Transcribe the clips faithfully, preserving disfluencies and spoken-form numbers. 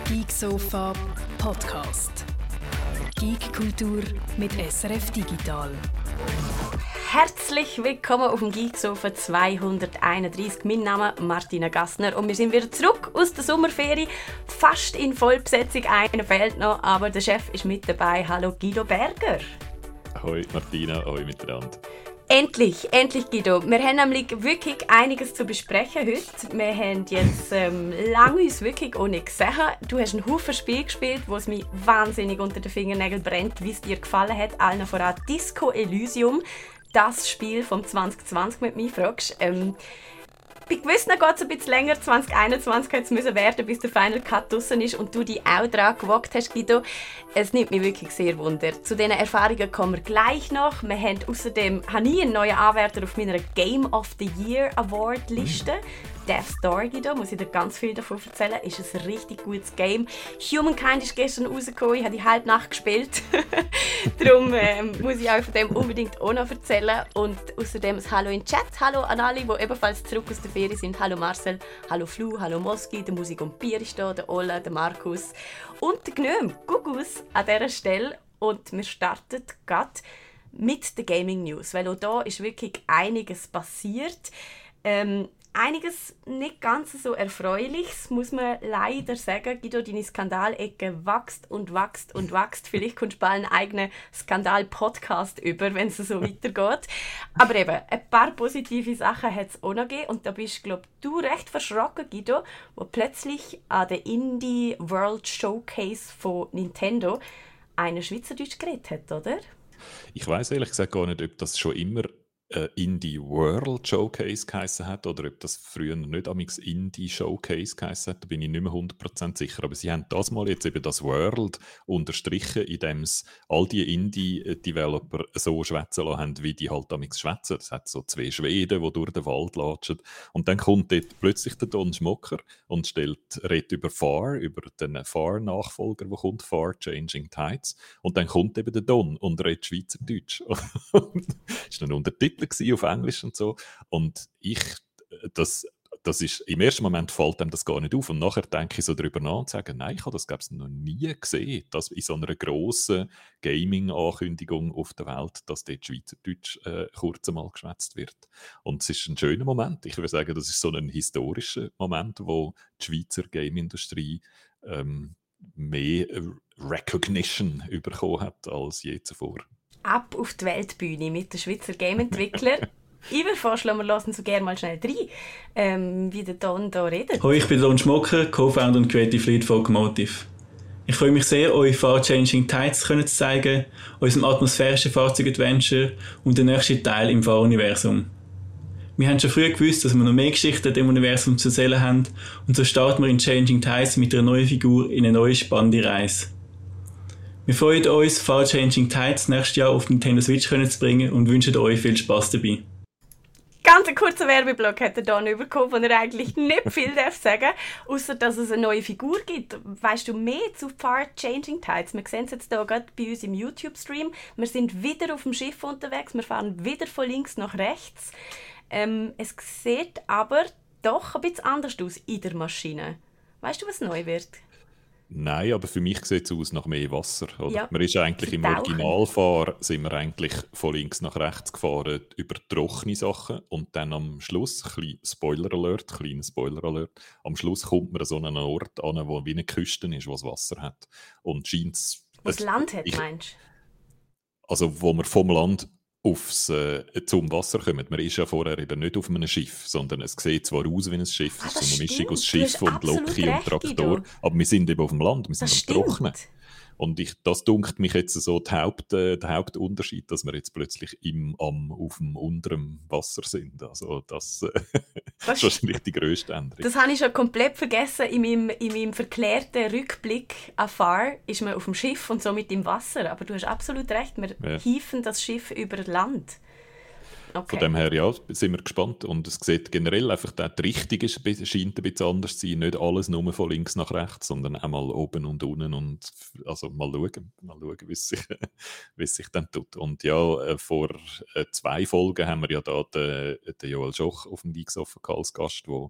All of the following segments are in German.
Geek Sofa Podcast. Geek Kultur mit S R F Digital. Herzlich willkommen auf dem Geek Sofa zweihunderteinunddreißig. Mein Name ist Martina Gassner und wir sind wieder zurück aus der Sommerferie. Fast in Vollbesetzung, einer fehlt noch, aber der Chef ist mit dabei. Hallo Guido Berger. Ahoi Martina, ahoi miteinander. Endlich, endlich Guido. Wir haben nämlich wirklich einiges zu besprechen heute. Wir haben jetzt ähm, lange uns wirklich auch nicht gesehen. Du hast einen Haufen Spiel gespielt, wo es mich wahnsinnig unter den Fingernägeln brennt, wie es dir gefallen hat. Allen voran Disco Elysium, das Spiel vom zwanzig zwanzig mit mir fragst. Ähm, bei gewissen geht es ein bisschen länger, zwanzig einundzwanzig hätte es müssen werden, bis der Final Cut draussen ist und du dich auch daran gewagt hast, Guido. Es nimmt mich wirklich sehr wunder. Zu diesen Erfahrungen kommen wir gleich noch. Wir haben außerdem habe ich einen neuen Anwärter auf meiner Game of the Year Award Liste. Death Star, Guido, muss ich dir ganz viel davon erzählen. Ist ein richtig gutes Game. Humankind ist gestern rausgekommen, ich habe die halbe Nacht gespielt. Darum ähm, muss ich euch von dem unbedingt auch noch erzählen. Und außerdem ein Hallo in den Chat. Hallo an alle, die ebenfalls zurück aus der Ferie sind. Hallo Marcel, hallo Flu, hallo Moski, der Musik und Bier ist da, der Ola, der Markus und der Gnöm. Gugus an dieser Stelle. Und wir starten gerade mit der Gaming News, weil auch da ist wirklich einiges passiert. Ähm, Einiges nicht ganz so Erfreuliches, muss man leider sagen. Guido, deine Skandalecke wächst und wächst und wächst. Vielleicht kommst du bald einen eigenen Skandal-Podcast über, wenn es so weitergeht. Aber eben, ein paar positive Sachen hat es auch noch gegeben. Und da bist, glaube du recht verschrocken, Guido, wo plötzlich an der Indie World Showcase von Nintendo einer Schweizerdeutsch geredet hat, oder? Ich weiss ehrlich gesagt gar nicht, ob das schon immer äh, Indie World Showcase geheissen hat oder ob das früher nicht amix Indie Showcase geheissen hat, da bin ich nicht mehr hundert Prozent sicher. Aber sie haben das mal jetzt eben das World unterstrichen, indem es all die Indie-Developer so schwätzen lassen haben, wie die halt amix schwätzen. Es hat so zwei Schweden, die durch den Wald latschen. Und dann kommt dort plötzlich der Don Schmocker und stellt, redet über Far, über den Far-Nachfolger, der kommt, Far Changing Tides. Und dann kommt eben der Don und redet Schweizerdeutsch. Das war ein Untertitel auf Englisch und so. Und ich, das, das ist, im ersten Moment fällt einem das gar nicht auf. Und nachher denke ich so darüber nach und sage, nein, ich habe das, glaube ich, noch nie gesehen, dass in so einer grossen Gaming-Ankündigung auf der Welt, dass dort Schweizerdeutsch äh, kurz einmal geschwätzt wird. Und es ist ein schöner Moment. Ich würde sagen, das ist so ein historischer Moment, wo die Schweizer Game-Industrie ähm, mehr Recognition bekommen hat als je zuvor. Ab auf die Weltbühne mit den Schweizer Game-Entwicklern. Ich würde vorschlagen, wir lassen so gerne mal schnell rein, ähm, wie der Don hier redet. Hallo, ich bin Don Schmocker, Co-Founder und Creative Lead von Automotive. Ich freue mich sehr, euch Far Changing Tides zu zeigen, unserem atmosphärischen Fahrzeug-Adventure und den nächsten Teil im Fahruniversum. Wir haben schon früh gewusst, dass wir noch mehr Geschichten im Universum zu erzählen haben und so starten wir in Changing Tides mit einer neuen Figur in eine neue spannende Reise. Wir freuen uns, Far Changing Tides nächstes Jahr auf Nintendo Switch zu bringen und wünschen euch viel Spass dabei. Ganz einen kurzen Werbeblock hat er hier bekommen, wo er eigentlich nicht viel darf sagen, außer dass es eine neue Figur gibt. Weißt du mehr zu Far Changing Tides? Wir sehen es jetzt hier gerade bei uns im YouTube-Stream. Wir sind wieder auf dem Schiff unterwegs, wir fahren wieder von links nach rechts. Ähm, es sieht aber doch ein bisschen anders aus in der Maschine. Weißt du, was neu wird? Nein, aber für mich sieht es aus nach mehr Wasser. Oder? Ja, man ist eigentlich im Originalfahr sind wir eigentlich von links nach rechts gefahren über trockene Sachen und dann am Schluss, klein, Spoiler Alert, kleiner Spoiler Alert, am Schluss kommt man an so einen Ort an, wo wie eine Küste ist, wo es Wasser hat. Und scheint's, wo es Land hat, ich, meinst du? Also wo man vom Land aufs, äh, zum Wasser kommen. Man ist ja vorher eben nicht auf einem Schiff, sondern es sieht zwar aus wie ein Schiff, es ah, ist so eine Mischung stimmt. aus Schiff und Loki und Traktor, aber wir sind eben auf dem Land, wir sind das am Trocknen. Und ich, das dunkt mich jetzt so der, Haupt, äh, der Hauptunterschied, dass wir jetzt plötzlich im, am, auf dem unteren Wasser sind. Also das, äh, das ist wahrscheinlich die grösste Änderung. Das habe ich schon komplett vergessen. In meinem, in meinem verklärten Rückblick an Far ist man auf dem Schiff und somit im Wasser. Aber du hast absolut recht, wir ja. hieven das Schiff über Land. Okay. Von dem her, ja, sind wir gespannt. Und es sieht generell einfach, die Richtung ist, scheint ein bisschen anders zu sein. Nicht alles nur von links nach rechts, sondern auch mal oben und unten. Und also mal schauen, mal schauen wie, es sich, wie es sich dann tut. Und ja, vor zwei Folgen haben wir ja da den, den Joel Schoch auf dem Geeks Offen als Gast, der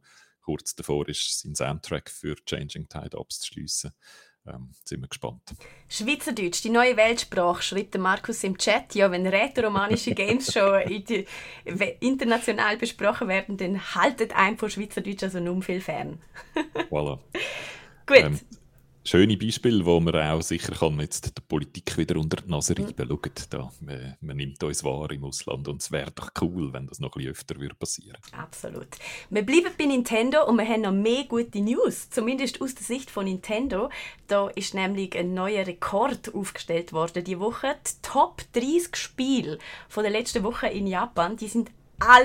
kurz davor ist, seinen Soundtrack für Changing Tide abzuschliessen. Ähm, sind wir gespannt. Schweizerdeutsch, die neue Weltsprache, schreibt der Markus im Chat. Ja, wenn rätoromanische Games schon in die, international besprochen werden, dann haltet einem von Schweizerdeutsch also nur viel fern. Voilà. Gut. Ähm, schöne Beispiele, wo man auch sicher kann jetzt der Politik wieder unter die Nase reiben. Mhm. Schaut, da, man, man nimmt uns wahr im Ausland und es wäre doch cool, wenn das noch ein bisschen öfter würde passieren. Absolut. Wir bleiben bei Nintendo und wir haben noch mehr gute News, zumindest aus der Sicht von Nintendo. Da ist nämlich ein neuer Rekord aufgestellt worden diese Woche. Die Top dreißig Spiele von der letzten Woche in Japan, die sind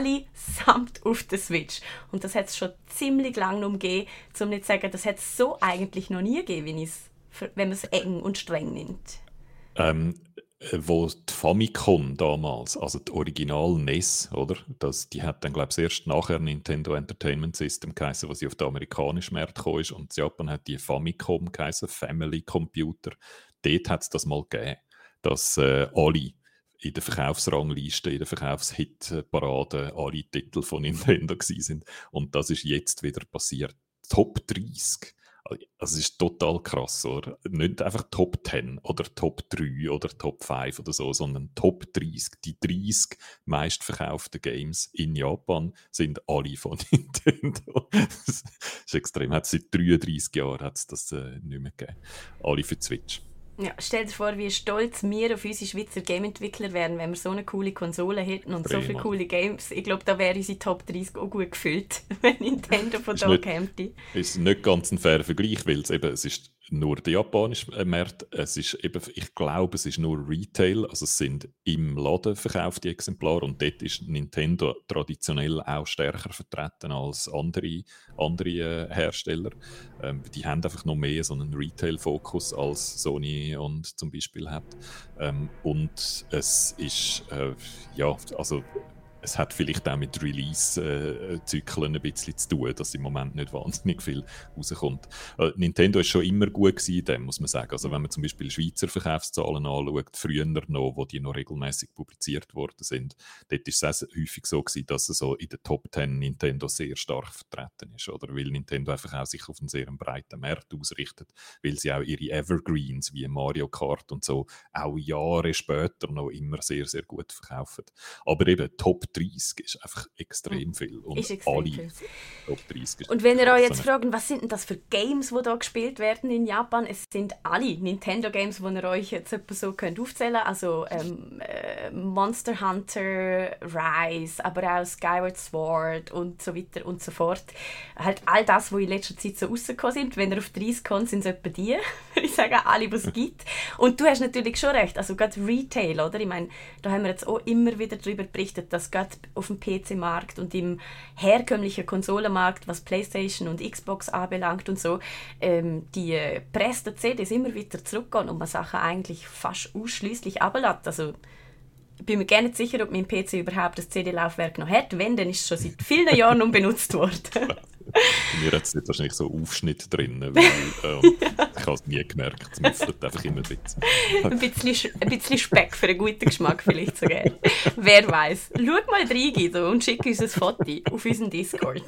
allesamt auf der Switch. Und das hat es schon ziemlich lange umgeben, um nicht zu sagen, das hat es so eigentlich noch nie gegeben, wenn, wenn man es eng und streng nimmt. Ähm, wo die Famicom damals, also die Original N E S, oder? Das, die hat dann, glaube ich, erst nachher Nintendo Entertainment System geheißen, was sie auf den amerikanischen Markt gekommen ist. Und in Japan hat die Famicom geheißen, Family Computer. Dort hat es das mal gegeben, dass äh, alle in der Verkaufsrangliste, in der Verkaufshitparade alle Titel von Nintendo gewesen sind. Und das ist jetzt wieder passiert. Top dreißig. Also es ist total krass, oder? Nicht einfach Top zehn oder Top drei oder Top fünf oder so, sondern Top dreißig. Die dreißig meistverkauften Games in Japan sind alle von Nintendo. Das ist extrem. Hat es seit dreiunddreißig Jahren hat's das äh, nicht mehr gegeben. Alle für die Switch. Ja, stell dir vor, wie stolz wir auf unsere Schweizer Game-Entwickler wären, wenn wir so eine coole Konsole hätten und Extrem, so viele coole Games. Ich glaube, da wäre unsere Top dreißig auch gut gefüllt, wenn Nintendo von da käme. Ist nicht ganz ein fairer Vergleich, weil es eben, es ist nur der japanische Markt. Es ist eben, ich glaube, es ist nur Retail, also es sind im Laden verkaufte Exemplare und dort ist Nintendo traditionell auch stärker vertreten als andere, andere äh, Hersteller. Ähm, die haben einfach noch mehr so einen Retail-Fokus als Sony und zum Beispiel hat. Ähm, und es ist, äh, ja, also es hat vielleicht auch mit Release-Zyklen ein bisschen zu tun, dass im Moment nicht wahnsinnig viel rauskommt. Äh, Nintendo ist schon immer gut gewesen in dem, muss man sagen. Also wenn man zum Beispiel Schweizer Verkaufszahlen anschaut, früher noch, wo die noch regelmäßig publiziert worden sind, dort ist es auch häufig so gewesen, dass es so in den Top zehn Nintendo sehr stark vertreten ist. Oder weil Nintendo einfach auch sich auf einen sehr breiten Markt ausrichtet, weil sie auch ihre Evergreens wie Mario Kart und so auch Jahre später noch immer sehr, sehr gut verkaufen. Aber eben Top dreißig ist einfach extrem viel. Und ist extrem alle viel. Top dreißig ist. Und wenn ihr euch jetzt fragt, was sind denn das für Games, die da gespielt werden in Japan? Es sind alle Nintendo-Games, die ihr euch jetzt so könnt aufzählen könnt. Also ähm, äh, Monster Hunter, Rise, aber auch Skyward Sword und so weiter und so fort. Halt all das, was in letzter Zeit so rausgekommen sind. Wenn ihr auf dreißig kommt, sind es etwa die. Ich sage alle, was es gibt. Und du hast natürlich schon recht, also gerade Retail, oder? Ich meine, da haben wir jetzt auch immer wieder darüber berichtet, dass gerade auf dem P C-Markt und im herkömmlichen Konsolenmarkt, was PlayStation und Xbox anbelangt und so, ähm, die gepressten C Ds immer wieder zurückgehen und man Sachen eigentlich fast ausschliesslich ablässt. Also ich bin mir gar nicht sicher, ob mein P C überhaupt das C D-Laufwerk noch hat. Wenn, dann ist es schon seit vielen Jahren unbenutzt worden. Bei mir hat es nicht wahrscheinlich so Aufschnitt drin, weil ähm, ja. ich habe es nie gemerkt. Es müffelt einfach immer ein bisschen. ein, bisschen ein bisschen Speck für einen guten Geschmack vielleicht sogar. Wer weiß. Schau mal rein, Guido, und schick uns ein Foto auf unseren Discord.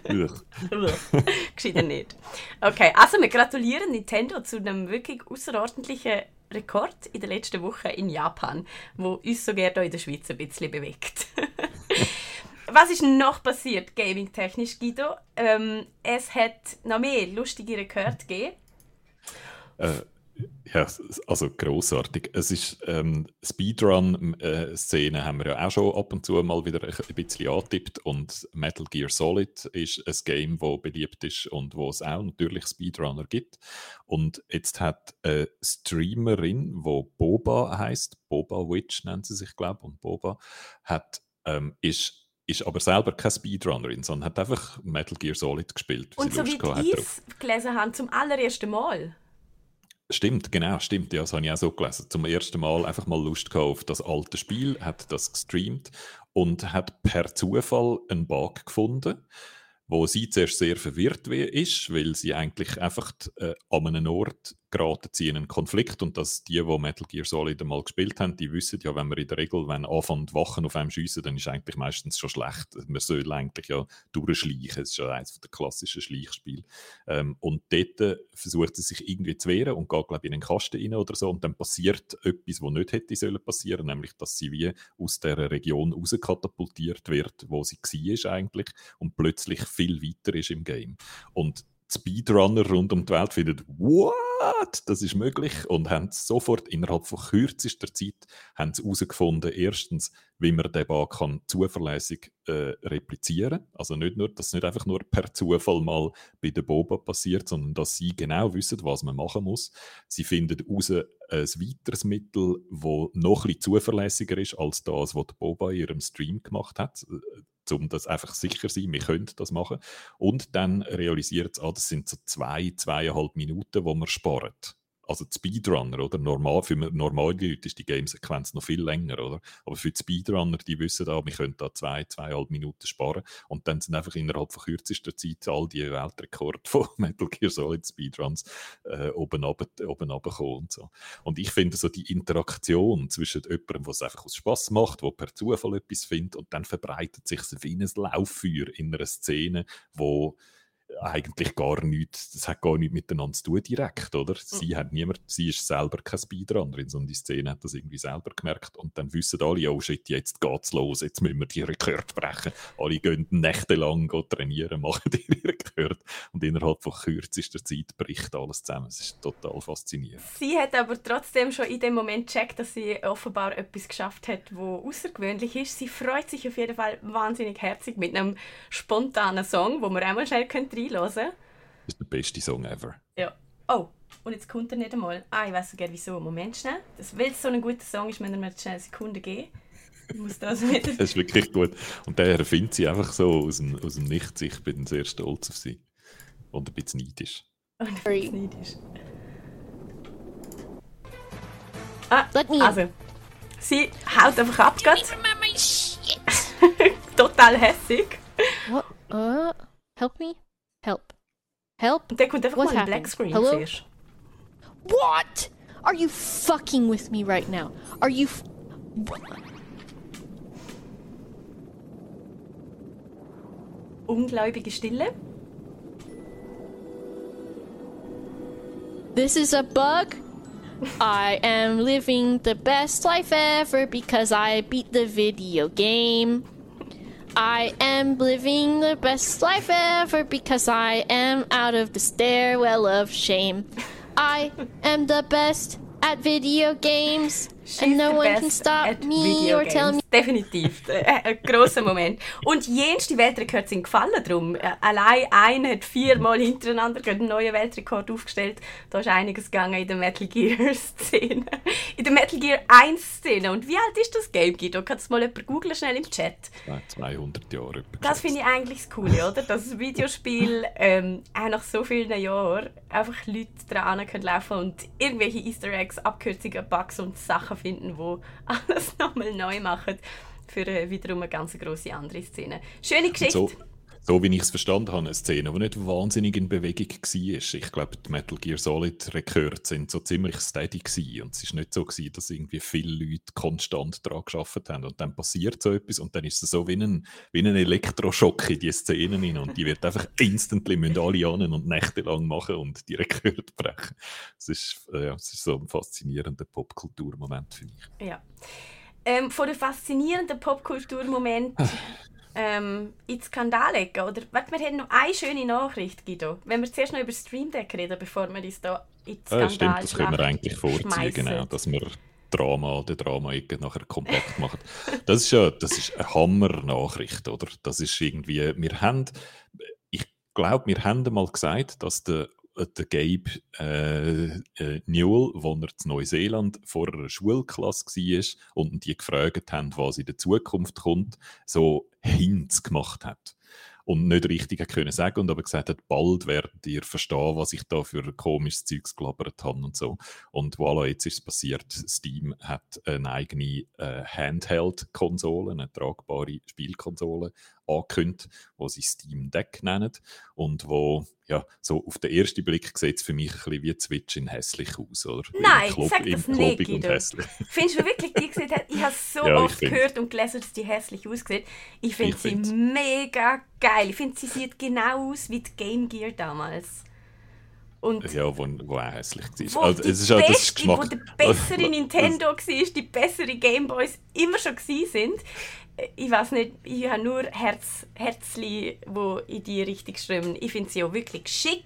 Gescheiter nicht. Okay, also wir gratulieren Nintendo zu einem wirklich außerordentlichen Rekord in der letzten Woche in Japan, wo uns sogar hier in der Schweiz ein bisschen bewegt. Was ist noch passiert, gaming-technisch, Guido? Ähm, es hat noch mehr lustige Rekorde gegeben. Äh, ja, also grossartig. Es ist ähm, Speedrun-Szenen haben wir ja auch schon ab und zu mal wieder ein bisschen angetippt und Metal Gear Solid ist ein Game, das beliebt ist und wo es auch natürlich Speedrunner gibt. Und jetzt hat eine Streamerin, die Boba heisst, Boba Witch nennt sie sich, glaube ich, und Boba hat, ähm, ist ist aber selber keine Speedrunnerin, sondern hat einfach Metal Gear Solid gespielt. Und so wie ich es gelesen habe, zum allerersten Mal. Stimmt, genau, stimmt. Ja, das habe ich auch so gelesen. Zum ersten Mal einfach mal Lust gehabt auf das alte Spiel, hat das gestreamt und hat per Zufall einen Bug gefunden, wo sie zuerst sehr verwirrt ist, weil sie eigentlich einfach äh, an einem Ort geraten sie in einen Konflikt und dass die, die Metal Gear Solid einmal gespielt haben, die wissen ja, wenn man in der Regel, wenn anfängt Wachen auf einem schiessen, dann ist eigentlich meistens schon schlecht. Man soll eigentlich ja durchschleichen. Es ist ja eines der klassischen Schleichspiele. Ähm, und dort versucht sie sich irgendwie zu wehren und geht, glaube ich, in einen Kasten rein oder so und dann passiert etwas, was nicht hätte sollen passieren, nämlich, dass sie wie aus dieser Region rauskatapultiert wird, wo sie war eigentlich und plötzlich viel weiter ist im Game. Und Speedrunner rund um die Welt finden, what? Das ist möglich und haben sofort innerhalb von kürzester Zeit haben sie herausgefunden, erstens, wie man den Bug kann zuverlässig äh, replizieren kann. Also nicht nur, dass es nicht einfach nur per Zufall mal bei der Boba passiert, sondern dass sie genau wissen, was man machen muss. Sie finden heraus ein weiteres Mittel, das noch ein bisschen zuverlässiger ist als das, was die Boba in ihrem Stream gemacht hat, um das einfach sicher zu sein, wir können das machen. Und dann realisiert es, ah, das sind so zwei, zweieinhalb Minuten, die man spart. Also die Speedrunner, oder? Normal, für normale Leute ist die Gamesequenz noch viel länger, oder? Aber für die Speedrunner, die wissen da, wir können da zwei, zweieinhalb Minuten sparen. Und dann sind einfach innerhalb von kürzester Zeit all die Weltrekorde von Metal Gear Solid Speedruns äh, oben runtergekommen und so. Und ich finde so die Interaktion zwischen jemandem, der es einfach aus Spass macht, der per Zufall etwas findet und dann verbreitet sich wie ein Lauffeuer in einer Szene, wo eigentlich gar nichts, das hat gar nichts miteinander zu tun direkt, oder? Sie, hat niemand, sie ist selber kein Speedrunnerin, sondern die Szene hat das irgendwie selber gemerkt und dann wissen alle, oh shit, jetzt geht's los, jetzt müssen wir die Rekord brechen. Alle gehen nächtelang trainieren, machen ihre Rekord und innerhalb von kürzester Zeit bricht alles zusammen. Es ist total faszinierend. Sie hat aber trotzdem schon in dem Moment gecheckt, dass sie offenbar etwas geschafft hat, was außergewöhnlich ist. Sie freut sich auf jeden Fall wahnsinnig herzig mit einem spontanen Song, wo man auch mal schnell reinhören könnte. Das ist der beste Song ever. Ja. Oh, und jetzt kommt er nicht einmal. Ah, ich weiss sogar wieso. Moment schnell. Das, weil es so ein guter Song ist, müssen wir mir schnell eine Sekunde geben. Ich muss das wieder... Das ist wirklich gut. Und der erfindet sie einfach so aus dem, aus dem Nichts. Ich bin sehr stolz auf sie. Und ein bisschen neidisch. Und ein bisschen neidisch. Ah, Let me also. Sie haut einfach ab, grad. Total hässig. What? Uh, help me? Help. Help? Und der kommt einfach What mal ein happened? Blackscreen Hello? zuerst. What? Are you fucking with me right now? Are you... F- Ungläubige Stille. This is a bug? I am living the best life ever because I beat the video game. I am living the best life ever because I am out of the stairwell of shame. I am the best at video games. She's and no the one best can stop at me video or tell me... Definitiv. Äh, ein grosser Moment. Und jenste Weltrekorde sind gefallen drum. Äh, allein einer hat viermal hintereinander einen neuen Weltrekord aufgestellt. Da ist einiges gegangen in der Metal Gear Szene. In der Metal Gear eins Szene. Und wie alt ist das Game, Guido? Kannst du mal jemand googeln schnell im Chat? zweihundert Jahre. Das finde ich eigentlich das Coole, oder? Dass das Videospiel ähm, auch nach so vielen Jahren einfach Leute dran können laufen und irgendwelche Easter Eggs, Abkürzungen, Bugs und Sachen finden, die alles nochmal neu machen für äh, wiederum eine ganz grosse andere Szene. Schöne Geschichte. So, so wie ich es verstanden habe, eine Szene, die nicht wahnsinnig in Bewegung war. Ich glaube, die Metal Gear Solid Rekorde sind so ziemlich steady gewesen. Und es war nicht so gewesen, dass irgendwie viele Leute konstant daran gearbeitet haben. Und dann passiert so etwas und dann ist es so wie ein, wie ein Elektroschock in die Szenen rein. Und die wird einfach instantly müssen alle an und nächtelang machen und die Rekorde brechen. Es ist, äh, ja, es ist so ein faszinierender Popkulturmoment für mich. Ja. Ähm, von den faszinierenden Popkulturmomenten ähm, in Skandal legen. Oder, warte, wir haben noch eine schöne Nachricht, Guido. Wenn wir zuerst noch über Stream Deck reden, bevor wir uns da in die Skandal Ja, stimmt, das können wir eigentlich vorziehen, schmeissen. genau, dass wir Drama oder Drama-Ecke nachher kompakt machen. Das ist ja das ist eine Hammer-Nachricht, oder? Das ist irgendwie, wir haben, ich glaube, wir haben einmal gesagt, dass der der Gabe äh, äh, Newell, als er in Neuseeland vor einer Schulklasse war und die gefragt haben, was in der Zukunft kommt, so Hints gemacht hat. Und nicht richtig können sagen und aber gesagt hat, bald werdet ihr verstehen, was ich da für komisches Zeugs gelabert habe und so. Und voilà, jetzt ist es passiert. Steam hat eine eigene äh, Handheld-Konsole, eine tragbare Spielkonsole angekündigt, wo sie Steam Deck nennen und wo, ja, so auf den ersten Blick sieht es für mich ein bisschen wie Switch in hässlich aus, oder? Nein, Klob, sag das nicht, Guido. Findest du wirklich, die gesehen hat? Ich habe so ja, oft find... gehört und gelesen, dass die hässlich aussieht. Ich finde sie find's. mega geil. Ich finde, sie sieht genau aus wie die Game Gear damals. Und ja, wo, wo auch hässlich war. Wo also, die es ist auch das beste, Geschmack. wo der bessere Nintendo war, die bessere Gameboys immer schon gewesen sind. Ich weiß nicht, ich habe nur Herz, Herzli, die in die Richtung strömen. Ich finde sie auch wirklich schick.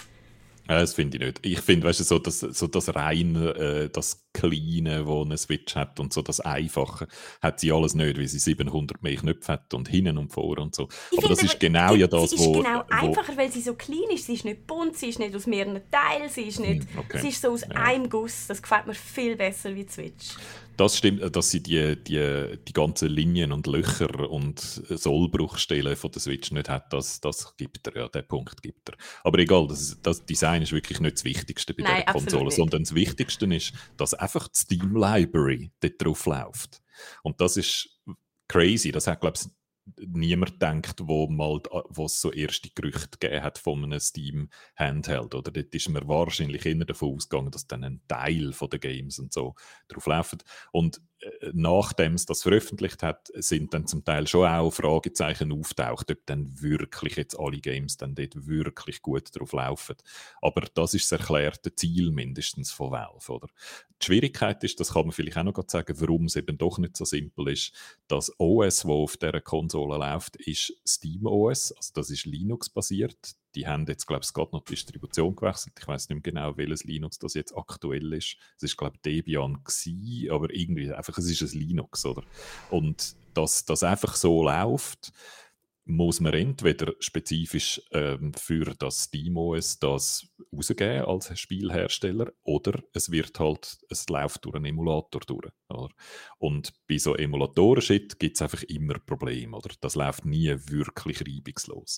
Ja, das finde ich nicht. Ich finde, weißt du, so das, so das reine, äh, das Kleine, das eine Switch hat und so das Einfache, hat sie alles nicht, weil sie siebenhundert mehr Knöpfe hat und hinten und vor und so. Ich aber das finde, ist genau ja das, sie wo... Sie ist genau wo, einfacher, weil sie so klein ist. Sie ist nicht bunt, sie ist nicht aus mehreren Teilen, sie ist, nicht, okay. sie ist so aus ja. einem Guss. Das gefällt mir viel besser wie die Switch. Das stimmt, dass sie die, die, die ganzen Linien und Löcher und Sollbruchstellen von der Switch nicht hat, das, das gibt er, ja, den Punkt gibt er. Aber egal, das, das Design ist wirklich nicht das Wichtigste bei Nein, dieser Konsole, nicht. sondern das Wichtigste ist, dass einfach die Steam Library dort drauf läuft. Und das ist crazy, das hat, glaube ich, niemand gedacht, wo mal, wo es so erste Gerüchte gegeben hat von einem Steam Handheld, oder? Dort ist man wahrscheinlich eher davon ausgegangen, dass dann ein Teil von den Games und so drauf laufen. Und äh, nachdem es das veröffentlicht hat, sind dann zum Teil schon auch Fragezeichen auftaucht, ob dann wirklich jetzt alle Games dann dort wirklich gut drauf laufen. Aber das ist das erklärte Ziel mindestens von Valve, oder? Die Schwierigkeit ist, das kann man vielleicht auch noch sagen, warum es eben doch nicht so simpel ist. Das O S, das auf dieser Konsole läuft, ist SteamOS, also das ist Linux-basiert. Die haben jetzt, glaube ich, gerade noch die Distribution gewechselt. Ich weiß nicht mehr genau, welches Linux das jetzt aktuell ist. Es ist, glaube ich, Debian gewesen, aber irgendwie einfach, es ist ein Linux, oder? Und dass das einfach so läuft, muss man entweder spezifisch ähm, für das SteamOS das rausgeben als Spielhersteller oder es wird halt, es läuft durch einen Emulator durch. Oder? Und bei so Emulatoren-Shit gibt es einfach immer Probleme. Oder? Das läuft nie wirklich reibungslos.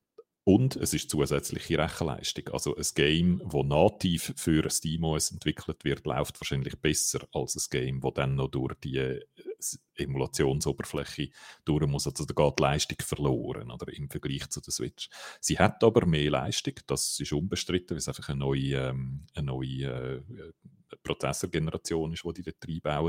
Und es ist zusätzliche Rechenleistung. Also ein Game, das nativ für SteamOS entwickelt wird, läuft wahrscheinlich besser als ein Game, das dann noch durch die Emulationsoberfläche durch muss. Also da geht die Leistung verloren, oder, im Vergleich zu der Switch. Sie hat aber mehr Leistung, das ist unbestritten, weil es einfach eine neue, ähm, eine neue äh, Prozessorgeneration ist, die die dort reinbauen.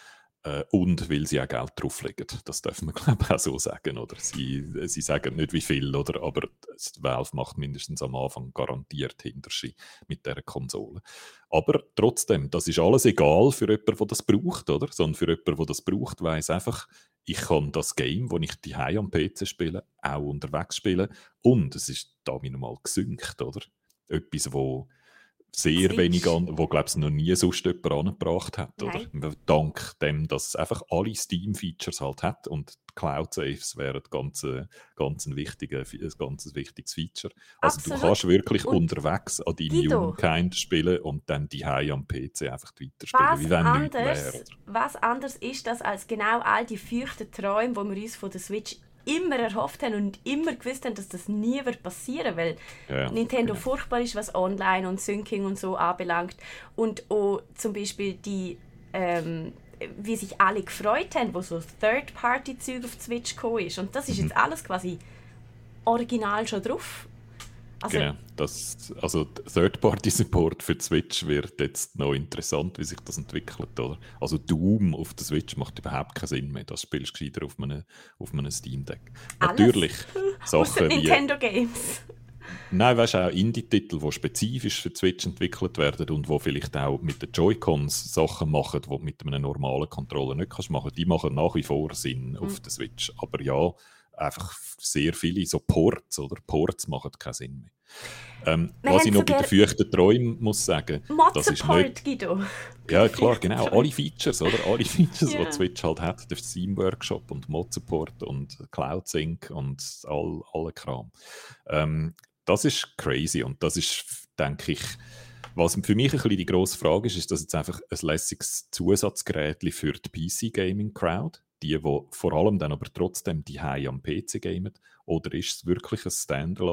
Äh, und weil sie auch Geld drauflegen. Das dürfen wir, glaube ich, auch so sagen. Oder? Sie, sie sagen nicht, wie viel, oder? Aber Valve macht mindestens am Anfang garantiert Hinterschi mit dieser Konsole. Aber trotzdem, das ist alles egal für jemanden, der das braucht, oder? Sondern für jemanden, der das braucht, weiss einfach, ich kann das Game, das ich daheim am P C spiele, auch unterwegs spielen. Und es ist da wieder mal gesynkt, oder? Etwas, wo sehr Switch. wenig an, wo glaube ich noch nie sonst jemand angebracht hat, oder? Dank dem, dass es einfach alle Steam-Features halt hat und die Cloud-Saves wären ganz, ganz ein, wichtiger, ein ganz wichtiges Feature. Also Absolut. Du kannst wirklich Und unterwegs an deinem Guido, Humankind spielen und dann die am P C einfach weiterspielen, was wie wenn nichts anders, wäre. was anders ist das als genau all die feuchten Träume, die wir uns von der Switch immer erhofft haben und immer gewusst haben, dass das nie wird passieren, weil Ja, Nintendo genau. furchtbar ist, was Online und Syncing und so anbelangt. Und auch zum Beispiel die, ähm, wie sich alle gefreut haben, wo so Third-Party-Zeug auf die Switch gekommen ist. Und das ist jetzt alles quasi original schon drauf. Also, Genau. Das, also Third-Party-Support für die Switch wird jetzt noch interessant, wie sich das entwickelt. Oder? Also Doom auf der Switch macht überhaupt keinen Sinn mehr. Das spielst du gescheiter auf einem, auf einem Steam Deck. Alles? Natürlich Ausser Sachen wie... Nintendo Games. Nein, weißt du, auch Indie-Titel, die spezifisch für die Switch entwickelt werden und wo vielleicht auch mit den Joy-Cons Sachen machen, die du mit einem normalen Controller nicht kannst machen, die machen nach wie vor Sinn mhm. auf der Switch. Aber ja, einfach sehr viele so Ports, oder? Ports machen keinen Sinn mehr. Ähm, was ich noch bei den feuchten Träumen muss sagen, das ist nicht... Guido. Ja, klar, genau. Alle Features, oder? Alle Features, Ja. die die Switch halt hat. Der Steam Workshop und Mod-Support und Cloud Sync und all, alle Kram. Ähm, das ist crazy und das ist, denke ich, was für mich ein bisschen die grosse Frage ist, ist das jetzt einfach ein lässiges Zusatzgerät für die P C-Gaming-Crowd, die, die vor allem dann aber trotzdem die am P C gamen, oder ist es wirklich ein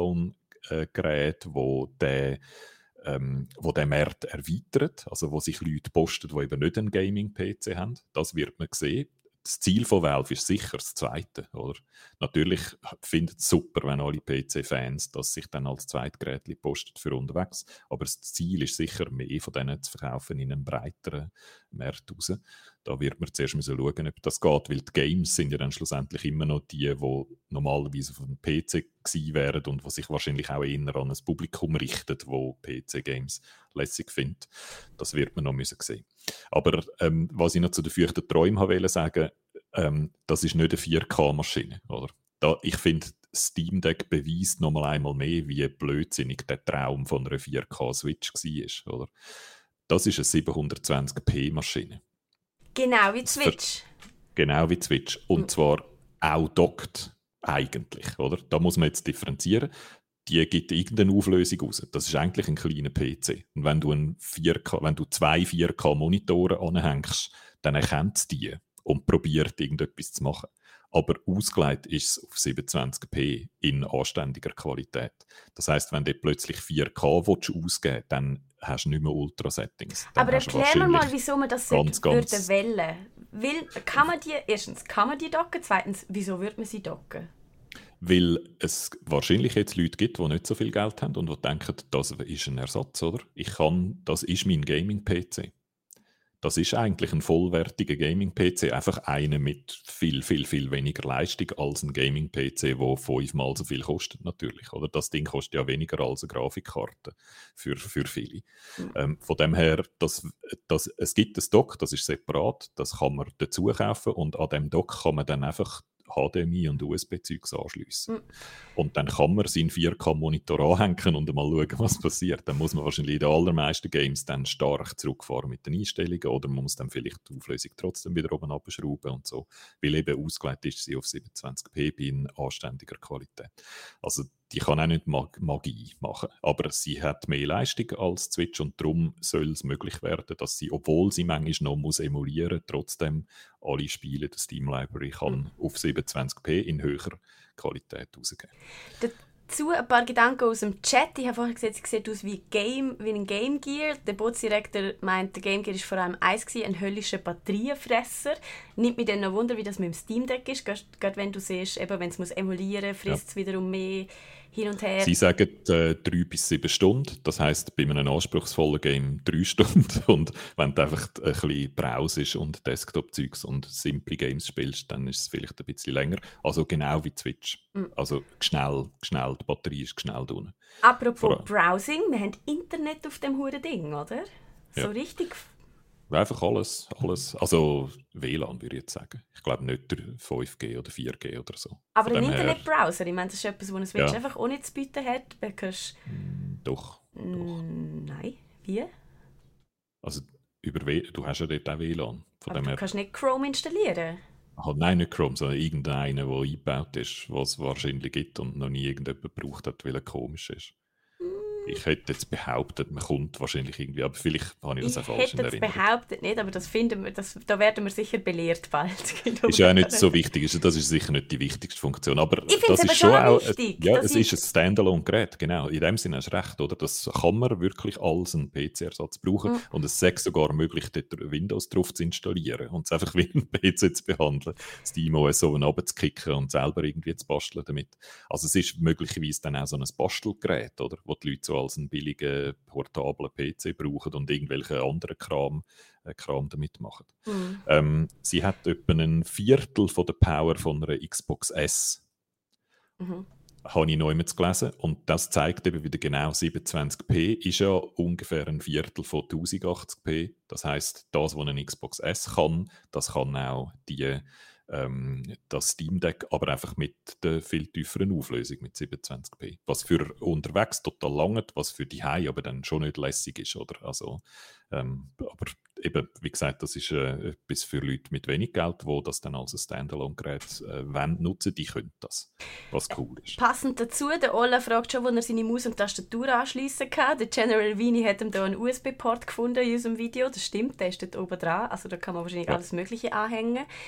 Standalone-Gerät, wo der ähm, wo der Markt erweitert, also wo sich Leute posten, die eben nicht einen Gaming-P C haben. Das wird man sehen. das Ziel von Valve ist sicher das Zweite, oder? Natürlich findet es super, wenn alle P C-Fans das sich dann als Zweitgerät postet für unterwegs, aber das Ziel ist sicher, mehr von denen zu verkaufen in einem breiteren Markt raus. Da wird man zuerst müssen schauen, ob das geht, weil die Games sind ja dann schlussendlich immer noch die, die normalerweise auf dem P C gewesen wären und die sich wahrscheinlich auch eher an ein Publikum richten, das P C-Games lässig findet. Das wird man noch müssen sehen. Aber ähm, was ich noch zu den feuchten Träumen wollte sagen, ähm, das ist nicht eine vier K-Maschine. Oder? Da, ich finde, Steam Deck beweist noch mal einmal mehr, wie blödsinnig der Traum von einer vier K-Switch war. Oder? Das ist eine siebenhundertzwanzig p Maschine. Genau wie die Switch. Genau wie die Switch. Und mhm. zwar auch dockt eigentlich. Oder? Da muss man jetzt differenzieren. Die gibt irgendeine Auflösung raus. Das ist eigentlich ein kleiner P C. Und wenn du, ein vier K, wenn du zwei vier K-Monitore anhängst, dann erkennt es die und probiert, irgendetwas zu machen. Aber ausgelegt ist es auf siebenundzwanzig p in anständiger Qualität. Das heisst, wenn du plötzlich vier K ausgeben willst, dann hast du nicht mehr Ultra-Settings. Aber erklär mir mal, wieso man das ganz, ganz würde wählen. Weil, kann man die, erstens, kann man die docken? Zweitens, wieso würde man sie docken? Weil es wahrscheinlich jetzt Leute gibt, die nicht so viel Geld haben und die denken, das ist ein Ersatz, oder? Ich kann, das ist mein Gaming-P C. Das ist eigentlich ein vollwertiger Gaming-P C, einfach einer mit viel, viel, viel weniger Leistung als ein Gaming-P C, der fünfmal so viel kostet natürlich. Oder? Das Ding kostet ja weniger als eine Grafikkarte für, für viele. Mhm. Ähm, von dem her, das, das, es gibt ein Dock, das ist separat, das kann man dazu kaufen und an dem Dock kann man dann einfach H D M I und U S B-Zeugs anschliessen. Mhm. Und dann kann man seinen vier K-Monitor anhängen und mal schauen, was passiert. Dann muss man wahrscheinlich in den allermeisten Games dann stark zurückfahren mit den Einstellungen oder man muss dann vielleicht die Auflösung trotzdem wieder oben abschrauben und so. Weil eben ausgelegt ist sie auf siebenundzwanzig p in anständiger Qualität. Also die kann auch nicht Mag- Magie machen, aber sie hat mehr Leistung als Switch und darum soll es möglich werden, dass sie, obwohl sie manchmal noch muss emulieren, trotzdem alle Spiele der Steam Library kann mhm. auf siebenundzwanzig p in höherer Qualität rausgeben. Dazu ein paar Gedanken aus dem Chat. Ich habe vorher gesagt, es sieht aus wie, Game, wie ein Game Gear. Der Bootsdirektor meint, der Game Gear war vor allem eins, ein höllischer Batterienfresser. Nimmt mich dann noch Wunder, wie das mit dem Steam Deck ist. Gerade wenn du siehst, eben, wenn es emulieren muss, frisst es ja. wiederum mehr hin und her. Sie sagen äh, drei bis sieben Stunden. Das heisst, bei einem anspruchsvollen Game drei Stunden. Und wenn du einfach ein bisschen brausest und Desktop-Zeugs und simple Games spielst, dann ist es vielleicht ein bisschen länger. Also genau wie die Switch. Mhm. Also schnell, schnell, die Batterie ist schnell drin. Apropos Browsing, wir haben Internet auf dem huren Ding, oder? So ja. richtig... Einfach alles, alles. Also W L A N würde ich jetzt sagen. Ich glaube nicht fünf G oder vier G oder so. Aber ein Internetbrowser, ich meine, das ist etwas, das ein Switch ja. einfach ohne zu bieten hat. Kannst... Mm, doch, doch. Mm, nein, wie? Also über w- du hast ja dort auch W L A N. Von Aber dem du her... kannst nicht Chrome installieren? Halt, nein, nicht Chrome, sondern irgendeinen, der eingebaut ist, was es wahrscheinlich gibt und noch nie irgendjemand gebraucht hat, weil er komisch ist. Ich hätte jetzt behauptet, man kommt wahrscheinlich irgendwie, aber vielleicht habe ich das auch falsch in Erinnerung. Ich hätte es behauptet nicht, aber das finden wir, das, da werden wir sicher belehrt bald. Ist ja auch nicht so wichtig, das ist sicher nicht die wichtigste Funktion, aber ich das ist schon auch, wichtig. Ja, es ist ein Standalone-Gerät, genau, in dem Sinne hast du recht, oder? Das kann man wirklich als einen P C-Ersatz brauchen mhm. und es ist sogar möglich, dort Windows drauf zu installieren und es einfach wie ein P C zu behandeln, SteamOS oben runterzukicken und selber irgendwie zu basteln damit. Also es ist möglicherweise dann auch so ein Bastelgerät, oder? Wo die Leute so als einen billigen, portablen P C brauchen und irgendwelche anderen Kram, äh, Kram damit machen. Mhm. Ähm, sie hat etwa ein Viertel von der Power von einer Xbox S. Mhm. Habe ich noch einmal gelesen. Und das zeigt eben wieder genau, siebenundzwanzig p ist ja ungefähr ein Viertel von tausendachtzig p. Das heisst, das, was eine Xbox S kann, das kann auch die Ähm, das Steam Deck, aber einfach mit der viel tieferen Auflösung, mit siebenundzwanzig p. Was für unterwegs total langt, was für die Hause aber dann schon nicht lässig ist, oder? Also, ähm, aber eben, wie gesagt, das ist äh, etwas für Leute mit wenig Geld, die das dann als ein Standalone-Gerät äh, wollen, nutzen, die können das, was cool ist. Passend dazu, der Ola fragt schon, wo er seine Maus und Tastatur anschliessen kann. Der General Vini hat ihm da einen U S B-Port gefunden in unserem Video, das stimmt, der ist dort oben dran, also da kann man wahrscheinlich ja. alles Mögliche anhängen.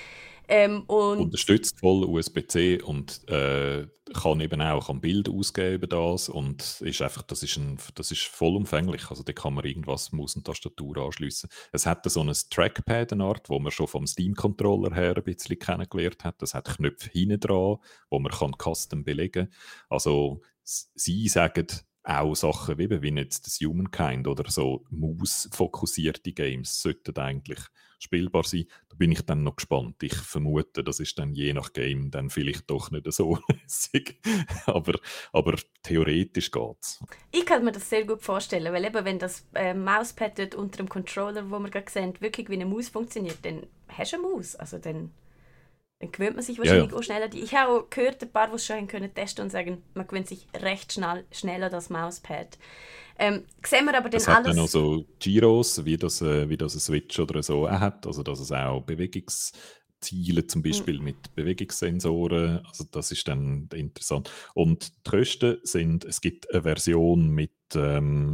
Ähm, und Unterstützt voll U S B C und äh, kann eben auch kann Bilder ausgeben über das und ist einfach, das ist, ein, das ist vollumfänglich. Also da kann man irgendwas Maus und Tastatur anschliessen. Es hat so ein Trackpad, eine Art, wo man schon vom Steam-Controller her ein bisschen kennengelernt hat. Das hat Knöpfe hinten dran, wo man kann custom belegen kann. Also sie sagen auch Sachen wie, wie jetzt das Humankind oder so Maus-fokussierte Games sollten eigentlich spielbar sein. Da bin ich dann noch gespannt. Ich vermute, das ist dann je nach Game dann vielleicht doch nicht so lässig. aber, aber theoretisch geht's. Ich kann mir das sehr gut vorstellen, weil eben, wenn das äh, Mauspad dort unter dem Controller, wo wir gerade sehen, wirklich wie eine Maus funktioniert, dann hast du eine Maus. Also dann, dann gewöhnt man sich wahrscheinlich ja, ja. auch schneller. Ich habe auch gehört, ein paar, die es schon können testen und sagen, man gewöhnt sich recht schnell, schneller das Mauspad. Ähm, sehen wir aber dann es hat alles... dann auch so Gyros, wie das, äh, wie das ein Switch oder so auch hat, also dass es auch Bewegungsziele zum Beispiel mhm. mit Bewegungssensoren, also das ist dann interessant. Und die Kosten sind, es gibt eine Version mit ähm,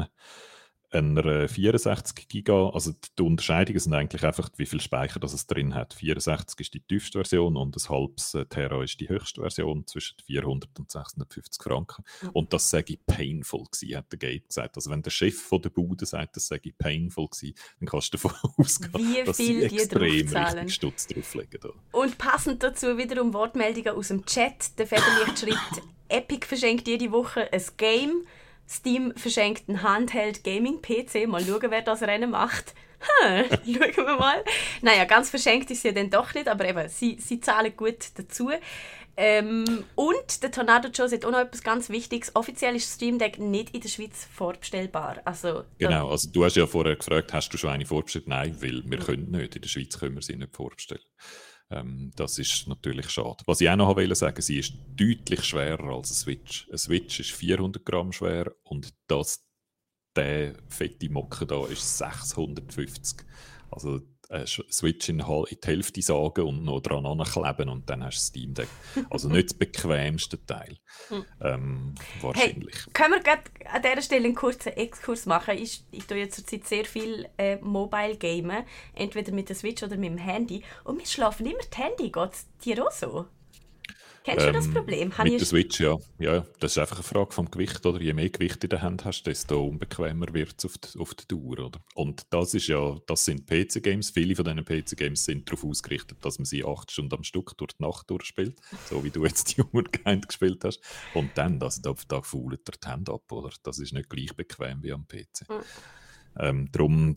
einer vierundsechzig Giga, also die Unterscheidungen sind eigentlich einfach, wie viel Speicher das es drin hat. vierundsechzig ist die tiefste Version und ein halbes Tera ist die höchste Version, zwischen vierhundert und sechshundertfünfzig Franken. Mhm. Und das sage ich painful gewesen, hat der Gabe gesagt. Also wenn der Chef von der Bude sagt, das sage ich painful gewesen, dann kannst du davon ausgehen, wie dass viel sie die extrem draufzahlen. richtig Stutz drauflegen. Da. Und passend dazu wiederum Wortmeldungen aus dem Chat. Der Federlicht schreibt, Epic verschenkt jede Woche ein Game. Steam verschenkt einen Handheld-Gaming-P C. Mal schauen, wer das Rennen macht. Hm, schauen wir mal. Naja, ganz verschenkt ist sie ja dann doch nicht, aber eben, sie, sie zahlen gut dazu. Ähm, und der Tornado Joe sagt auch noch etwas ganz Wichtiges. Offiziell ist das Stream Deck nicht in der Schweiz vorbestellbar. Also, genau, also du hast ja vorher gefragt, hast du schon eine vorbestellt? Nein, weil wir können nicht. In der Schweiz können wir sie nicht vorbestellen. Ähm, das ist natürlich schade. Was ich auch noch wollte sagen, sie ist deutlich schwerer als ein Switch. Ein Switch ist vierhundert Gramm schwer und das, der fette Mocke da ist sechshundertfünfzig. Also ein Switch in die Hälfte sagen und noch dran ankleben und dann hast du Steam Deck. Also nicht das bequemste Teil. ähm, wahrscheinlich. Hey, können wir gerade an dieser Stelle einen kurzen Exkurs machen? Ich, ich tue jetzt zurzeit sehr viel äh, Mobile-Gamen, entweder mit der Switch oder mit dem Handy. Und wir schlafen immer das Handy. Geht es dir auch so? Kennst du ähm, das Problem? Mit ich... der Switch, ja. ja. Das ist einfach eine Frage vom Gewicht. Oder? Je mehr Gewicht in der Hand hast, desto unbequemer wird es auf, die, auf die Dauer. Oder? Und das ist ja, das sind P C-Games. Viele von diesen P C-Games sind darauf ausgerichtet, dass man sie acht Stunden am Stück durch die Nacht durchspielt. So wie du jetzt die Humankind gespielt hast. Und dann, also da, da faulet dir die Hände ab. Oder? Das ist nicht gleich bequem wie am P C. Mhm. Ähm, darum,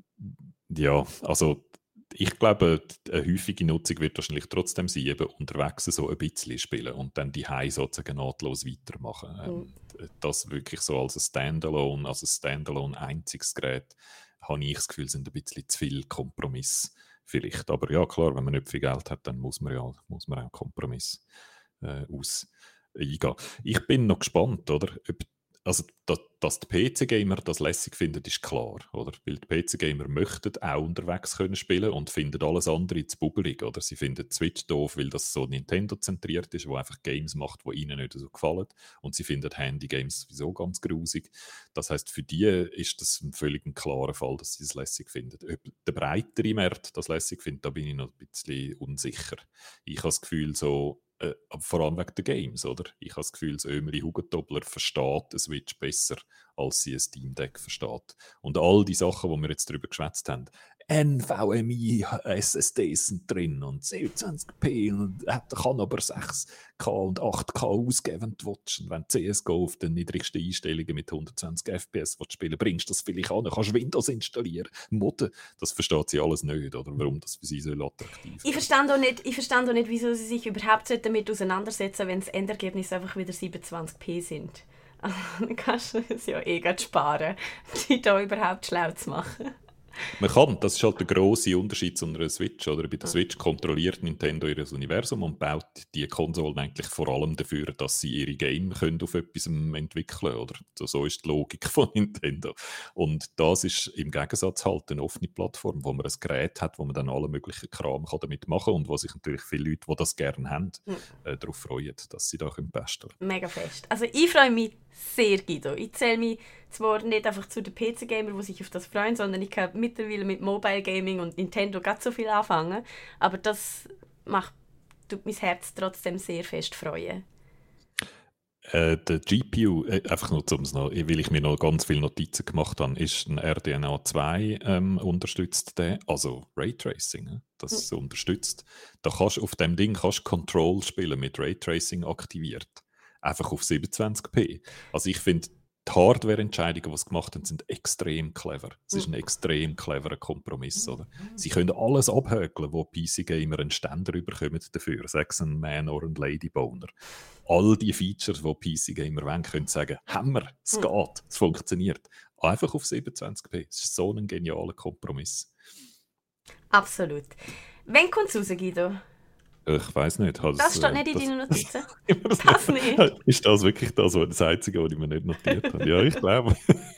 ja, also ich glaube, eine häufige Nutzung wird wahrscheinlich trotzdem sein, eben unterwegs so ein bisschen spielen und dann die Hause sozusagen nahtlos weitermachen. Mhm. Ähm, das wirklich so als ein Standalone, als ein Standalone einziges Gerät, habe ich das Gefühl, sind ein bisschen zu viel Kompromiss vielleicht. Aber ja, klar, wenn man nicht viel Geld hat, dann muss man ja muss man auch Kompromiss äh, aus eingehen. Ich bin noch gespannt, oder? Ob Also, dass, dass die P C-Gamer das lässig finden, ist klar, oder? Weil die P C-Gamer möchten auch unterwegs können spielen und finden alles andere zu bubbelig, oder? Sie finden die Switch doof, weil das so Nintendo-zentriert ist, wo einfach Games macht, die ihnen nicht so gefallen. Und sie finden Handy-Games sowieso ganz grusig. Das heisst, für die ist das ein völlig ein klarer Fall, dass sie es lässig finden. Ob der breitere Markt das lässig findet, da bin ich noch ein bisschen unsicher. Ich habe das Gefühl, so Äh, vor allem wegen der Games, oder? Ich habe das Gefühl, das Ömeri Hugentobler versteht eine Switch besser, als sie ein Steam Deck versteht. Und all die Sachen, die wir jetzt darüber geschwätzt haben, N V M I S S Ds sind drin und siebenundzwanzig p und kann aber sechs K und acht K ausgeben, wenn du willst. Und wenn C S G O auf den niedrigsten Einstellungen mit hundertzwanzig F P S spielen bringst du das vielleicht an, kannst Windows installieren, Modden. Das versteht sie alles nicht, oder warum das für sie so attraktiv ist. Ich verstehe auch nicht, ich verstehe auch nicht, wieso sie sich überhaupt damit auseinandersetzen, wenn das Endergebnis einfach wieder siebenundzwanzig p sind. Dann kannst du es ja eh sparen, die da überhaupt schlau zu machen. Man kann, das ist halt der grosse Unterschied zu einer Switch. Oder? Bei der Switch kontrolliert Nintendo ihr Universum und baut die Konsolen eigentlich vor allem dafür, dass sie ihre Game können auf etwas entwickeln können. So, so ist die Logik von Nintendo. Und das ist im Gegensatz halt eine offene Plattform, wo man ein Gerät hat, wo man dann alle möglichen Kram kann damit machen kann und wo sich natürlich viele Leute, die das gerne haben, mhm. äh, darauf freuen, dass sie da basteln können. Mega fest. Also ich freue mich sehr, Guido. Ich zähle mich zwar nicht einfach zu den P C-Gamer, die sich auf das freuen, sondern ich kann mittlerweile mit Mobile Gaming und Nintendo ganz so viel anfangen. Aber das macht, tut mein Herz trotzdem sehr fest freuen. Äh, der G P U, äh, einfach nur zum noch, weil ich mir noch ganz viele Notizen gemacht habe, ist ein R D N A zwei ähm, unterstützt der, also Raytracing, äh, das mhm. unterstützt. Da kannst auf dem Ding kannst Control spielen mit Raytracing aktiviert, einfach auf siebenundzwanzig p. Also ich finde, die Hardware-Entscheidungen, die sie gemacht haben, sind extrem clever. Es ist ein extrem cleverer Kompromiss. Oder? Sie können alles abhökeln, wo P C-Gamer einen Ständer überkommen dafür, sei es ein Man- oder ein Lady-Boner. All die Features, die P C-Gamer wollen, können sagen, Hammer, es geht, es funktioniert. Einfach auf siebenundzwanzig p. Es ist so ein genialer Kompromiss. Absolut. Wann kommt es raus, Guido? Ich weiss nicht. Das, das steht äh, nicht in das, deinen Notizen. das, das nicht. Ist das wirklich das, das Einzige, was ich mir nicht notiert habe? Ja, ich glaube.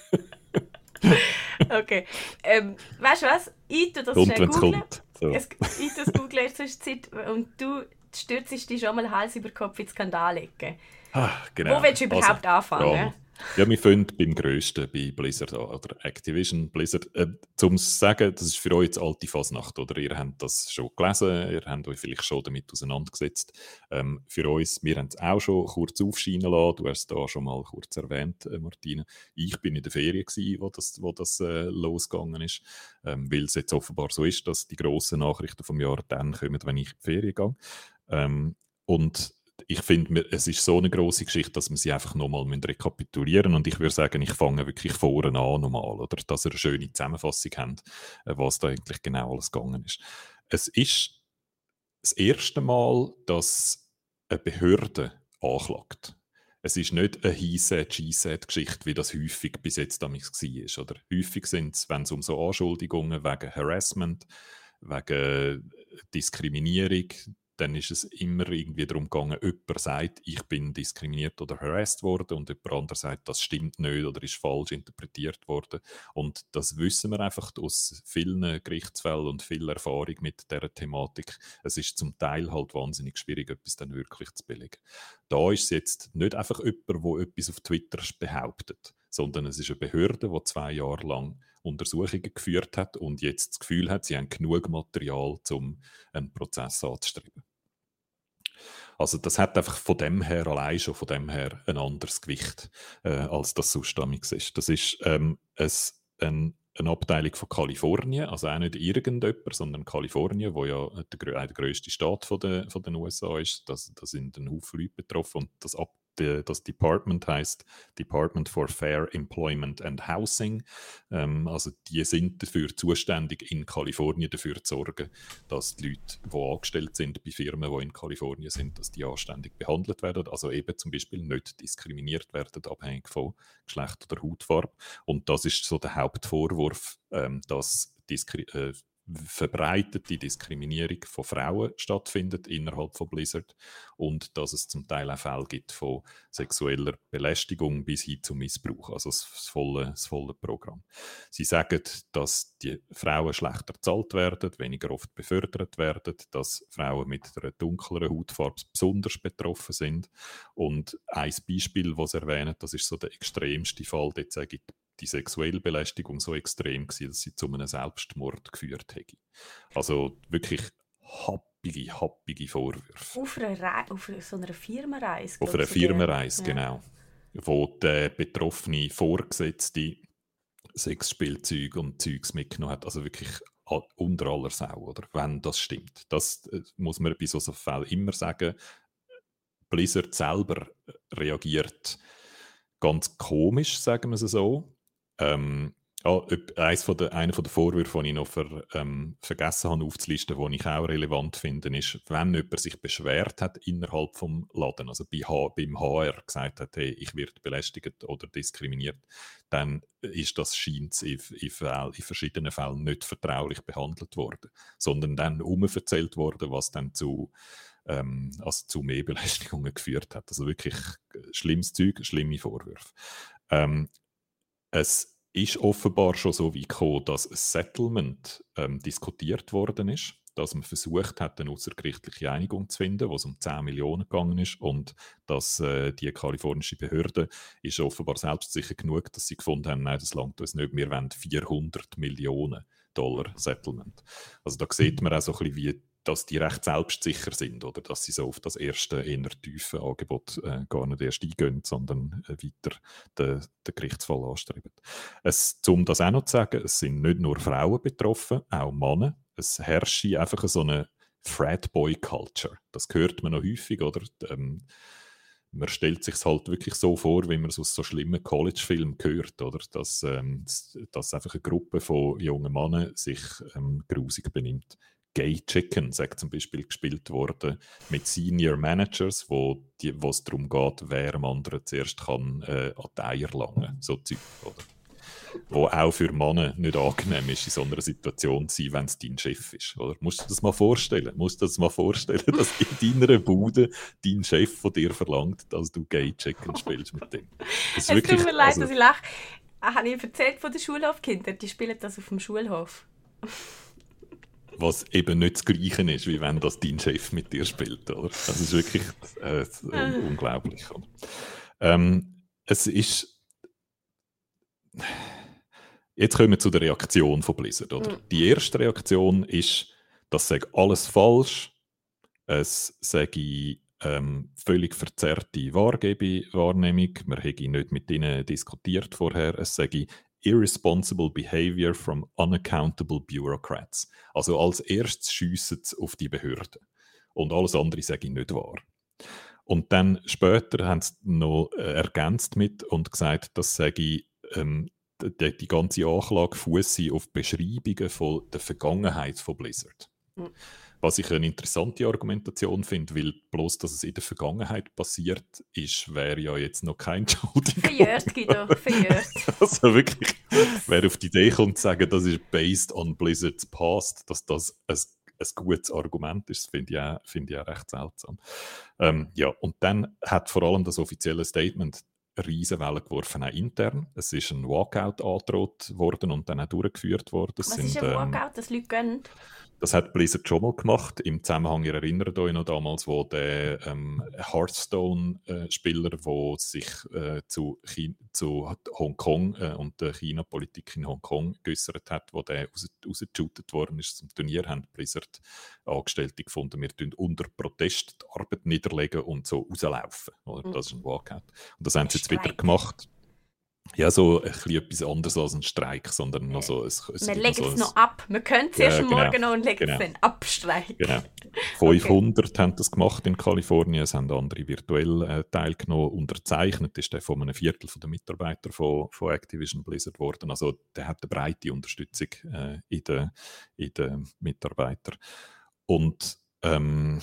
Okay. Ähm, weißt du was? Ich tue das und schnell googeln. So. Ich tue das googeln in der Zwischenzeit und du stürzest dich schon mal Hals über Kopf in die Skandal-Ecke. Ah, genau. Wo willst du überhaupt also, anfangen? Ja. Ja, wir fangen beim Grössten, bei Blizzard an, oder Activision Blizzard. Äh, zum sagen, das ist für euch jetzt alte Fasnacht, oder? Ihr habt das schon gelesen, ihr habt euch vielleicht schon damit auseinandergesetzt. Ähm, für uns, wir haben es auch schon kurz aufscheinen lassen, du hast es da schon mal kurz erwähnt, äh, Martina. Ich bin in der Ferien gewesen, wo das, wo das äh, losgegangen ist, ähm, weil es jetzt offenbar so ist, dass die grossen Nachrichten vom Jahr dann kommen, wenn ich in die Ferien gehe. Ähm, und ich finde, es ist so eine grosse Geschichte, dass wir sie einfach nochmal rekapitulieren müssen. Und ich würde sagen, ich fange wirklich vorne an nochmal, oder? Dass ihr eine schöne Zusammenfassung habt, was da eigentlich genau alles gegangen ist. Es ist das erste Mal, dass eine Behörde anklagt. Es ist nicht eine He-Said-She-Said-Geschichte, wie das häufig bis jetzt damals war. Oder häufig sind es, wenn es um so Anschuldigungen wegen Harassment, wegen Diskriminierung, dann ist es immer irgendwie darum gegangen, jemand sagt, ich bin diskriminiert oder harassed worden und jemand anderes sagt, das stimmt nicht oder ist falsch interpretiert worden. Und das wissen wir einfach aus vielen Gerichtsfällen und viel Erfahrung mit dieser Thematik. Es ist zum Teil halt wahnsinnig schwierig, etwas dann wirklich zu belegen. Da ist es jetzt nicht einfach jemand, der etwas auf Twitter behauptet, sondern es ist eine Behörde, die zwei Jahre lang Untersuchungen geführt hat und jetzt das Gefühl hat, sie haben genug Material, um einen Prozess anzustreben. Also das hat einfach von dem her allein schon von dem her ein anderes Gewicht, äh, als das sonst ist. Das ist ähm, es, ein, eine Abteilung von Kalifornien, also auch nicht irgendjemand, sondern Kalifornien, wo ja der, der grösste Staat von, de, von den U S A ist. Da sind ein Haufen Leute betroffen und das Ab Das Department heißt Department for Fair Employment and Housing. Ähm, also die sind dafür zuständig, in Kalifornien dafür zu sorgen, dass die Leute, die angestellt sind bei Firmen, die in Kalifornien sind, dass die anständig behandelt werden. Also eben zum Beispiel nicht diskriminiert werden, abhängig von Geschlecht oder Hautfarbe. Und das ist so der Hauptvorwurf, ähm, dass Diskri äh, verbreitete Diskriminierung von Frauen stattfindet innerhalb von Blizzard und dass es zum Teil auch Fälle gibt von sexueller Belästigung bis hin zum Missbrauch, also das, das, volle, das volle Programm. Sie sagen, dass die Frauen schlechter bezahlt werden, weniger oft befördert werden, dass Frauen mit einer dunkleren Hautfarbe besonders betroffen sind und ein Beispiel, das sie erwähnen, das ist so der extremste Fall, dort sage ich, die sexuelle Belästigung so extrem war, dass sie zu einem Selbstmord geführt hätte. Also wirklich happige, happige Vorwürfe. Auf, einer auf so einer Firmenreise? Auf einer Firmenreise, ja. Genau. Wo der betroffene Vorgesetzte Sexspielzeug und Zeugs mitgenommen hat. Also wirklich unter aller Sau, oder? Wenn das stimmt. Das muss man bei solchen Fällen immer sagen. Blizzard selber reagiert ganz komisch, sagen wir es so. Ähm, oh, eins von der, einer von den Vorwürfen, die ich noch ver, ähm, vergessen habe aufzulisten, die ich auch relevant finde, ist, wenn jemand sich beschwert hat innerhalb des Laden, also bei H, beim H R gesagt hat, hey, ich werde belästigt oder diskriminiert, dann ist das scheint in, in, in verschiedenen Fällen nicht vertraulich behandelt worden, sondern dann umverzählt worden, was dann zu Ähm, also zu mehr Belästigungen geführt hat. Also wirklich schlimmes Zeug, schlimme Vorwürfe. Ähm, es ist offenbar schon so weit gekommen, dass ein Settlement ähm, diskutiert worden ist, dass man versucht hat, eine außergerichtliche Einigung zu finden, wo es um zehn Millionen gegangen ist und dass äh, die kalifornische Behörde ist offenbar selbstsicher genug, dass sie gefunden haben, nein, das langt uns nicht, wir wollen vierhundert Millionen Dollar Settlement. Also da sieht man auch so ein bisschen, wie dass die recht selbstsicher sind, oder dass sie so auf das erste, eher tiefe Angebot äh, gar nicht erst eingehen, sondern äh, weiter den, den Gerichtsfall anstreben. Es, um das auch noch zu sagen, es sind nicht nur Frauen betroffen, auch Männer. Es herrscht einfach so eine Frat-Boy-Culture. Das hört man noch häufig, oder? Ähm, man stellt sich halt wirklich so vor, wie man es aus so schlimmen College-Filmen hört, oder? Dass, ähm, dass einfach eine Gruppe von jungen Männern sich ähm, grusig benimmt. Gay Chicken, sagt zum Beispiel, gespielt worden mit Senior Managers, wo die, wo es darum geht, wer am anderen zuerst kann, äh, an die Eier langen, so Zeug, oder? Wo auch für Männer nicht angenehm ist, in so einer Situation zu sein, wenn es dein Chef ist. Oder? Musst du dir das mal vorstellen? Musst du dir das mal vorstellen, dass in deiner Bude dein Chef von dir verlangt, dass du Gay Chicken spielst mit dem? Es tut mir leid, also, dass ich lache. Habe ich erzählt von den Schulhofkindern? Die spielen das auf dem Schulhof. Was eben nicht das Gleiche ist, wie wenn das dein Chef mit dir spielt. Oder? Das ist wirklich äh, un- unglaublich. Ähm, es ist... Jetzt kommen wir zu der Reaktion von Blizzard. Oder? Mm. Die erste Reaktion ist, das sei alles falsch, es sei ähm, völlig verzerrte Wahrnehmung, man hätte nicht mit ihnen diskutiert vorher, es sei irresponsible behavior from unaccountable bureaucrats. Also als erstes schiessen sie auf die Behörden und alles andere sei nicht wahr. Und dann später haben sie noch äh, ergänzt mit und gesagt, das sei ähm, Die, die ganze Anklage fusse auf Beschreibungen von der Vergangenheit von Blizzard. Mhm. Was ich eine interessante Argumentation finde, weil bloß, dass es in der Vergangenheit passiert ist, wäre ja jetzt noch kein Entschuldigung. Verjährt, Guido, verjährt. Also wirklich, wer auf die Idee kommt zu sagen, das ist based on Blizzard's past, dass das ein, ein gutes Argument ist, finde ich, auch, find ich auch recht seltsam. Ähm, ja, und dann hat vor allem das offizielle Statement Riesenwellen geworfen, auch intern. Es ist ein Walkout angedroht worden und dann auch durchgeführt worden. Was sind, ist ein ähm, Walkout, das Leute gönnen? Das hat Blizzard schon mal gemacht. Im Zusammenhang, ihr erinnert euch noch damals, wo der ähm, Hearthstone-Spieler, der sich äh, zu, China, zu Hongkong äh, und der China-Politik in Hongkong geäußert hat, wo der raus, rausgeshootet worden ist zum Turnier, haben Blizzard Angestellte gefunden, wir tun unter Protest die Arbeit niederlegen und so rauslaufen. Oder? Das ist ein Walkout. Und das haben sie jetzt wieder gemacht. Ja, so ein bisschen etwas anderes als ein Streik, sondern noch so... Es, es wir legen so es noch ab. Wir können es ja, erst genau, morgen noch und legen genau. es dann ab, Streik. Genau. fünfhundert okay. haben das gemacht in Kalifornien, es haben andere virtuell äh, teilgenommen. Unterzeichnet ist der von einem Viertel der Mitarbeiter von, von Activision Blizzard geworden. Also der hat eine breite Unterstützung äh, in den in de Mitarbeitern. Und... Ähm,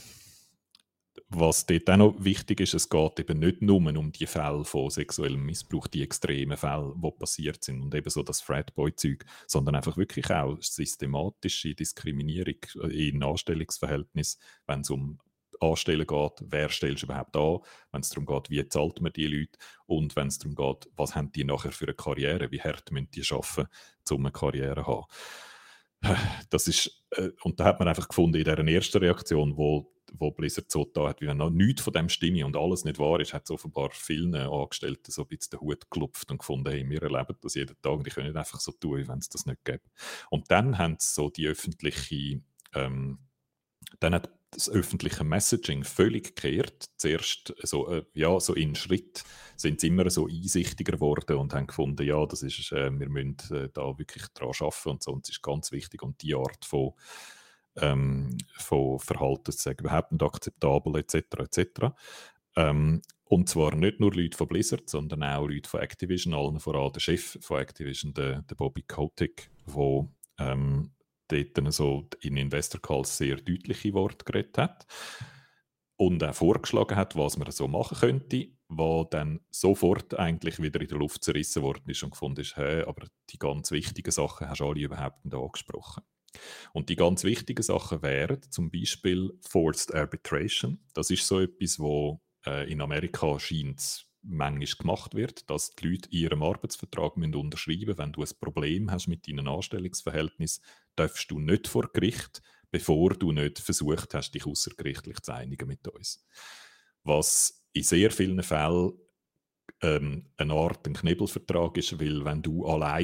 was dort auch noch wichtig ist, es geht eben nicht nur um die Fälle von sexuellem Missbrauch, die extremen Fälle, die passiert sind und eben so das Fratboy-Zeug, sondern einfach wirklich auch systematische Diskriminierung in Anstellungsverhältnissen, wenn es um Anstellen geht, wer stellst du überhaupt an, wenn es darum geht, wie zahlt man die Leute und wenn es darum geht, was haben die nachher für eine Karriere, wie hart müssen die arbeiten, um eine Karriere zu haben. Das ist, äh, und da hat man einfach gefunden, in dieser ersten Reaktion, wo, wo Blizzard so da hat, wie wenn noch nichts von dem stimme und alles nicht wahr ist, hat es offenbar vielen Angestellten so ein bisschen den Hut geklopft und gefunden, hey, wir erleben das jeden Tag und die können nicht einfach so tun, wie wenn es das nicht gäbe. Und dann haben sie so die öffentliche, ähm, dann hat das öffentliche Messaging völlig gekehrt. Zuerst so, äh, ja, so in Schritt sind sie immer so einsichtiger geworden und haben gefunden, ja, das ist, äh, wir müssen äh, da wirklich dran arbeiten und so, und das ist ganz wichtig und die Art von, ähm, von Verhalten zu sagen, überhaupt nicht akzeptabel et cetera et cetera. Ähm, und zwar nicht nur Leute von Blizzard, sondern auch Leute von Activision, allen voran der Chef von Activision, der, der Bobby Kotick, der ähm, dort so in Investor Calls sehr deutliche Worte geredet hat und auch vorgeschlagen hat, was man so machen könnte, was dann sofort eigentlich wieder in der Luft zerrissen worden ist und gefunden ist, hey, aber die ganz wichtigen Sachen hast du alle überhaupt nicht angesprochen. Und die ganz wichtigen Sachen wären zum Beispiel Forced Arbitration. Das ist so etwas, wo äh, in Amerika scheint manchmal gemacht wird, dass die Leute in ihrem Arbeitsvertrag müssen unterschreiben müssen, wenn du ein Problem hast mit deinem Anstellungsverhältnis, darfst du nicht vor Gericht, bevor du nicht versucht hast, dich außergerichtlich zu einigen mit uns. Was in sehr vielen Fällen ähm, eine Art ein Knebelvertrag ist, weil wenn du allein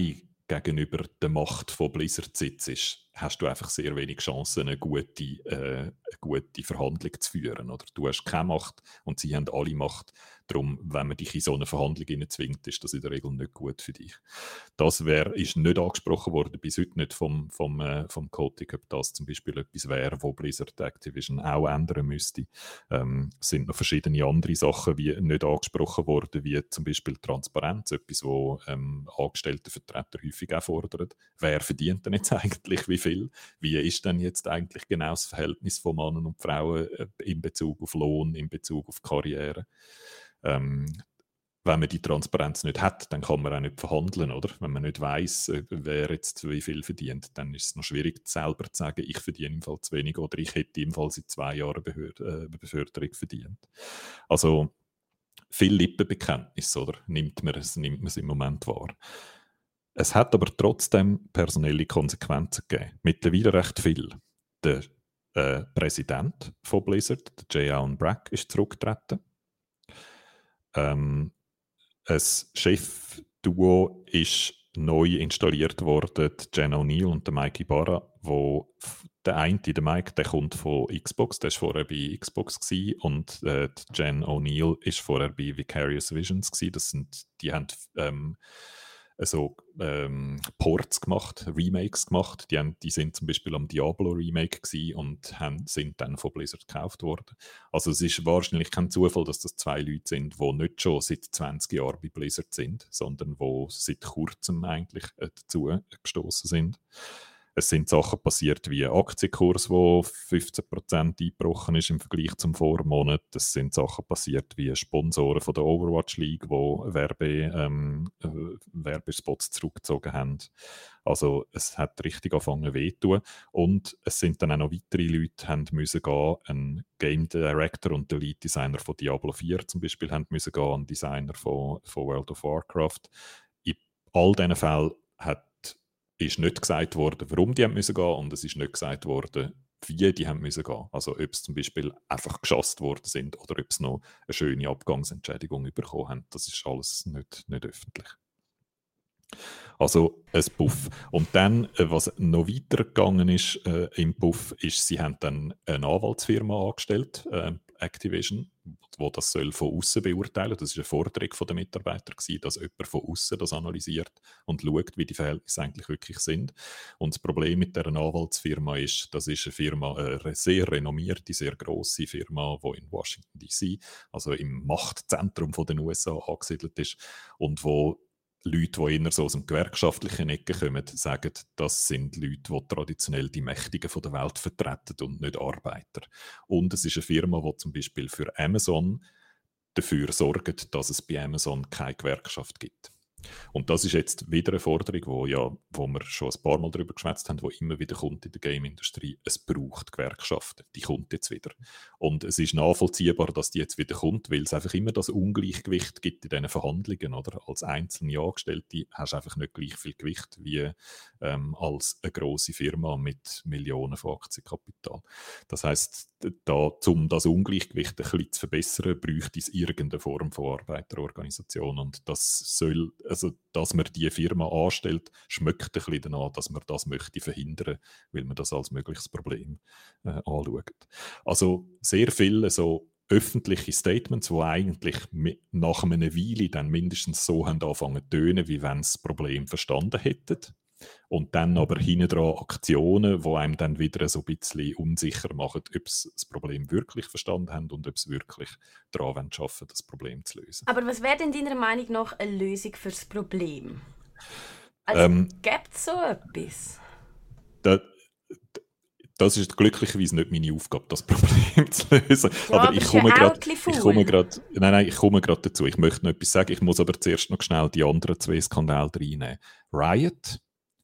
gegenüber der Macht von Blizzard sitzt, hast du einfach sehr wenig Chancen, eine gute, äh, eine gute Verhandlung zu führen. Oder? Du hast keine Macht und sie haben alle Macht. Darum, wenn man dich in so eine Verhandlung zwingt, ist das in der Regel nicht gut für dich. Das wär, ist nicht angesprochen worden, bis heute nicht vom, vom, äh, vom Kotick, ob das zum Beispiel etwas wäre, wo Blizzard Activision auch ändern müsste. Ähm, es sind noch verschiedene andere Sachen wie nicht angesprochen worden, wie zum Beispiel Transparenz, etwas, wo ähm, Angestelltenvertreter häufig auch fordern. Wer verdient denn jetzt eigentlich wie viel? Wie ist denn jetzt eigentlich genau das Verhältnis von Männern und Frauen äh, in Bezug auf Lohn, in Bezug auf Karriere? Ähm, wenn man die Transparenz nicht hat, dann kann man auch nicht verhandeln, oder? Wenn man nicht weiss, wer jetzt wie viel verdient, dann ist es noch schwierig, selber zu sagen, ich verdiene im Fall zu wenig oder ich hätte im Fall seit zwei Jahren Behörde, äh, Beförderung verdient. Also viel Lippenbekenntnis, oder? Nimmt man es, nimmt man es im Moment wahr. Es hat aber trotzdem personelle Konsequenzen gegeben. Mittlerweile recht viel. Der äh, Präsident von Blizzard, der J. Allen Brack, ist zurückgetreten. Ähm, ein Chefduo ist neu installiert worden, Jen O'Neill und der Mike Ibarra, wo der eine, der Mike, der kommt von Xbox, der war vorher bei Xbox gewesen, und äh, Jen O'Neill ist vorher bei Vicarious Visions gewesen. Das sind, die haben ähm, also, ähm, Ports gemacht, Remakes gemacht. Die, haben, die sind zum Beispiel am Diablo-Remake gewesen und haben, sind dann von Blizzard gekauft worden. Also es ist wahrscheinlich kein Zufall, dass das zwei Leute sind, die nicht schon seit zwanzig Jahren bei Blizzard sind, sondern die seit kurzem eigentlich äh, dazu gestoßen sind. Es sind Sachen passiert wie ein Aktienkurs, der fünfzehn Prozent eingebrochen ist im Vergleich zum Vormonat. Es sind Sachen passiert wie Sponsoren von der Overwatch League, die Werbe, ähm, äh, Werbespots zurückgezogen haben. Also es hat richtig angefangen weh zu tun. Und es sind dann auch noch weitere Leute, die haben müssen gehen. Ein Game Director und der Lead Designer von Diablo vier zum Beispiel haben müssen gehen, ein Designer von, von World of Warcraft. In all diesen Fällen hat ist nicht gesagt worden, warum die haben müssen gehen, und es ist nicht gesagt worden, wie die haben müssen gehen. Also ob es zum Beispiel einfach geschasst worden sind oder ob es noch eine schöne Abgangsentschädigung bekommen haben. Das ist alles nicht, nicht öffentlich. Also ein Puff. Und dann, was noch weitergegangen ist äh, im Puff, ist, sie haben dann eine Anwaltsfirma angestellt, äh, Activision, wo das soll von außen beurteilen. Das war eine Forderung der Mitarbeiter gewesen, dass jemand von außen das analysiert und schaut, wie die Verhältnisse eigentlich wirklich sind. Und das Problem mit dieser Anwaltsfirma ist, das ist eine Firma, eine sehr renommierte, sehr grosse Firma, die in Washington D C, also im Machtzentrum der U S A angesiedelt ist und wo Leute, die eher so aus dem gewerkschaftlichen Ecke kommen, sagen, das sind Leute, die traditionell die Mächtigen der Welt vertreten und nicht Arbeiter. Und es ist eine Firma, die zum Beispiel für Amazon dafür sorgt, dass es bei Amazon keine Gewerkschaft gibt. Und das ist jetzt wieder eine Forderung, wo, ja, wo wir schon ein paar Mal darüber geschwätzt haben, wo immer wieder kommt in der Game-Industrie. Es braucht Gewerkschaften. Die kommt jetzt wieder. Und es ist nachvollziehbar, dass die jetzt wieder kommt, weil es einfach immer das Ungleichgewicht gibt in diesen Verhandlungen. Oder? Als einzelne Angestellte hast du einfach nicht gleich viel Gewicht wie ähm, als eine grosse Firma mit Millionen von Aktienkapital. Das heisst, da, um das Ungleichgewicht ein bisschen zu verbessern, bräuchte es irgendeine Form von Arbeiterorganisation. Und das soll, also, dass man diese Firma anstellt, schmeckt ein bisschen danach, dass man das möchte verhindern, weil man das als mögliches Problem äh, anschaut. Also sehr viele so öffentliche Statements, die eigentlich nach einer Weile dann mindestens so haben angefangen zu tönen, wie wenn sie das Problem verstanden hätten. Und dann aber hinten dran Aktionen, die einem dann wieder so ein bisschen unsicher machen, ob sie das Problem wirklich verstanden haben und ob sie wirklich daran arbeiten wollen, das Problem zu lösen. Aber was wäre denn deiner Meinung nach eine Lösung für das Problem? Also Ähm, gibt es so etwas? Da, das ist glücklicherweise nicht meine Aufgabe, das Problem zu lösen. Ja, aber aber ich ist ja komme auch gerade, ein bisschen ich faul. komme gerade, nein, nein, ich komme gerade dazu. Ich möchte noch etwas sagen. Ich muss aber zuerst noch schnell die anderen zwei Skandale reinnehmen. Riot,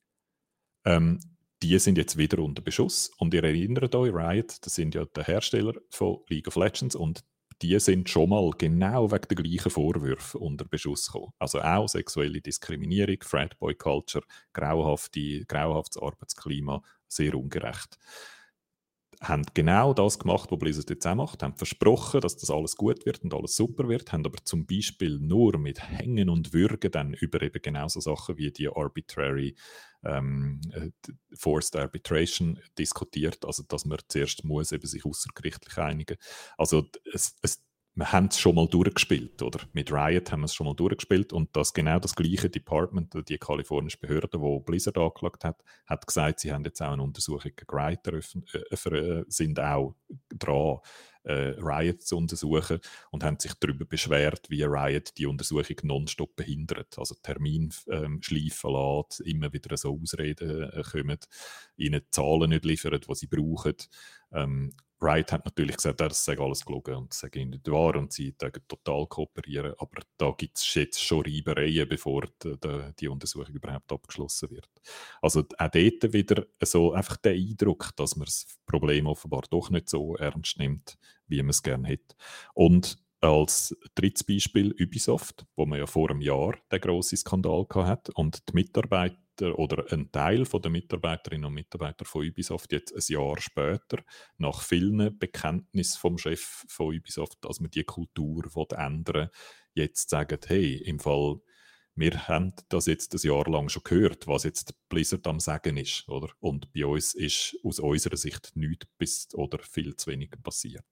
ähm, die sind jetzt wieder unter Beschuss. Und ihr erinnert euch, Riot, das sind ja der Hersteller von League of Legends, und die sind schon mal genau wegen der gleichen Vorwürfe unter Beschuss gekommen. Also auch sexuelle Diskriminierung, Frat-Boy-Culture, grauhafte, grauhaftes Arbeitsklima, sehr ungerecht. haben genau das gemacht, was Blizzard jetzt auch macht, haben versprochen, dass das alles gut wird und alles super wird, haben aber zum Beispiel nur mit Hängen und Würgen dann über eben genau so Sachen wie die arbitrary ähm, Forced Arbitration diskutiert, also dass man zuerst muss eben sich außergerichtlich einigen. Also es, es wir haben es schon mal durchgespielt, oder? Mit Riot haben wir es schon mal durchgespielt und das genau das gleiche Department, die kalifornische Behörde, die Blizzard angeklagt hat, hat gesagt, sie haben jetzt auch eine Untersuchung gegen Riot eröffnet, äh, sind auch dran, äh, Riot zu untersuchen und haben sich darüber beschwert, wie Riot die Untersuchung nonstop behindert. Also Termin ähm, schleifen lässt, immer wieder so Ausreden äh, kommen, ihnen Zahlen nicht liefern, die sie brauchen. Ähm, Riot hat natürlich gesagt, ja, das sei alles gelogen und das sei nicht wahr und sie total kooperieren, aber da gibt es jetzt schon Reibereien, bevor die, die, die Untersuchung überhaupt abgeschlossen wird. Also auch dort wieder so einfach der Eindruck, dass man das Problem offenbar doch nicht so ernst nimmt, wie man es gerne hätte. Und als drittes Beispiel Ubisoft, wo man ja vor einem Jahr den grossen Skandal hatte und die Mitarbeiter oder ein Teil der Mitarbeiterinnen und Mitarbeiter von Ubisoft jetzt ein Jahr später, nach vielen Bekenntnissen vom Chef von Ubisoft, dass man die Kultur ändern will, jetzt sagen, hey, im Fall, wir haben das jetzt ein Jahr lang schon gehört, was jetzt Blizzard am Sagen ist, oder? Und bei uns ist aus unserer Sicht nichts bis oder viel zu wenig passiert.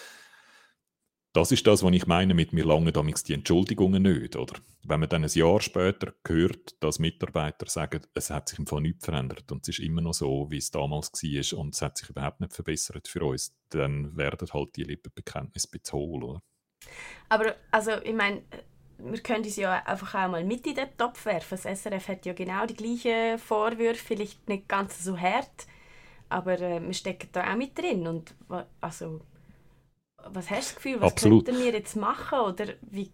Das ist das, was ich meine mit mir lange damals die Entschuldigungen nicht, oder? Wenn man dann ein Jahr später hört, dass Mitarbeiter sagen, es hat sich im Fall nichts verändert und es ist immer noch so, wie es damals war und es hat sich überhaupt nicht verbessert für uns, dann werden halt die Lippenbekenntnisse ein bisschen hohl, oder? Aber also, ich meine, wir können uns ja einfach auch mal mit in den Topf werfen. Das S R F hat ja genau die gleichen Vorwürfe, vielleicht nicht ganz so hart, aber äh, wir stecken da auch mit drin. Und also, was hast du das Gefühl, was Absolut. könnten wir jetzt machen? Oder wie,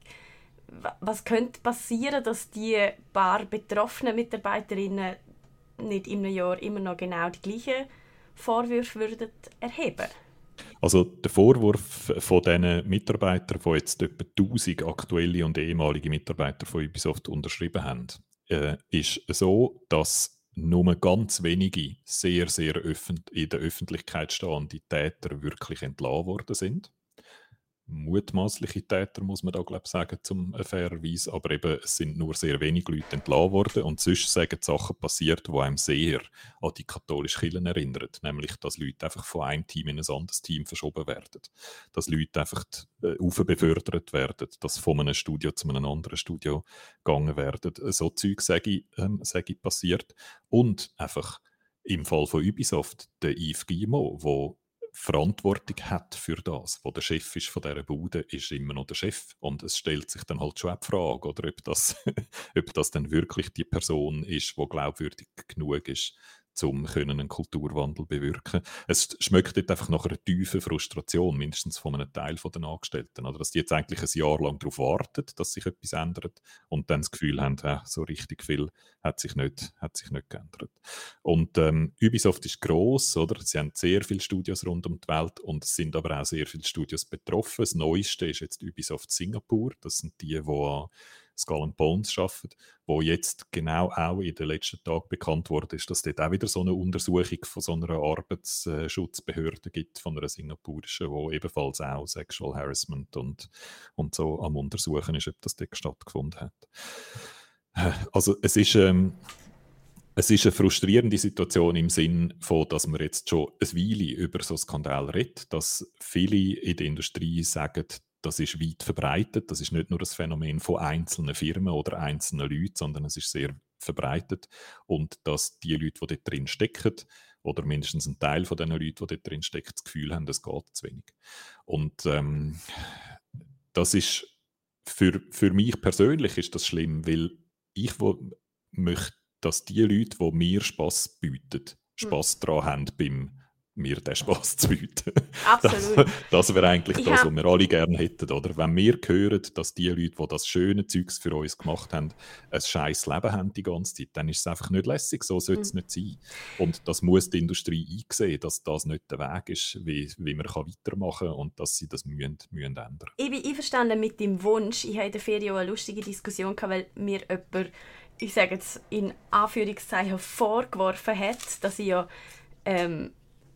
was könnte passieren, dass die paar betroffenen Mitarbeiterinnen nicht in einem Jahr immer noch genau die gleichen Vorwürfe würden erheben? Also der Vorwurf von diesen Mitarbeitern, die jetzt etwa tausend aktuelle und ehemalige Mitarbeiter von Ubisoft unterschrieben haben, äh, ist so, dass nur ganz wenige sehr, sehr öffent- in der Öffentlichkeit stehende Täter wirklich entlassen worden sind. Mutmaßliche Täter, muss man da glaube ich sagen, zum fairerweise, aber eben, es sind nur sehr wenige Leute entlassen worden und sonst sind Sachen passiert, die einem sehr an die katholische Kirche erinnern, nämlich, dass Leute einfach von einem Team in ein anderes Team verschoben werden, dass Leute einfach äh, aufbefördert werden, dass von einem Studio zu einem anderen Studio gegangen werden. So Zeug sage ähm, sage passiert und einfach im Fall von Ubisoft der Yves Guillemot, wo Verantwortung hat für das, wo der Chef ist von dieser Bude, ist immer noch der Chef. Und es stellt sich dann halt schon auch die Frage, oder, ob, das, ob das dann wirklich die Person ist, die glaubwürdig genug ist, um einen Kulturwandel zu bewirken. Es schmeckt dort einfach nach einer tiefen Frustration, mindestens von einem Teil der Angestellten. Oder dass die jetzt eigentlich ein Jahr lang darauf warten, dass sich etwas ändert und dann das Gefühl haben, äh, so richtig viel hat sich nicht, hat sich nicht geändert. Und ähm, Ubisoft ist gross, oder? Sie haben sehr viele Studios rund um die Welt und es sind aber auch sehr viele Studios betroffen. Das Neueste ist jetzt Ubisoft Singapur. Das sind die, die an Skull and Bones arbeiten, wo jetzt genau auch in den letzten Tagen bekannt wurde, ist, dass es dort auch wieder so eine Untersuchung von so einer Arbeitsschutzbehörde gibt, von einer singapurischen, wo ebenfalls auch Sexual Harassment und, und so am Untersuchen ist, ob das dort stattgefunden hat. Also es ist, ähm, es ist eine frustrierende Situation im Sinn von, dass man jetzt schon eine Weile über so einen Skandal redet, dass viele in der Industrie sagen, das ist weit verbreitet. Das ist nicht nur das Phänomen von einzelnen Firmen oder einzelnen Leuten, sondern es ist sehr verbreitet. Und dass die Leute, die dort drin stecken, oder mindestens ein Teil von den Leuten, die dort drin stecken, das Gefühl haben, es geht zu wenig. Und ähm, das ist für, für mich persönlich ist das schlimm, weil ich wo, möchte, dass die Leute, die mir Spass bieten, Spass mhm. daran haben beim mir den Spass zu bieten. Absolut. Das, das wäre eigentlich Ich das, hab... was wir alle gerne hätten, oder? Wenn wir hören, dass die Leute, die das schöne Zeugs für uns gemacht haben, ein scheiß Leben haben die ganze Zeit, dann ist es einfach nicht lässig, so sollte es mhm. nicht sein. Und das muss die Industrie einsehen, dass das nicht der Weg ist, wie, wie man kann weitermachen kann und dass sie das müssen, müssen ändern. Ich bin einverstanden mit deinem Wunsch. Ich hatte in der Ferien eine lustige Diskussion, weil mir jemand, ich sage jetzt in Anführungszeichen, vorgeworfen hat, dass ich ja ähm,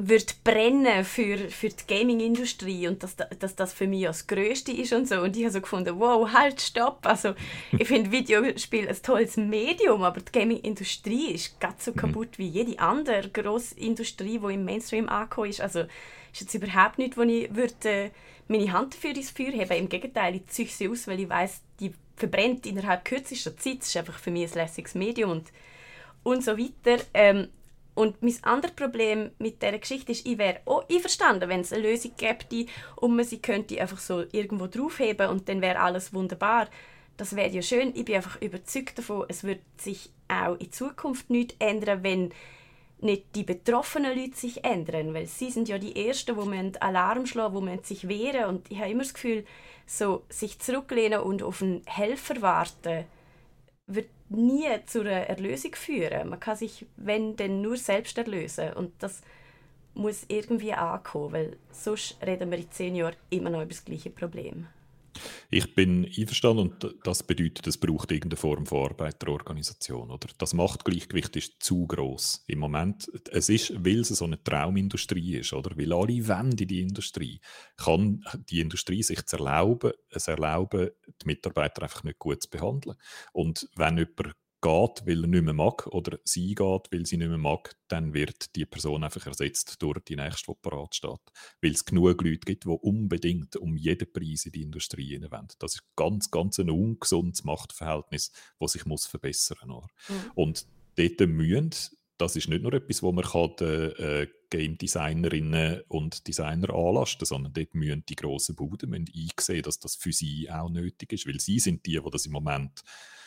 würde brennen für, für die Gaming-Industrie und dass, dass das für mich das Größte ist und so. Und ich habe so gefunden, wow, halt, stopp. Also, ich finde Videospiele ein tolles Medium, aber die Gaming-Industrie ist ganz so kaputt wie jede andere grosse Industrie, die im Mainstream angekommen ist. Also, ist jetzt überhaupt nichts, wo ich würde, äh, meine Hand dafür ins Feuer heben. Im Gegenteil, ich ziehe sie aus, weil ich weiss, die verbrennt innerhalb kürzester Zeit. Das ist einfach für mich ein lässiges Medium und, und so weiter. Ähm, Und mein anderes Problem mit dieser Geschichte ist, ich wäre auch einverstanden, wenn es eine Lösung gäbe und man sie könnte einfach so irgendwo draufheben und dann wäre alles wunderbar. Das wäre ja schön. Ich bin einfach überzeugt davon, es wird sich auch in Zukunft nichts ändern, wenn nicht die betroffenen Leute sich ändern. Weil sie sind ja die Ersten, die Alarm schlagen, die sich wehren. Und ich habe immer das Gefühl, so sich zurücklehnen und auf einen Helfer warten, wird nie zu einer Erlösung führen. Man kann sich, wenn, dann nur selbst erlösen. Und das muss irgendwie ankommen, weil sonst reden wir in zehn Jahren immer noch über das gleiche Problem. Ich bin einverstanden und das bedeutet, es braucht irgendeine Form von Arbeiterorganisation. Oder? Das Machtgleichgewicht ist zu gross im Moment. Es ist, weil es so eine Traumindustrie ist, oder? Weil alle wollen in die Industrie. Kann die Industrie sich zu erlauben, es erlauben, die Mitarbeiter einfach nicht gut zu behandeln. Und wenn jemand geht, weil er nicht mehr mag, oder sie geht, weil sie nicht mehr mag, dann wird die Person einfach ersetzt durch die nächste, die parat steht. Weil es genug Leute gibt, die unbedingt um jeden Preis in die Industrie rein wollen. Das ist ganz, ganz ein ungesundes Machtverhältnis, das sich muss verbessern muss. Mhm. Und dort müssen, das ist nicht nur etwas, wo man kann den äh, Game Designerinnen und Designer anlasten, sondern dort müssen die grossen Buden müssen einsehen, dass das für sie auch nötig ist, weil sie sind die, die das im Moment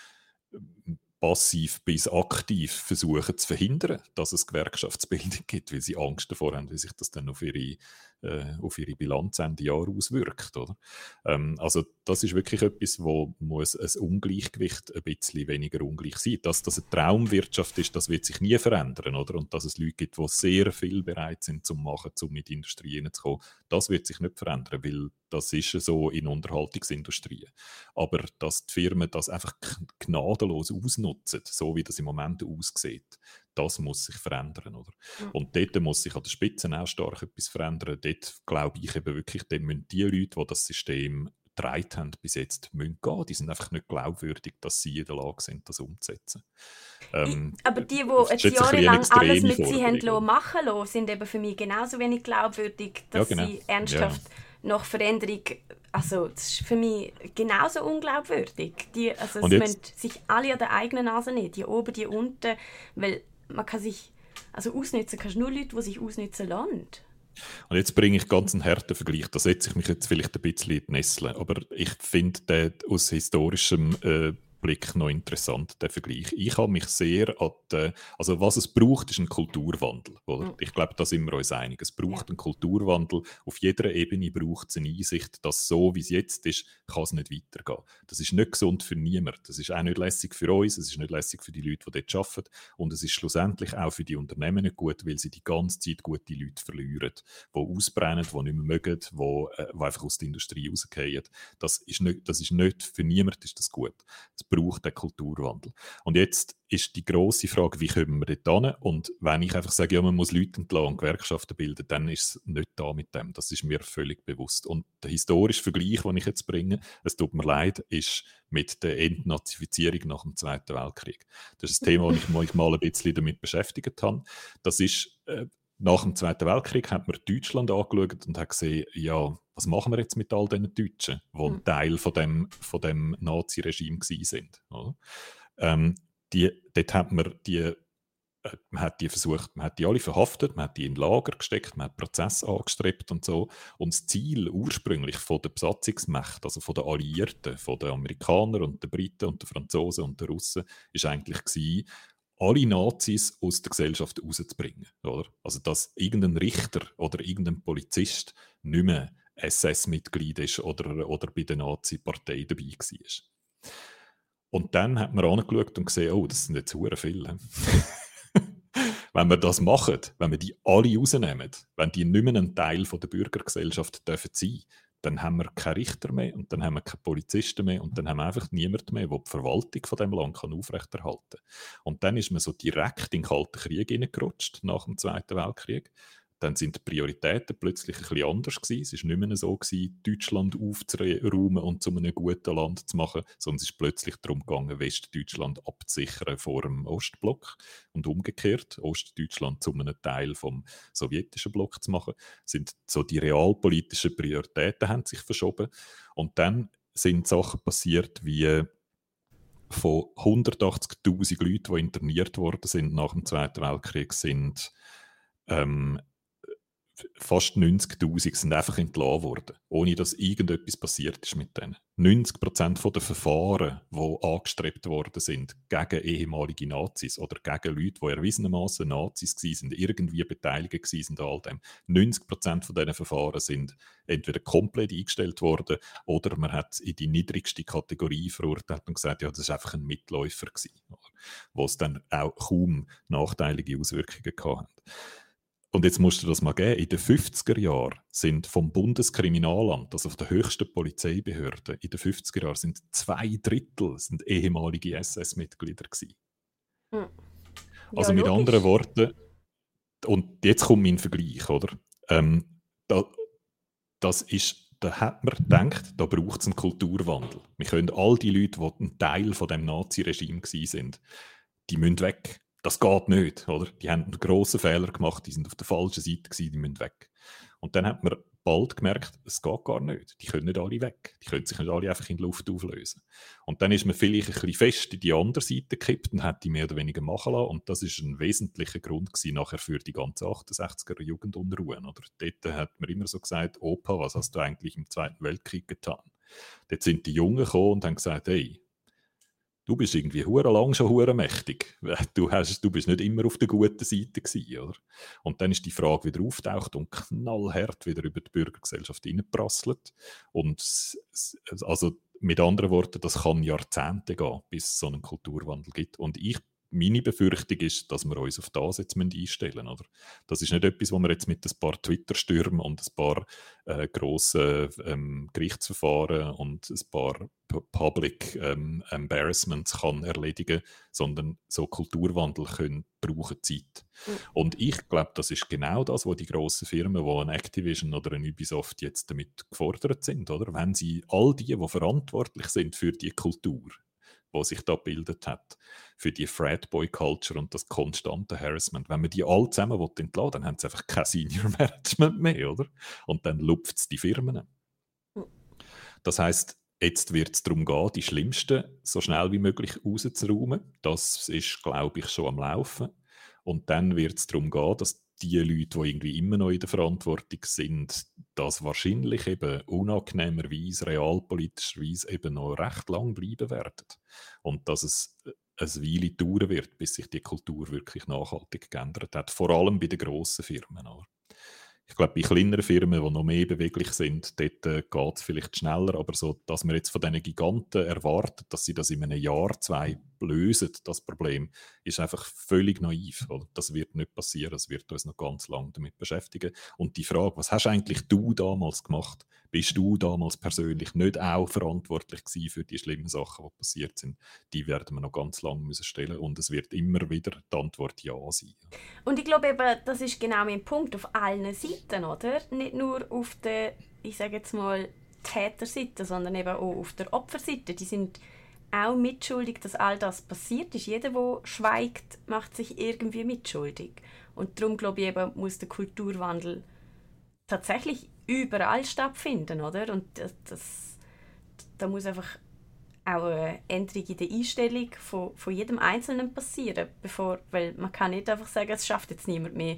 passiv bis aktiv versuchen zu verhindern, dass es Gewerkschaftsbildung gibt, weil sie Angst davor haben, wie sich das dann auf ihre, äh, auf ihre Bilanz Ende Jahr auswirkt. Oder? Ähm, also das ist wirklich etwas, wo muss ein Ungleichgewicht ein bisschen weniger ungleich sein. Dass das eine Traumwirtschaft ist, das wird sich nie verändern. Oder? Und dass es Leute gibt, die sehr viel bereit sind zu machen, um in die Industrie hineinzukommen, das wird sich nicht verändern, weil das ist so in Unterhaltungsindustrien. Aber dass die Firmen das einfach gnadenlos ausnutzen, so wie das im Moment aussieht, das muss sich verändern. Oder? Mhm. Und dort muss sich an der Spitze auch stark etwas verändern. Dort glaube ich eben wirklich, dort müssen die Leute, die das System getragen haben bis jetzt, müssen gehen. Die sind einfach nicht glaubwürdig, dass sie in der Lage sind, das umzusetzen. Ähm, aber die, die jetzt jahrelang alles mit sie haben machen lassen, sind eben für mich genauso wenig glaubwürdig, dass ja, genau. sie ernsthaft ja. nach Veränderung, also das ist für mich genauso unglaubwürdig. Die, also es müssen sich alle an der eigenen Nase nehmen, die oben, die unten, weil man kann sich, also ausnutzen kannst nur Leute, die sich ausnutzen lassen. Und jetzt bringe ich ganz einen harten Vergleich, da setze ich mich jetzt vielleicht ein bisschen in die Nesseln, aber ich finde den aus historischem äh, Blick noch interessant, der Vergleich. Ich habe mich sehr an die, also was es braucht, ist ein Kulturwandel. Oder? Mhm. Ich glaube, da sind wir uns einig. Es braucht ja. einen Kulturwandel. Auf jeder Ebene braucht es eine Einsicht, dass so, wie es jetzt ist, kann es nicht weitergehen. Das ist nicht gesund für niemanden. Das ist auch nicht lässig für uns, es ist nicht lässig für die Leute, die dort arbeiten. Und es ist schlussendlich auch für die Unternehmen nicht gut, weil sie die ganze Zeit gute Leute verlieren, die ausbrennen, die nicht mehr mögen, die, äh, die einfach aus der Industrie rausgehen. Das ist nicht, das ist nicht für niemanden ist das gut. Es braucht den Kulturwandel. Und jetzt ist die grosse Frage, wie kommen wir dort hin? Und wenn ich einfach sage, ja, man muss Leute entlassen und Gewerkschaften bilden, dann ist es nicht da mit dem. Das ist mir völlig bewusst. Und der historische Vergleich, den ich jetzt bringe, es tut mir leid, ist mit der Entnazifizierung nach dem Zweiten Weltkrieg. Das ist ein Thema, das ich mich mal ein bisschen damit beschäftigt habe. Das ist äh, nach dem Zweiten Weltkrieg hat man Deutschland angeschaut und hat gesehen, ja, was machen wir jetzt mit all diesen Deutschen, die ein Teil von dem, von dem Nazi-Regime sind. Oder? Ähm, die, dort hat man die, äh, man hat die versucht, man hat die alle verhaftet, man hat die in Lager gesteckt, man hat Prozesse angestrebt und so. Und das Ziel ursprünglich von der Besatzungsmacht, also von den Alliierten, von den Amerikanern und den Briten und den Franzosen und den Russen, ist eigentlich gewesen, alle Nazis aus der Gesellschaft rauszubringen. Oder? Also, dass irgendein Richter oder irgendein Polizist nicht mehr S S-Mitglied ist oder, oder bei der Nazi-Partei dabei war. Und dann hat man angeschaut und gesehen, oh, das sind jetzt sehr viele. Wenn wir das machen, wenn wir die alle rausnehmen, wenn die nicht mehr ein Teil von der Bürgergesellschaft dürfen sein, dann haben wir keine Richter mehr und dann haben wir keine Polizisten mehr und dann haben wir einfach niemanden mehr, der die Verwaltung von diesem Land kann aufrechterhalten kann. Und dann ist man so direkt in den Kalten Krieg hineingerutscht nach dem Zweiten Weltkrieg, Dann sind die Prioritäten plötzlich ein bisschen anders gewesen. Es war nicht mehr so gewesen, Deutschland aufzuräumen und zu einem guten Land zu machen, sondern es ist plötzlich darum gegangen, Westdeutschland abzusichern vor dem Ostblock und umgekehrt, Ostdeutschland zu einem Teil vom sowjetischen Block zu machen. Sind so die realpolitischen Prioritäten haben sich verschoben und dann sind Sachen passiert wie von hundertachtzigtausend Leuten, die interniert worden sind nach dem Zweiten Weltkrieg, sind ähm, fast neunzigtausend sind einfach entlassen worden, ohne dass irgendetwas passiert ist mit denen. neunzig Prozent der Verfahren, die angestrebt worden sind gegen ehemalige Nazis oder gegen Leute, die erwiesenermaßen Nazis waren, irgendwie beteiligt waren an all dem, neunzig Prozent von diesen Verfahren sind entweder komplett eingestellt worden oder man hat es in die niedrigste Kategorie verurteilt und gesagt, ja, das war einfach ein Mitläufer gewesen, wo es dann auch kaum nachteilige Auswirkungen hatte. Und jetzt musst du das mal geben. In den fünfziger Jahren sind vom Bundeskriminalamt, also auf der höchsten Polizeibehörde, in den fünfziger Jahren sind zwei Drittel sind ehemalige S S-Mitglieder gewesen. Hm. Ja, also mit logisch. Anderen Worten, und jetzt kommt mein Vergleich, oder? Ähm, da, das ist, da hat man gedacht, da braucht es einen Kulturwandel. Wir können all die Leute, die ein Teil von dem Nazi-Regime waren, die müssen weg. Das geht nicht, oder? Die haben einen grossen Fehler gemacht, die sind auf der falschen Seite gewesen, die müssen weg. Und dann hat man bald gemerkt, es geht gar nicht. Die können nicht alle weg. Die können sich nicht alle einfach in die Luft auflösen. Und dann ist man vielleicht ein bisschen fest in die andere Seite gekippt und hat die mehr oder weniger machen lassen. Und das ist ein wesentlicher Grund gewesen nachher für die ganze achtundsechziger Jugendunruhe. Oder? Dort hat man immer so gesagt, Opa, was hast du eigentlich im Zweiten Weltkrieg getan? Dort sind die Jungen gekommen und haben gesagt, hey, du bist irgendwie hure lang schon hure mächtig. Du, hast, du bist nicht immer auf der guten Seite gewesen, oder? Und dann ist die Frage wieder auftaucht und knallhart wieder über die Bürgergesellschaft reinprasselt. Und also mit anderen Worten, das kann Jahrzehnte gehen, bis es so einen Kulturwandel gibt. Und ich Meine Befürchtung ist, dass wir uns auf das jetzt einstellen müssen. Oder? Das ist nicht etwas, was man jetzt mit ein paar Twitter-Stürmen und ein paar äh, grossen ähm, Gerichtsverfahren und ein paar Public ähm, Embarrassments kann erledigen, sondern so Kulturwandel können brauchen Zeit. Mhm. Und ich glaube, das ist genau das, was die grossen Firmen, wie ein Activision oder ein Ubisoft jetzt damit gefordert sind. Oder? Wenn sie all die, die verantwortlich sind für die Kultur, die sich da gebildet hat, für die Fratboy-Culture und das konstante Harassment. Wenn man die alle zusammen entlassen will, dann haben sie einfach kein Senior-Management mehr, oder? Und dann lupft es die Firmen. Das heisst, jetzt wird es darum gehen, die Schlimmsten so schnell wie möglich rauszuräumen. Das ist, glaube ich, schon am Laufen. Und dann wird es darum gehen, dass die Leute, die irgendwie immer noch in der Verantwortung sind, das wahrscheinlich eben unangenehmerweise, realpolitischerweise eben noch recht lang bleiben werden. Und dass es eine Weile dauern wird, bis sich die Kultur wirklich nachhaltig geändert hat. Vor allem bei den grossen Firmen. Oder? Ich glaube, bei kleineren Firmen, die noch mehr beweglich sind, dort äh, geht es vielleicht schneller, aber so, dass man jetzt von diesen Giganten erwartet, dass sie das in einem Jahr, zwei lösen, das Problem, ist einfach völlig naiv. Oder? Das wird nicht passieren, das wird uns noch ganz lange damit beschäftigen. Und die Frage, was hast eigentlich du damals gemacht? Bist du damals persönlich nicht auch verantwortlich gewesen für die schlimmen Sachen, die passiert sind? Die werden wir noch ganz lange müssen stellen und es wird immer wieder die Antwort ja sein. Und ich glaube eben, das ist genau mein Punkt auf allen Seiten, oder? Nicht nur auf der, ich sage jetzt mal, Täterseite, sondern eben auch auf der Opferseite. Die sind auch mitschuldig, dass all das passiert ist. Jeder, der schweigt, macht sich irgendwie mitschuldig. Und darum, glaube ich, eben, muss der Kulturwandel tatsächlich überall stattfinden, oder? Und das, das, da muss einfach auch eine Änderung in der Einstellung von, von jedem Einzelnen passieren, bevor, weil man kann nicht einfach sagen, es schafft jetzt niemand mehr.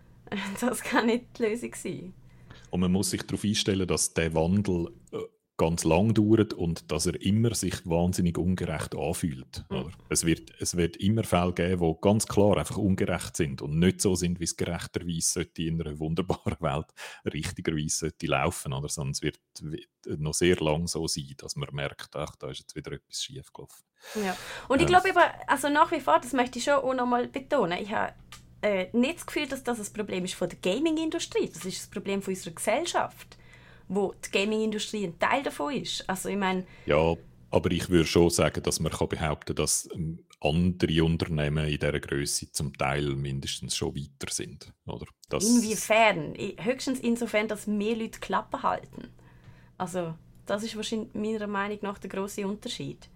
Das kann nicht die Lösung sein. Und man muss sich darauf einstellen, dass der Wandel ganz lang dauert und dass er immer sich wahnsinnig ungerecht anfühlt. Mhm. Oder? Es wird, es wird immer Fälle geben, die ganz klar einfach ungerecht sind und nicht so sind, wie es gerechterweise sollte in einer wunderbaren Welt richtigerweise sollte laufen. Oder? Sondern es wird, wird noch sehr lang so sein, dass man merkt, ach, da ist jetzt wieder etwas schief gelaufen. Ja. Und ich ähm. glaube eben, also nach wie vor, das möchte ich schon auch noch mal betonen, ich habe äh, nicht das Gefühl, dass das ein Problem ist von der Gaming-Industrie. Das ist das Problem von unserer Gesellschaft, wo die Gaming-Industrie ein Teil davon ist. Also ich meine... Ja, aber ich würde schon sagen, dass man behaupten kann, dass andere Unternehmen in dieser Größe zum Teil mindestens schon weiter sind. Oder? Das Inwiefern? Höchstens insofern, dass mehr Leute Klappe halten. Also, das ist wahrscheinlich meiner Meinung nach der grosse Unterschied.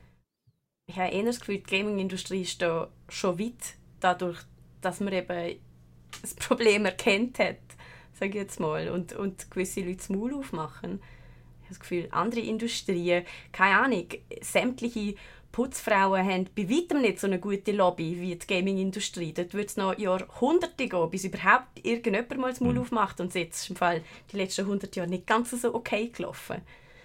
Ich habe eher das Gefühl, die Gaming-Industrie ist da schon weit, dadurch, dass man eben das Problem erkannt hat, sage ich jetzt mal, und, und gewisse Leute das Maul aufmachen. Ich habe das Gefühl, andere Industrien, keine Ahnung, sämtliche Putzfrauen haben bei weitem nicht so eine gute Lobby wie die Gaming-Industrie. Dort wird es noch Jahrhunderte gehen, bis überhaupt irgendjemand mal das Maul mhm. aufmacht, und jetzt ist im Fall die letzten hundert Jahre nicht ganz so okay gelaufen.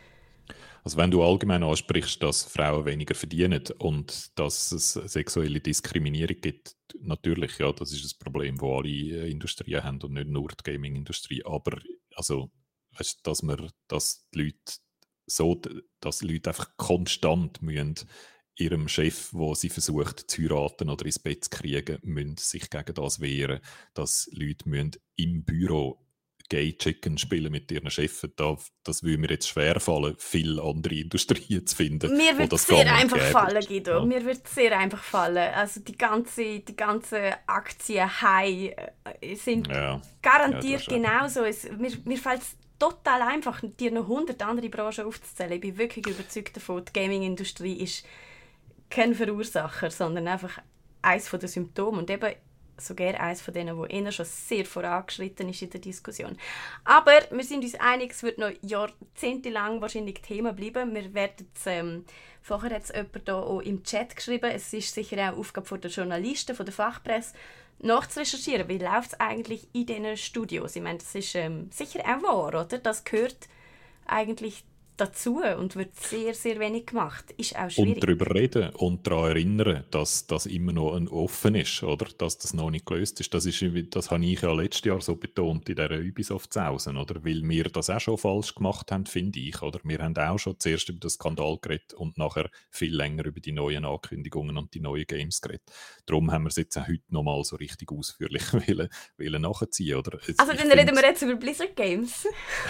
Also wenn du allgemein ansprichst, dass Frauen weniger verdienen und dass es sexuelle Diskriminierung gibt, natürlich, ja, das ist ein Problem, das alle Industrien haben und nicht nur die Gaming-Industrie. Aber also, weißt, dass man, dass die Leute so, dass die Leute einfach konstant müssen, ihrem Chef, wo sie versucht zu heiraten oder ins Bett zu kriegen, müssen sich gegen das wehren, dass Leute müssen im Büro Gay Chicken spielen mit ihren Chefen, da, das würde mir jetzt schwerfallen, viele andere Industrien zu finden. Mir wird es sehr einfach gäbe. fallen, Guido. Ja. Mir wird es sehr einfach fallen. Also die ganze, die ganze Aktien-High sind ja. garantiert ja, genauso. Es, mir mir fällt es total einfach, dir noch hundert andere Branchen aufzuzählen. Ich bin wirklich überzeugt davon, die Gaming-Industrie ist kein Verursacher, sondern einfach eines der Symptome. Und eben sogar eines von denen, der eher schon sehr vorangeschritten ist in der Diskussion. Aber wir sind uns einig, es wird noch jahrzehntelang wahrscheinlich Thema bleiben. Wir werden es, ähm, vorher hat es jemand hier auch im Chat geschrieben, es ist sicher auch Aufgabe der Journalisten, von der Fachpresse, nachzurecherchieren, wie läuft es eigentlich in diesen Studios. Ich meine, das ist ähm, sicher auch wahr, oder? Das gehört eigentlich dazu und wird sehr, sehr wenig gemacht. Ist auch schwierig. Und darüber reden und daran erinnern, dass das immer noch ein offen ist, oder? Dass das noch nicht gelöst ist. Das, ist, das habe ich ja letztes Jahr so betont in dieser Ubisoft-Sausen, oder? Weil wir das auch schon falsch gemacht haben, finde ich. Oder? Wir haben auch schon zuerst über den Skandal geredet und nachher viel länger über die neuen Ankündigungen und die neuen Games geredet. Darum haben wir es jetzt auch heute noch mal so richtig ausführlich wollen, wollen nachziehen, oder? Jetzt, also dann reden wir jetzt über Blizzard Games.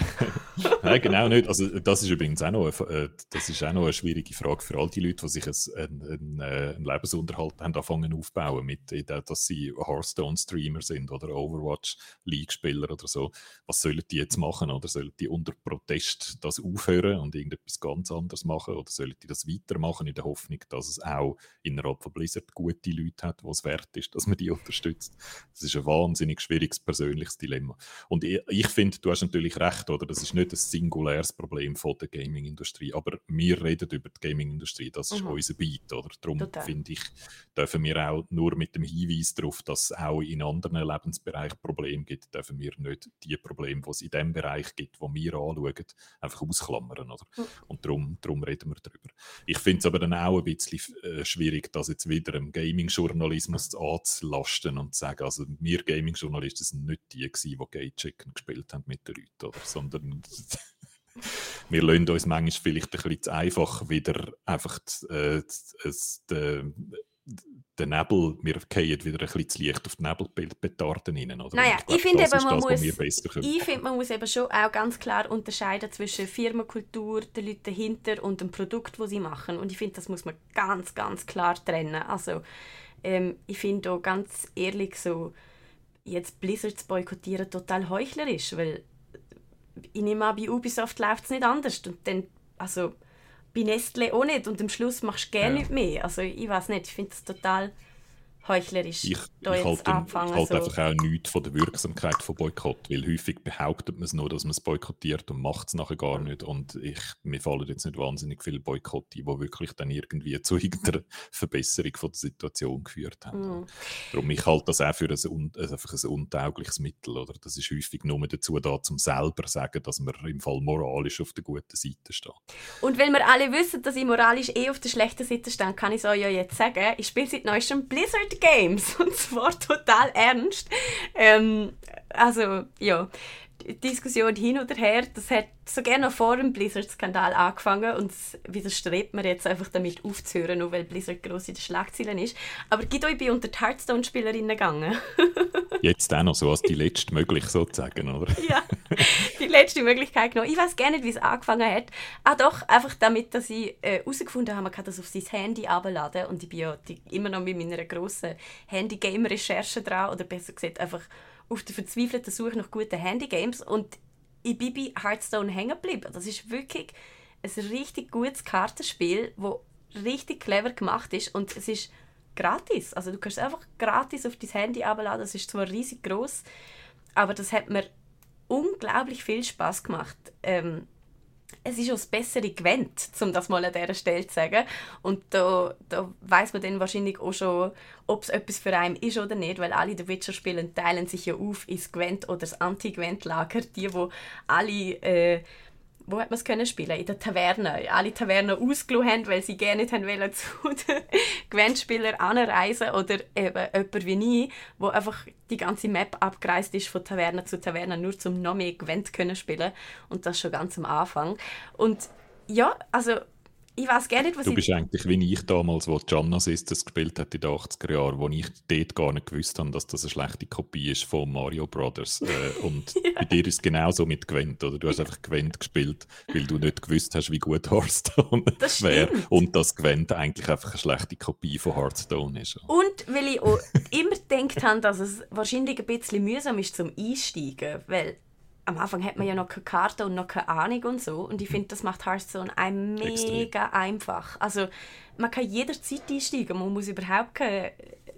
Nein, genau nicht. Also das ist übrigens auch noch eine, das ist auch noch eine schwierige Frage für all die Leute, die sich einen, einen, einen Lebensunterhalt haben angefangen aufbauen, mit, dass sie Hearthstone-Streamer sind oder Overwatch-League-Spieler oder so. Was sollen die jetzt machen? Oder sollen die unter Protest das aufhören und irgendetwas ganz anderes machen? Oder sollen die das weitermachen in der Hoffnung, dass es auch innerhalb von Blizzard gute Leute hat, wo es wert ist, dass man die unterstützt? Das ist ein wahnsinnig schwieriges persönliches Dilemma. Und ich, ich finde, du hast natürlich recht, oder? Das ist nicht ein singuläres Problem von der Gaming-Industrie, aber wir reden über die Gaming-Industrie, das ist mhm. unser Beat, oder? Darum finde ich, dürfen wir auch nur mit dem Hinweis darauf, dass es auch in anderen Lebensbereichen Probleme gibt, dürfen wir nicht die Probleme, die es in dem Bereich gibt, die wir anschauen, einfach ausklammern, oder? Mhm. Und darum, darum reden wir darüber. Ich finde es aber dann auch ein bisschen äh, schwierig, das jetzt wieder im Gaming-Journalismus anzulasten und zu sagen, also wir Gaming-Journalisten sind nicht die gewesen, die Gay Chicken gespielt haben mit den Leuten, oder? Sondern wir lassen uns manchmal vielleicht ein bisschen zu einfach wieder einfach äh, den den Nebel, wir fallen wieder ein bisschen zu Licht auf die Nebelpetarden rein. Oder? Naja, ich, ich finde eben, man, das, muss, ich find, man muss eben schon auch ganz klar unterscheiden zwischen Firmenkultur, den Leuten dahinter und dem Produkt, das sie machen. Und ich finde, das muss man ganz, ganz klar trennen. Also, ähm, ich finde auch ganz ehrlich so, jetzt Blizzard zu boykottieren total heuchlerisch, weil ich nehme an, bei Ubisoft läuft es nicht anders. Und dann, also bei Nestle auch nicht. Und am Schluss machst du gerne ja. nicht mehr. Also ich weiß nicht, ich finde es total heuchlerisch. Ich, ich halte halt so. einfach auch nichts von der Wirksamkeit von Boykott, weil häufig behauptet man es nur, dass man es boykottiert und macht es nachher gar nicht. Und ich, mir fallen jetzt nicht wahnsinnig viele Boykotte, die wirklich dann irgendwie zu irgendeiner Verbesserung von der Situation geführt haben. Mm. Darum, ich halte das auch für ein, einfach ein untaugliches Mittel. Oder? Das ist häufig nur dazu da, um selber zu sagen, dass man im Fall moralisch auf der guten Seite steht. Und weil wir alle wissen, dass ich moralisch eh auf der schlechten Seite stehe, kann ich es euch ja jetzt sagen, ich spiele seit neuestem Blizzard Games, und zwar total ernst. Ähm, also, ja, die Diskussion hin oder her, das hat sogar noch vor dem Blizzard-Skandal angefangen und es widerstrebt mir jetzt einfach damit aufzuhören, nur weil Blizzard gross in den Schlagzeilen ist. Aber Guido, ich bin unter die Hearthstone-Spielerinnen gegangen. Jetzt auch noch so als die letzte möglich sozusagen, oder? Ja, ich die letzte Möglichkeit genommen. Ich weiß gar nicht, wie es angefangen hat. Ah doch, einfach damit, dass ich herausgefunden äh, habe, man kann das auf sein Handy herunterladen. Und ich bin ja die, immer noch mit meiner grossen Handy-Game-Recherche dran. Oder besser gesagt, einfach auf der verzweifelten Suche nach guten Handy-Games. Und ich bin bei Hearthstone hängen geblieben. Das ist wirklich ein richtig gutes Kartenspiel, das richtig clever gemacht ist. Und es ist gratis. Also du kannst es einfach gratis auf dein Handy herunterladen. Das ist zwar riesig gross, aber das hat mir unglaublich viel Spass gemacht. Ähm, es ist auch das bessere Gwent, um das mal an dieser Stelle zu sagen. Und da, da weiss man dann wahrscheinlich auch schon, ob es etwas für einen ist oder nicht, weil alle The Witcher spielen teilen sich ja auf ins Gwent oder das Anti-Gwent-Lager. Die, die alle... Äh, wo hat man es können spielen? In der Taverne. Alle Tavernen ausgelassen haben, weil sie gerne nicht haben wollen, zu den Gwent-Spielern anreisen. Oder eben jemand wie ich, der einfach die ganze Map abgereist ist von Taverne zu Taverne, nur um noch mehr Gwent können spielen. Und das schon ganz am Anfang. Und ja, also ich weiß gar nicht, was du ich... bist eigentlich wie ich damals, wo Jana Sisters gespielt hat in den achtziger Jahren, wo ich dort gar nicht gewusst habe, dass das eine schlechte Kopie ist von Mario Brothers. Äh, und ja. Bei dir ist es genauso mit Gwent, oder? Du hast einfach Gwent gespielt, weil du nicht gewusst hast, wie gut Hearthstone wäre. Und dass Gwent eigentlich einfach eine schlechte Kopie von Hearthstone ist. Und weil ich auch immer gedacht habe, dass es wahrscheinlich ein bisschen mühsam ist zum Einsteigen, weil am Anfang hat man ja noch keine Karte und noch keine Ahnung und so. Und ich finde, das macht Hearthstone ein mega Extrem. einfach. Also man kann jederzeit einsteigen. Man muss überhaupt keine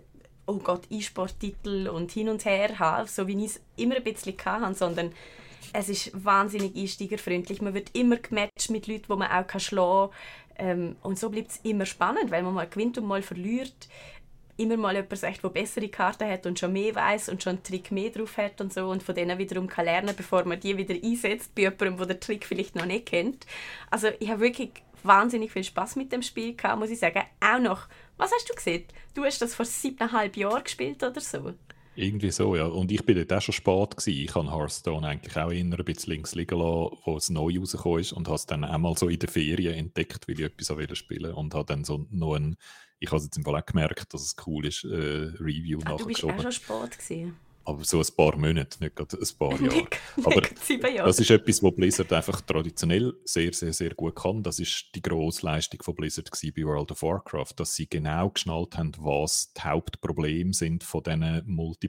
oh Gott, E-Sport-Titel und hin und her haben, so wie ich es immer ein bisschen hatte, sondern es ist wahnsinnig einsteigerfreundlich. Man wird immer gematcht mit Leuten, die man auch schlagen kann. Ähm, und so bleibt es immer spannend, weil man mal gewinnt und mal verliert. Immer mal jemand sagt, der bessere Karten hat und schon mehr weiss und schon einen Trick mehr drauf hat und so und von denen wiederum kann lernen, bevor man die wieder einsetzt bei jemandem, der den Trick vielleicht noch nicht kennt. Also ich habe wirklich wahnsinnig viel Spass mit dem Spiel gehabt, muss ich sagen. Auch noch, was hast du gesehen? Du hast das vor siebeneinhalb Jahren gespielt oder so? Irgendwie so, ja. Und ich bin dort auch schon spät gewesen. Ich habe Hearthstone eigentlich auch eher ein bisschen links liegen lassen, wo es neu rausgekommen ist und habe es dann einmal so in der Ferien entdeckt, weil ich etwas spielen wollte und habe dann so noch ein, ich habe es jetzt im Fall auch gemerkt, dass es cool ist, äh, Review ah, nachgeschoben. Du bist auch schon spät gewesen. Aber so ein paar Monate, nicht gerade ein paar Jahre. nicht, Aber nicht sieben Jahre. Das ist etwas, was Blizzard einfach traditionell sehr, sehr, sehr gut kann. Das ist die grosse Leistung von Blizzard bei World of Warcraft, dass sie genau geschnallt haben, was die Hauptprobleme sind von diesen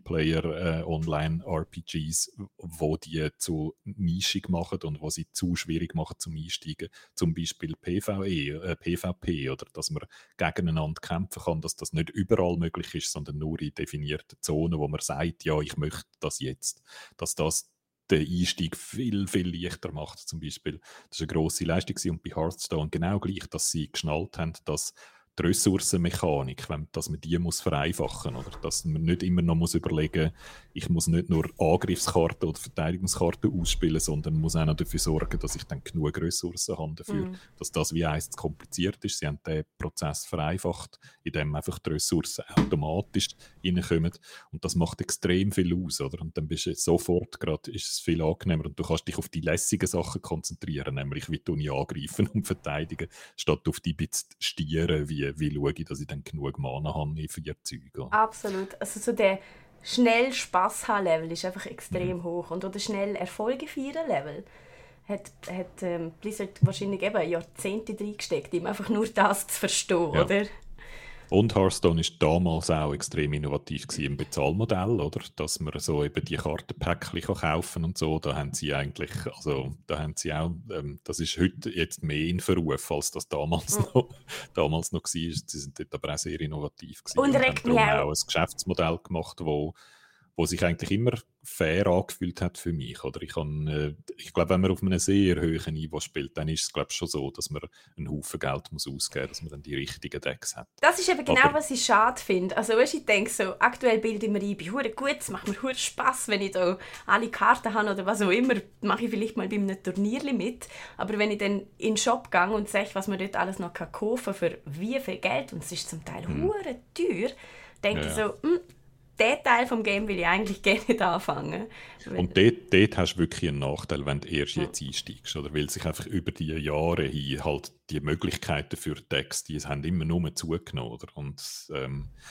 Multiplayer-Online-R P Gs, wo die zu nischig machen und wo sie zu schwierig machen zum Einsteigen. Zum Beispiel P V E, äh, P V P, oder dass man gegeneinander kämpfen kann, dass das nicht überall möglich ist, sondern nur in definierten Zonen, wo man sagt, ja, ich möchte das jetzt, dass das den Einstieg viel, viel leichter macht zum Beispiel. Das war eine grosse Leistung und bei Hearthstone genau gleich, dass sie geschnallt haben, dass die Ressourcenmechanik, wenn, dass man die muss vereinfachen muss, oder dass man nicht immer noch muss überlegen, ich muss nicht nur Angriffskarten oder Verteidigungskarten ausspielen, sondern muss auch noch dafür sorgen, dass ich dann genug Ressourcen habe dafür, mm. dass das wie eins zu kompliziert ist. Sie haben den Prozess vereinfacht, indem einfach die Ressourcen automatisch reinkommen und das macht extrem viel aus, oder? Und dann bist du sofort gerade, ist es viel angenehmer und du kannst dich auf die lässigen Sachen konzentrieren, nämlich wie du nicht angreifen und verteidigen, statt auf die bisschen stieren, wie wie schaue ich, dass ich dann genug Mana habe in vier Züge. Absolut. Also so der schnell Spass haben Level ist einfach extrem mhm. hoch. Und auch der schnell Erfolge feiern Level hat, hat ähm, Blizzard wahrscheinlich eben Jahrzehnte reingesteckt, um einfach nur das zu verstehen, ja. oder? Und Hearthstone war damals auch extrem innovativ im Bezahlmodell, oder? Dass man so eben die Kartenpäckchen kaufen kann und so. Da haben sie eigentlich, also da haben sie auch, ähm, das ist heute jetzt mehr in Verruf, als das damals mhm. noch, damals noch war. Sie sind dort aber auch sehr innovativ gewesen. Und, und haben darum auch ein Geschäftsmodell gemacht, wo wo sich eigentlich immer fair angefühlt hat für mich. Oder ich, äh, ich glaube, wenn man auf einem sehr hohen Niveau spielt, dann ist es glaube ich, schon so, dass man einen Haufen Geld muss ausgeben muss, dass man dann die richtigen Decks hat. Das ist eben genau, aber, was ich schade finde. Also weißt, ich denke so, aktuell bilde ich mir ein, bin hure gut, es macht mir hure Spass, wenn ich da alle Karten habe oder was auch immer, mache ich vielleicht mal bei einem Turnier mit. Aber wenn ich dann in den Shop gehe und sehe, was man dort alles noch kaufen kann, für wie viel Geld, und es ist zum Teil hm. hure teuer, denke ja. ich so, hm, diesen Teil des Games will ich eigentlich gerne nicht anfangen. Und dort, dort hast du wirklich einen Nachteil, wenn du erst jetzt einsteigst. Oder? Weil sich einfach über die Jahre hin halt die Möglichkeiten für Decks, die haben immer nur zugenommen. Oder? Und ähm,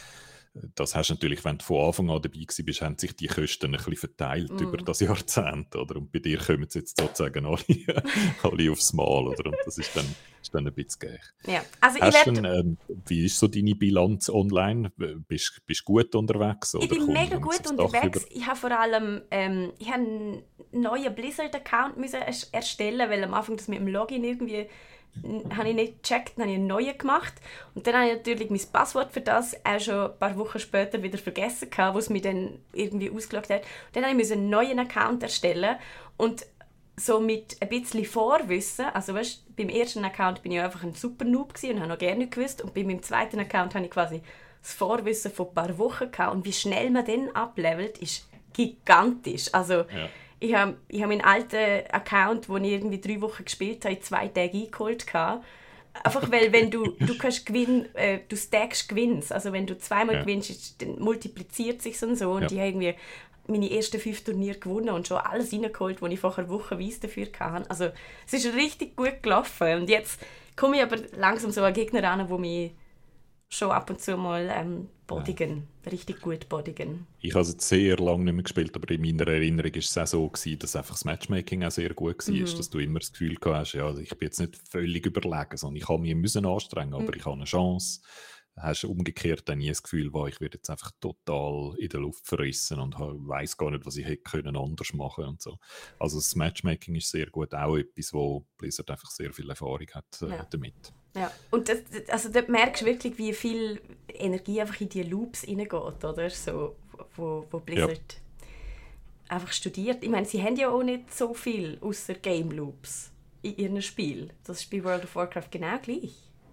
das hast du natürlich, wenn du von Anfang an dabei gewesen bist, haben sich die Kosten ein bisschen verteilt mm. über das Jahrzehnt, oder? Und bei dir kommen sie jetzt sozusagen alle, alle aufs Mal, oder? Und das ist dann, ist dann ein bisschen gleich. Ja, also hast ich denn, ähm, wie ist so deine Bilanz online? Bist du gut unterwegs? Oder ich bin mega uns gut aufs Dach unterwegs. über? Ich habe vor allem ähm, ich habe einen neuen Blizzard-Account müssen ers- erstellen, weil am Anfang das mit dem Login irgendwie n- habe ich nicht gecheckt, dann habe ich einen neuen gemacht. Und dann habe ich natürlich mein Passwort für das auch schon ein paar Wochen später wieder vergessen gehabt, wo es mich dann irgendwie ausgeloggt hat. Und dann habe ich einen neuen Account erstellen und so mit ein bisschen Vorwissen, also weißt, beim ersten Account bin ich einfach ein super Noob gewesen und habe noch gerne nicht gewusst, und bei meinem zweiten Account habe ich quasi das Vorwissen von ein paar Wochen gehabt, und wie schnell man dann ablevelt, ist gigantisch. Also Ja. ich habe ich hab meinen alten Account, wo ich irgendwie drei Wochen gespielt habe, in zwei Tagen eingeholt gehabt. Einfach weil, wenn du, du kannst Gewinn, äh, du stackst Gewinns, also wenn du zweimal Ja. gewinnst, ist- dann multipliziert sich und so, und Ja. ich habe irgendwie meine ersten fünf Turniere gewonnen und schon alles reingeholt, was ich vorher wochenweise dafür hatte. Also es ist richtig gut gelaufen, und jetzt komme ich aber langsam so an Gegner ran, die mich schon ab und zu mal ähm, bodigen, richtig gut bodigen. Ich habe es jetzt sehr lange nicht mehr gespielt, aber in meiner Erinnerung war es auch so, gewesen, dass einfach das Matchmaking auch sehr gut war, Mhm. dass du immer das Gefühl gehabt hast, ja, also ich bin jetzt nicht völlig überlegen, sondern ich habe mich müssen anstrengen, aber Mhm. ich habe eine Chance. Hast du umgekehrt dann nie das Gefühl, wo ich werde jetzt einfach total in der Luft verrissen und weiß gar nicht, was ich hätte können anders machen und so. Also das Matchmaking ist sehr gut, auch etwas, wo Blizzard einfach sehr viel Erfahrung hat äh, Ja. damit. Ja, und das, also dort merkst du wirklich, wie viel Energie einfach in die Loops reingeht, oder? So, wo, wo Blizzard einfach studiert. Ich meine, sie haben ja auch nicht so viel außer Game Loops in ihrem Spiel. Das ist bei World of Warcraft genau gleich.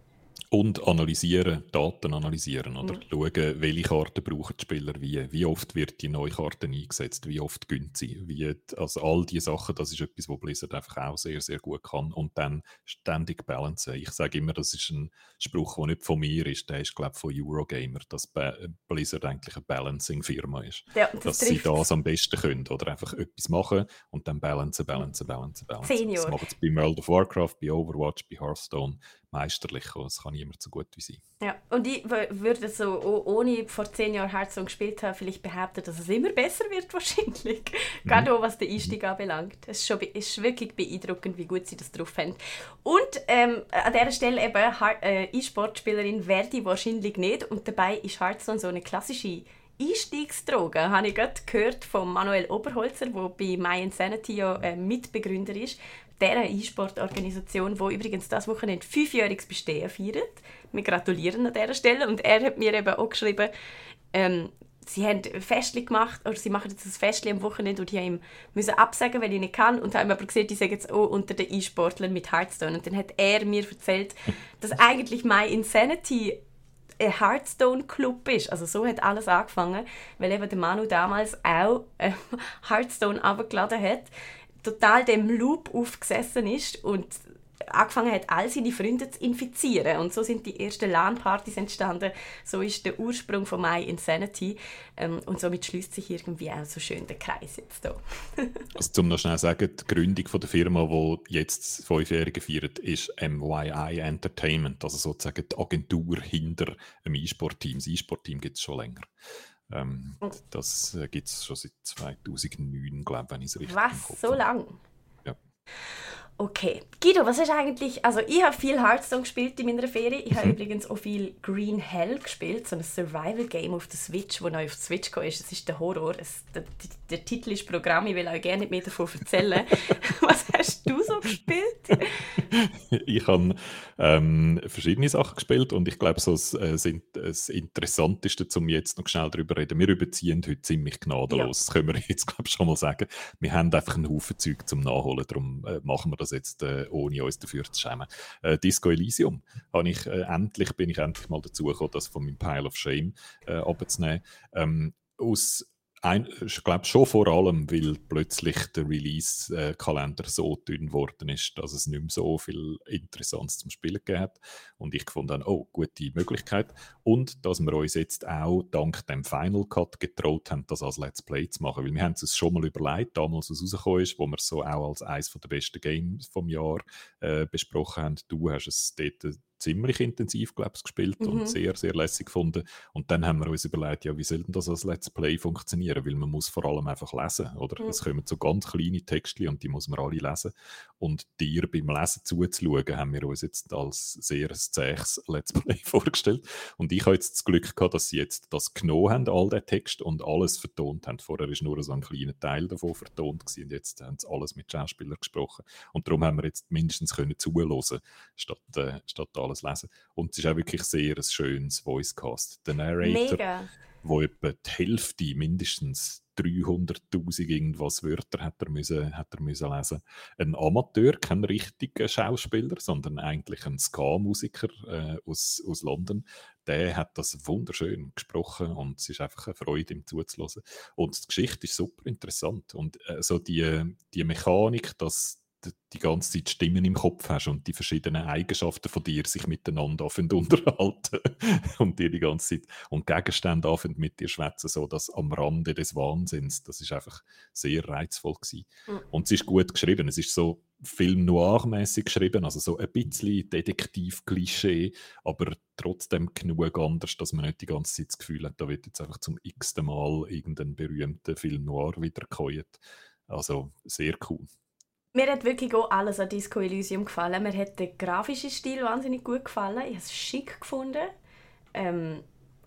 Und analysieren, Daten analysieren, oder? Mhm. Schauen, welche Karten brauchen die Spieler wie, wie oft wird die neue Karte eingesetzt, wie oft gönnt sie, wie, also all diese Sachen, das ist etwas, was Blizzard einfach auch sehr, sehr gut kann, und dann ständig balancen. Ich sage immer, das ist ein Spruch, der nicht von mir ist, der ist, glaube ich, von Eurogamer, dass Ba- Blizzard eigentlich eine Balancing-Firma ist. Ja, das Dass sie trifft's. das am besten können, oder einfach etwas machen und dann balancen, balancen, balancen, balancen. Zehn Das Jahre. machen sie bei World of Warcraft, bei Overwatch, bei Hearthstone meisterlich. Das kann niemand so gut wie sie. Ja, und ich w- würde so, o- ohne vor zehn Jahren Hearthstone gespielt zu haben, vielleicht behaupten, dass es immer besser wird wahrscheinlich. Gerade auch, was den Einstieg anbelangt. Es ist, schon, be- ist wirklich beeindruckend, wie gut sie das drauf haben. Und ähm, an dieser Stelle eben, Har- äh, E-Sport-Spielerin werde ich wahrscheinlich nicht. Und dabei ist Hearthstone so eine klassische Einstiegsdroge. Habe ich gerade gehört von Manuel Oberholzer, der bei My Insanity ja äh, Mitbegründer ist. Dieser E-Sport-Organisation, die übrigens das Wochenende fünfjähriges Bestehen feiert. Wir gratulieren an dieser Stelle. Und er hat mir eben auch geschrieben, ähm, sie haben ein Festchen gemacht, oder sie machen jetzt ein Festchen am Wochenende, und ich musste ihm müssen absagen, weil ich nicht kann, und haben aber gesagt, ich sage jetzt auch unter den E-Sportlern mit Hearthstone. Und dann hat er mir erzählt, dass eigentlich My Insanity ein Hearthstone-Club ist. Also so hat alles angefangen, weil eben der Manu damals auch äh, Hearthstone runtergeladen hat, total dem Loop aufgesessen ist und angefangen hat, all seine Freunde zu infizieren. Und so sind die ersten LAN-Partys entstanden. So ist der Ursprung von My Insanity. Ähm, und somit schließt sich irgendwie auch so schön der Kreis jetzt hier. Also zum noch schnell sagen, die Gründung von der Firma, die jetzt das Fünfjährige feiert, ist M Y I Entertainment, also sozusagen die Agentur hinter einem E-Sport-Team. Das E-Sport-Team gibt es schon länger. Ähm, das äh, gibt es schon seit zweitausendneun, glaube ich, wenn ich es richtig im Was? Kopf So habe. lang? Ja. Okay. Guido, was ist eigentlich... Also ich habe viel Hearthstone gespielt in meiner Ferien. Ich habe übrigens auch viel Green Hell gespielt, so ein Survival-Game auf der Switch, das neu auf der Switch gekommen ist. Es ist der Horror. Es, der, der Titel ist Programm, ich will euch gerne nicht mehr davon erzählen. Was hast du so gespielt? Ich habe ähm, verschiedene Sachen gespielt, und ich glaube, so das, äh, das In- das Interessanteste, um jetzt noch schnell darüber zu reden, wir überziehen heute ziemlich gnadenlos, Ja. das können wir jetzt glaube ich schon mal sagen. Wir haben einfach einen Haufen Zeug zum Nachholen, darum äh, machen wir das jetzt, äh, ohne uns dafür zu schämen. Äh, Disco Elysium, habe ich, äh, endlich, bin ich endlich mal dazu gekommen, das von meinem Pile of Shame äh, abzunehmen. Ähm, aus Ein, ich glaube schon vor allem, weil plötzlich der Release-Kalender so dünn geworden ist, dass es nicht mehr so viel Interessantes zum Spielen gegeben hat. Und ich fand dann, oh, gute Möglichkeit. Und dass wir uns jetzt auch dank dem Final Cut getraut haben, das als Let's Play zu machen. Weil wir haben es uns schon mal überlegt, damals, als es rausgekommen ist, wo wir es so auch als eines der besten Games vom Jahr äh, besprochen haben. Du hast es dort ziemlich intensiv, glaube ich, gespielt Mhm. und sehr, sehr lässig gefunden. Und dann haben wir uns überlegt, ja, wie soll denn das als Let's Play funktionieren? Weil man muss vor allem einfach lesen, oder? Mhm. Es kommen so ganz kleine Textchen und die muss man alle lesen. Und dir beim Lesen zuzuschauen, haben wir uns jetzt als sehr zähes Let's Play vorgestellt. Und ich habe jetzt das Glück gehabt, dass sie jetzt das genommen haben, all den Text, und alles vertont haben. Vorher war nur so ein kleiner Teil davon vertont gewesen, und jetzt haben sie alles mit Schauspielern gesprochen. Und darum haben wir jetzt mindestens können zuhören, statt, äh, statt alles lesen. Und es ist auch wirklich sehr ein schönes Voicecast. Der Narrator, Mega. wo etwa die Hälfte, mindestens dreihunderttausend irgendwas Wörter hat er, müssen, hat er müssen lesen. Ein Amateur, kein richtiger Schauspieler, sondern eigentlich ein Ska-Musiker äh, aus, aus London. Der hat das wunderschön gesprochen und es ist einfach eine Freude, ihm zuzuhören. Und die Geschichte ist super interessant. Und äh, so die, die Mechanik, dass du die ganze Zeit Stimmen im Kopf hast und die verschiedenen Eigenschaften von dir sich miteinander anfangen zu unterhalten und dir die ganze Zeit und Gegenstände anfangen mit dir schwätzen, so dass am Rande des Wahnsinns, das ist einfach sehr reizvoll gewesen. Mhm. Und es ist gut geschrieben, es ist so Film noir-mäßig geschrieben, also so ein bisschen Detektiv-Klischee, aber trotzdem genug anders, dass man nicht die ganze Zeit das Gefühl hat, da wird jetzt einfach zum x-ten Mal irgendein berühmter Film noir wiedergekäut. Also sehr cool. Mir hat wirklich auch alles an Disco Elysium gefallen. Mir hat der grafische Stil wahnsinnig gut gefallen. Ich habe es schick gefunden. Ähm,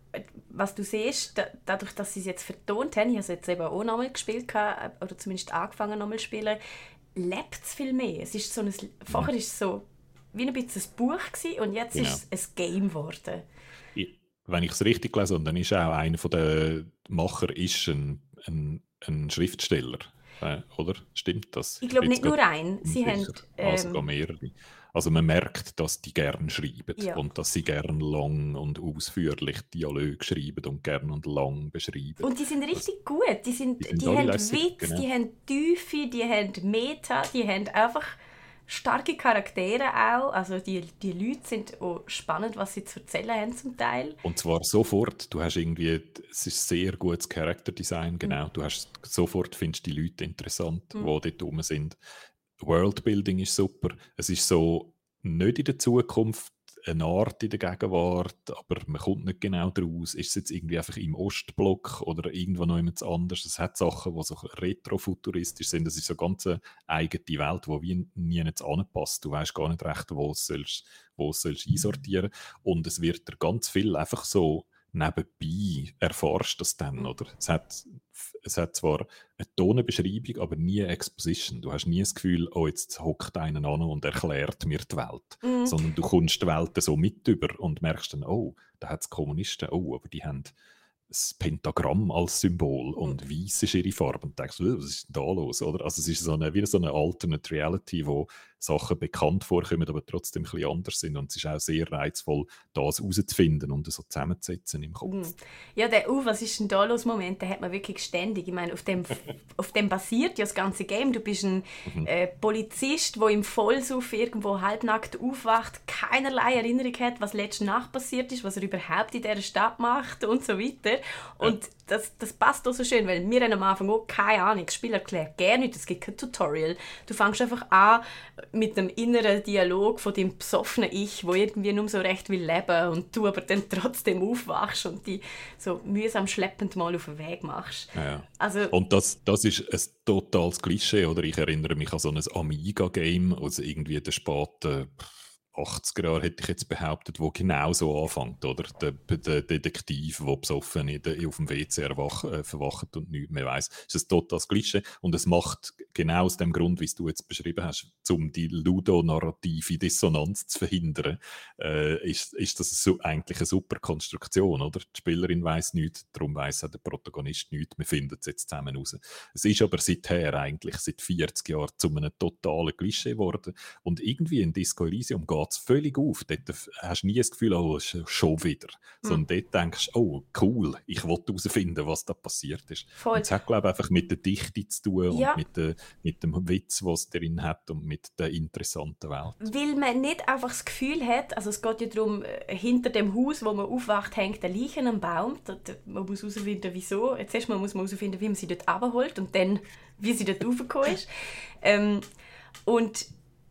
was du siehst, da, dadurch, dass sie es jetzt vertont haben, ich habe es jetzt eben auch nochmal gespielt, oder zumindest angefangen nochmal zu spielen, lebt es viel mehr. Es ist so ein, vorher war es so wie ein bisschen ein Buch gewesen, und jetzt Genau. ist es ein Game geworden. Ich, wenn ich es richtig gelesen habe, dann ist auch einer der Macher ist ein, ein, ein Schriftsteller. Äh, oder? Stimmt das? Ich glaube bin nicht jetzt nur ein. Sie haben, unsicher. Also ähm, gar mehrere. Also man merkt, dass die gern schreiben Ja. und dass sie gern lang und ausführlich Dialoge schreiben und gern und lang beschreiben. Und die sind richtig gut. Die, sind, die sind die alle haben lässig, Witz, genau. die haben Tiefe, die haben Meta, die haben einfach starke Charaktere auch. Also die, die Leute sind auch spannend, was sie zu erzählen haben zum Teil. Und zwar sofort. Du hast irgendwie, es ist sehr gutes Charakterdesign, genau. Du hast sofort findest die Leute interessant, die dort rum sind. Worldbuilding ist super. Es ist so nicht in der Zukunft eine Art in der Gegenwart, aber man kommt nicht genau daraus. Ist es jetzt irgendwie einfach im Ostblock oder irgendwo noch jemand anders? Es hat Sachen, die so retrofuturistisch sind. Das ist so eine ganz eigene Welt, die wie nie anpasst. Du weißt gar nicht recht, wo es sollst, wo es sollst einsortieren. Und es wird dir ganz viel einfach so nebenbei erforscht das dann, oder? Es hat, es hat zwar eine Tonenbeschreibung, aber nie eine Exposition. Du hast nie das Gefühl, oh, jetzt hockt einer an und erklärt mir die Welt. Mhm. Sondern du kommst die Welt so mit über und merkst dann, oh, da hat es Kommunisten, oh, aber die haben das Pentagramm als Symbol und weiss ist ihre Farbe. Und du denkst, was ist denn da los? Oder? Also es ist so eine, wie so eine Alternate Reality, wo Sachen bekannt vorkommen, aber trotzdem ein bisschen anders sind. Und es ist auch sehr reizvoll, das herauszufinden und so zusammenzusetzen im Kopf. Mhm. Ja, der «Uh, was ist denn da los?» Moment, den hat man wirklich ständig. Ich meine, auf dem, auf dem basiert ja das ganze Game. Du bist ein äh, Polizist, der im Vollsuff irgendwo halbnackt aufwacht, keinerlei Erinnerung hat, was letzte Nacht passiert ist, was er überhaupt in dieser Stadt macht und so weiter. Und ja. das, das passt auch so schön, weil wir haben am Anfang auch keine Ahnung. Das Spiel erklärt gerne nicht, es gibt kein Tutorial. Du fängst einfach an mit dem inneren Dialog von deinem besoffenen Ich, wo irgendwie nur so recht will leben und du aber dann trotzdem aufwachst und die so mühsam schleppend mal auf den Weg machst. Ja. Also, und das, das ist ein totales Klischee, oder? Ich erinnere mich an so ein Amiga-Game aus irgendwie den späten achtziger Jahre, hätte ich jetzt behauptet, wo genau so anfängt, oder? Der, der Detektiv, der besoffen in der, auf dem W C erwach, äh, verwacht und nichts mehr weiss. Das ist ein totales Klischee und es macht genau aus dem Grund, wie es du jetzt beschrieben hast, um die ludonarrative Dissonanz zu verhindern, äh, ist, ist das so, eigentlich eine super Konstruktion, oder? Die Spielerin weiss nichts, darum weiss auch der Protagonist nichts, wir finden es jetzt zusammen raus. Es ist aber seither eigentlich, seit vierzig Jahren, zu einem totalen Klischee geworden und irgendwie in Disco Elysium geht es völlig auf. Dort hast du nie das Gefühl, oh, schon wieder. Sondern mhm. dort denkst du, oh, cool, ich will herausfinden, was da passiert ist. Voll. Und es hat, glaube ich, einfach mit der Dichte zu tun ja. und mit, der, mit dem Witz, was es drin hat und mit der interessanten Welt. Weil man nicht einfach das Gefühl hat, also es geht ja darum, hinter dem Haus, wo man aufwacht, hängt ein Leichen am Baum. Man muss herausfinden, wieso. Jetzt erst mal muss man herausfinden, wie man sie dort runterholt und dann, wie sie dort raufgekommen ist. ähm, und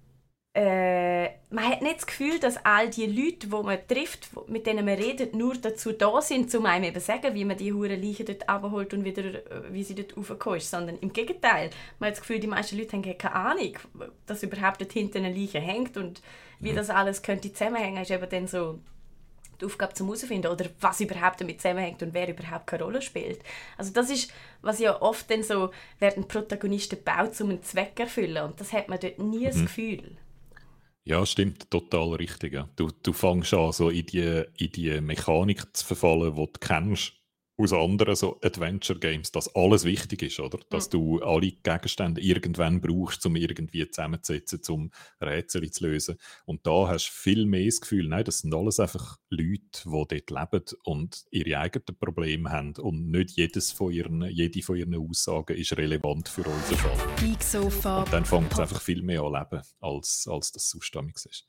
äh, man hat nicht das Gefühl, dass all die Leute, die man trifft, mit denen man redet, nur dazu da sind, um einem eben zu sagen, wie man die Huren Leichen dort abholt und wieder, wie sie dort raufgekommen ist. Sondern im Gegenteil, man hat das Gefühl, die meisten Leute haben keine Ahnung, dass überhaupt dort hinten eine Leiche hängt und wie das alles könnte zusammenhängen, ist eben dann so die Aufgabe zum herausfinden oder was überhaupt damit zusammenhängt und wer überhaupt keine Rolle spielt. Also das ist, was ja oft dann so, werden Protagonisten gebaut, um einen Zweck zu erfüllen und das hat man dort nie mhm. das Gefühl. Ja, stimmt, total richtig. Ja. Du, du fängst an, so in die, in die Mechanik zu verfallen, die du kennst aus anderen so Adventure-Games, dass alles wichtig ist, oder? Dass mhm. du alle Gegenstände irgendwann brauchst, um irgendwie zusammenzusetzen, um Rätsel zu lösen. Und da hast du viel mehr das Gefühl, nein, das sind alles einfach Leute, die dort leben und ihre eigenen Probleme haben und nicht jedes von ihren, jede von ihren Aussagen ist relevant für unseren Fall. Geek Sofa. Und dann fängt es einfach viel mehr an leben, als, als das sonst ist.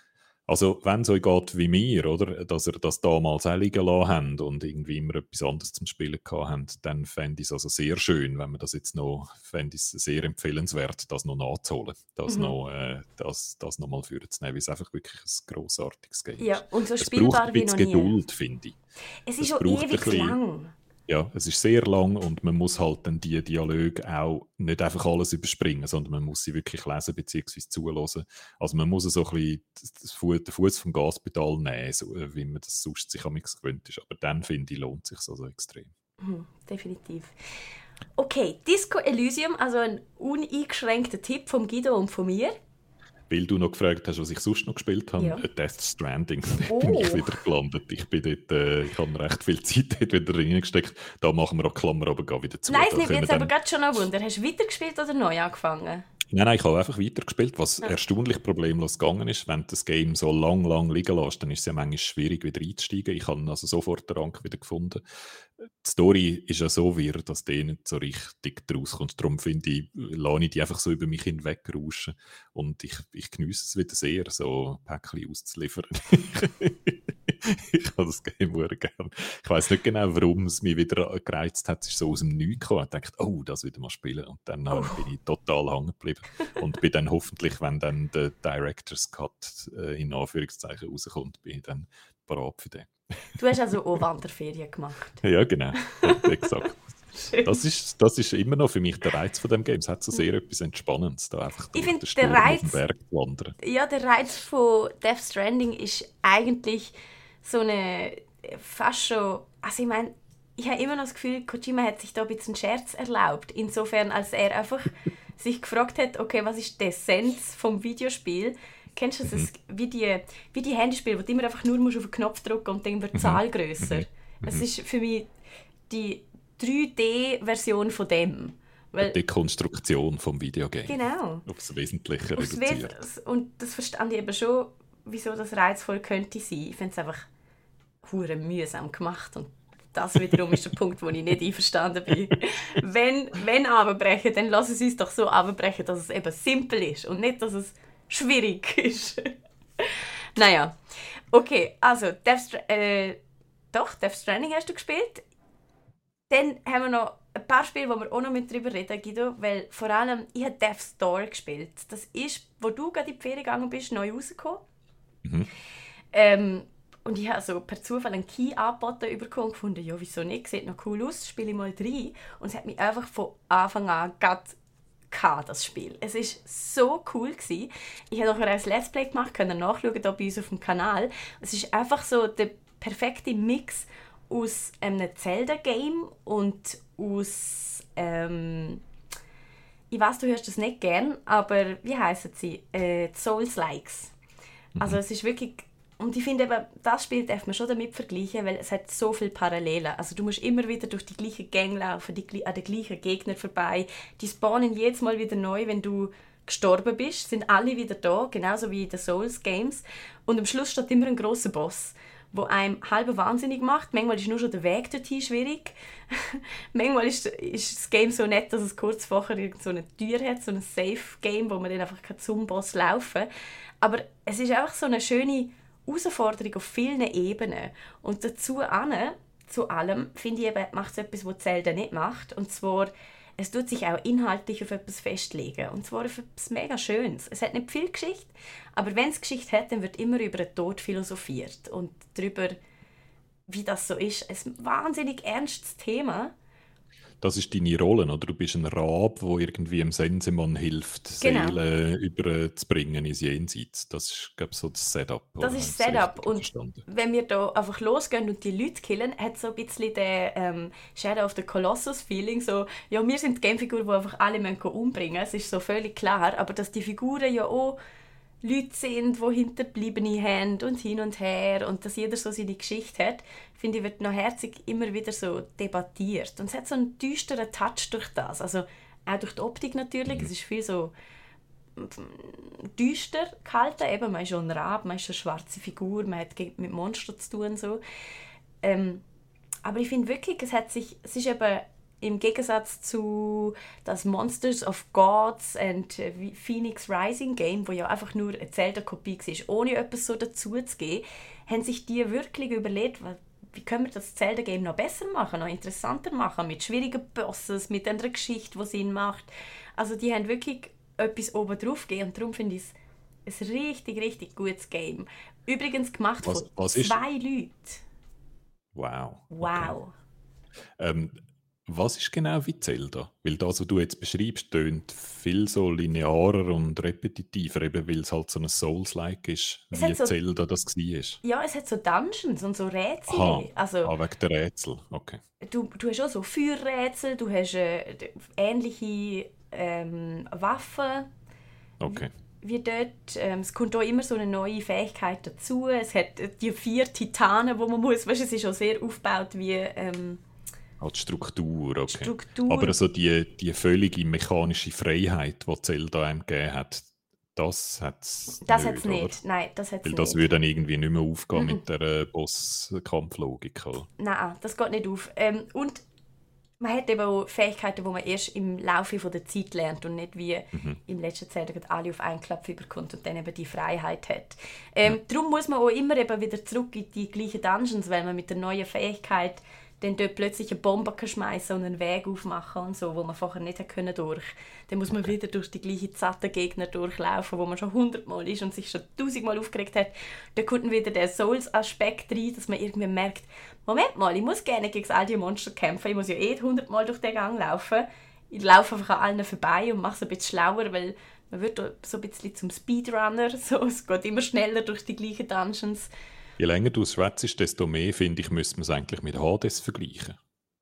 Also, wenn es euch geht wie mir, oder, dass ihr das damals auch liegen lassen habt und irgendwie immer etwas anderes zum Spielen gehabt habt, dann fände ich es also sehr schön, wenn man das jetzt noch, fände ich es sehr empfehlenswert, das noch nachzuholen, das mhm. noch, äh, das, das noch mal vorzunehmen, weil es einfach wirklich ein grossartiges Game ist. Ja, und so es spielbar braucht wie ein noch bisschen nie. Geduld, finde ich. Es ist es schon ewig bisschen, lang. Ja, es ist sehr lang und man muss halt dann die Dialoge auch nicht einfach alles überspringen, sondern man muss sie wirklich lesen bzw. zuhören. Also man muss so ein bisschen den Fuß vom Gaspedal nehmen, so, wie man das sonst sich am gewöhnt ist. Aber dann, finde ich, lohnt es sich also extrem. Mhm, definitiv. Okay, Disco Elysium, also ein uneingeschränkter Tipp von Guido und von mir. Weil du noch gefragt hast, was ich sonst noch gespielt habe, ja. Death Stranding, da oh. bin ich wieder gelandet. Ich bin dort, äh, ich habe recht viel Zeit dort wieder reingesteckt. Da machen wir auch Klammer, aber gar wieder zu. Nein, es nimmt mich jetzt aber gerade schon ein Wunder. Hast du weitergespielt oder neu angefangen? Nein, nein, ich habe einfach weitergespielt, was ja. erstaunlich problemlos gegangen ist. Wenn du das Game so lang, lang liegen lässt, dann ist es ja manchmal schwierig, wieder einzusteigen. Ich habe also sofort den Rang wieder gefunden. Die Story ist ja so wirr, dass die nicht so richtig draus kommt. Darum finde ich, lasse ich die einfach so über mich hinweg rauschen. Und ich, ich geniesse es wieder sehr, so ein Päckchen auszuliefern. Ich habe das Game sehr gerne. Ich weiss nicht genau, warum es mich wieder gereizt hat. Es ist so aus dem Nichts gekommen. Ich dachte, oh, das wieder mal spielen. Und dann oh. bin ich total hängen geblieben. Und bin dann hoffentlich, wenn dann der Director's Cut äh, in Anführungszeichen rauskommt, bin ich dann parat für den. Du hast also auch Wanderferien gemacht. Ja, genau. Exakt. Das ist, das ist immer noch für mich der Reiz von dem Game. Es hat so sehr etwas Entspannendes, da einfach durch den Sturm auf den Berg zu wandern. Ja, der Reiz von Death Stranding ist eigentlich so eine fast schon, also ich meine, ich habe immer noch das Gefühl, Kojima hat sich da ein bisschen Scherz erlaubt. Insofern, als er einfach sich gefragt hat, okay, was ist die Essenz vom Videospiel? Kennst du das? Mhm. Wie die, wie die Handyspiele, wo du immer einfach nur musst auf den Knopf drücken und dann wird die Zahl mhm. grösser. Mhm. Es ist für mich die drei D-Version von dem. Weil, die Konstruktion vom Videogame. Genau. Aufs Wesentliche Aufs reduziert. We- und das verstand ich eben schon, wieso das reizvoll könnte sein. Ich finde es einfach hure mühsam gemacht. Und das wiederum ist der Punkt, wo ich nicht einverstanden bin. wenn, wenn runterbrechen, dann lass es uns doch so runterbrechen, dass es eben simpel ist und nicht, dass es schwierig ist. Naja. Okay, also Death, Stra- äh, doch, Death Stranding hast du gespielt. Dann haben wir noch ein paar Spiele, wo wir auch noch mit drüber reden, Guido, weil vor allem, ich habe Death's Door gespielt. Das ist, wo du gerade in die Ferien gegangen bist, neu rausgekommen. Mhm. Ähm, und ich habe so per Zufall einen Key angeboten bekommen und gefunden, ja, wieso nicht, sieht noch cool aus, spiele ich mal rein. Und es hat mich einfach von Anfang an gerade gehabt, das Spiel. Es war so cool gewesen. Ich habe nachher ein Let's Play gemacht, könnt ihr nachschauen hier bei uns auf dem Kanal. Es ist einfach so der perfekte Mix aus einem Zelda-Game und aus, ähm, ich weiß, du hörst das nicht gern, aber wie heissen sie? Äh, Souls-Likes. Mhm. Also es ist wirklich, und ich finde eben, das Spiel darf man schon damit vergleichen, weil es hat so viele Parallelen. Also du musst immer wieder durch die gleichen Gänge laufen, die, an den gleichen Gegnern vorbei. Die spawnen jedes Mal wieder neu, wenn du gestorben bist, sind alle wieder da, genauso wie in den Souls-Games. Und am Schluss steht immer ein grosser Boss, wo einem halb wahnsinnig macht. Manchmal ist nur schon der Weg dorthin schwierig. Manchmal ist, ist das Game so nett, dass es kurz vorher so eine Tür hat, so ein Safe-Game, wo man dann einfach zum Boss laufen kann. Aber es ist einfach so eine schöne Herausforderung auf vielen Ebenen. Und dazu an, zu allem, finde ich eben, macht es etwas, was Zelda nicht macht. Und zwar, es tut sich auch inhaltlich auf etwas festlegen. Und zwar auf etwas mega Schönes. Es hat nicht viel Geschichte, aber wenn es Geschichte hat, dann wird immer über den Tod philosophiert. Und darüber, wie das so ist. Ein wahnsinnig ernstes Thema. Das ist deine Rolle, oder? Du bist ein Rab, der irgendwie dem Sensenmann hilft, Genau. Seelen überzubringen ins Jenseits. Das ist, glaube ich, so das Setup. Das oder? ist Habe ich Setup. richtig Und verstanden? wenn wir da einfach losgehen und die Leute killen, hat so ein bisschen den ähm, Shadow of the Colossus-Feeling. So, ja, wir sind die Gamefiguren, die einfach alle umbringen müssen. Es ist so völlig klar. Aber dass die Figuren ja auch Leute sind, die Hinterbliebene haben und hin und her und dass jeder so seine Geschichte hat, finde ich, wird noch herzig immer wieder so debattiert. Und es hat so einen düsteren Touch durch das. Also auch durch die Optik natürlich. Mhm. Es ist viel so düster gehalten. Eben, man ist schon ein Rab, man ist eine schwarze Figur, man hat mit Monstern zu tun. So. Ähm, aber ich finde wirklich, es hat sich, es ist eben im Gegensatz zu das Monsters of Gods and Phoenix Rising Game, wo ja einfach nur eine Zelda-Kopie war, ohne etwas so dazu zu geben, haben sich die wirklich überlegt, wie können wir das Zelda-Game noch besser machen, noch interessanter machen, mit schwierigen Bosses, mit einer Geschichte, die Sinn macht. Also die haben wirklich etwas oben drauf gegeben und darum finde ich es ein richtig, richtig gutes Game. Übrigens gemacht Was- von was ist- zwei Leuten. Wow. Wow. Okay. Ähm, was ist genau wie Zelda? Weil das, was du jetzt beschreibst, tönt viel so linearer und repetitiver, eben weil es halt so ein Souls-like ist, Es wie hat so- Zelda das war. Ja, es hat so Dungeons und so Rätsel. Aha, Also, ah, wegen der Rätsel, okay. du, du hast auch so Feuerrätsel, du hast äh, d- ähnliche ähm, Waffen okay. wie dort. Ähm, es kommt auch immer so eine neue Fähigkeit dazu. Es hat äh, die vier Titanen, die man muss. Weißt, es ist auch sehr aufgebaut wie ähm, Ah, die Struktur, okay. Struktur. Aber also die, die völlige mechanische Freiheit, die Zelda einem gegeben hat, das hat es das nicht, hat es oder? nicht. Nein, das hat es Weil nicht. das würde dann irgendwie nicht mehr aufgehen Mhm. mit der äh, Boss-Kampflogik. oder? Nein, das geht nicht auf. Ähm, und man hat eben auch Fähigkeiten, die man erst im Laufe von der Zeit lernt und nicht wie Mhm. im letzten Zeit alle auf einen Klapp überkommt und dann eben die Freiheit hat. Ähm, Darum muss man auch immer eben wieder zurück in die gleichen Dungeons, weil man mit der neuen Fähigkeit dann dort plötzlich eine Bombe schmeißen und einen Weg aufmachen und so, wo man vorher nicht hätte können durch. Dann muss man wieder durch die gleichen zatten Gegner durchlaufen, wo man schon hundertmal ist und sich schon tausendmal aufgeregt hat. Da kommt dann wieder der Souls-Aspekt rein, dass man irgendwie merkt, Moment mal, ich muss gerne gegen all die Monster kämpfen, ich muss ja eh hundertmal durch den Gang laufen. Ich laufe einfach an allen vorbei und mache es ein bisschen schlauer, weil man wird so ein bisschen zum Speedrunner, so, es geht immer schneller durch die gleichen Dungeons. Je länger du schwätzt, desto mehr, finde ich, müsste man es eigentlich mit Hades vergleichen.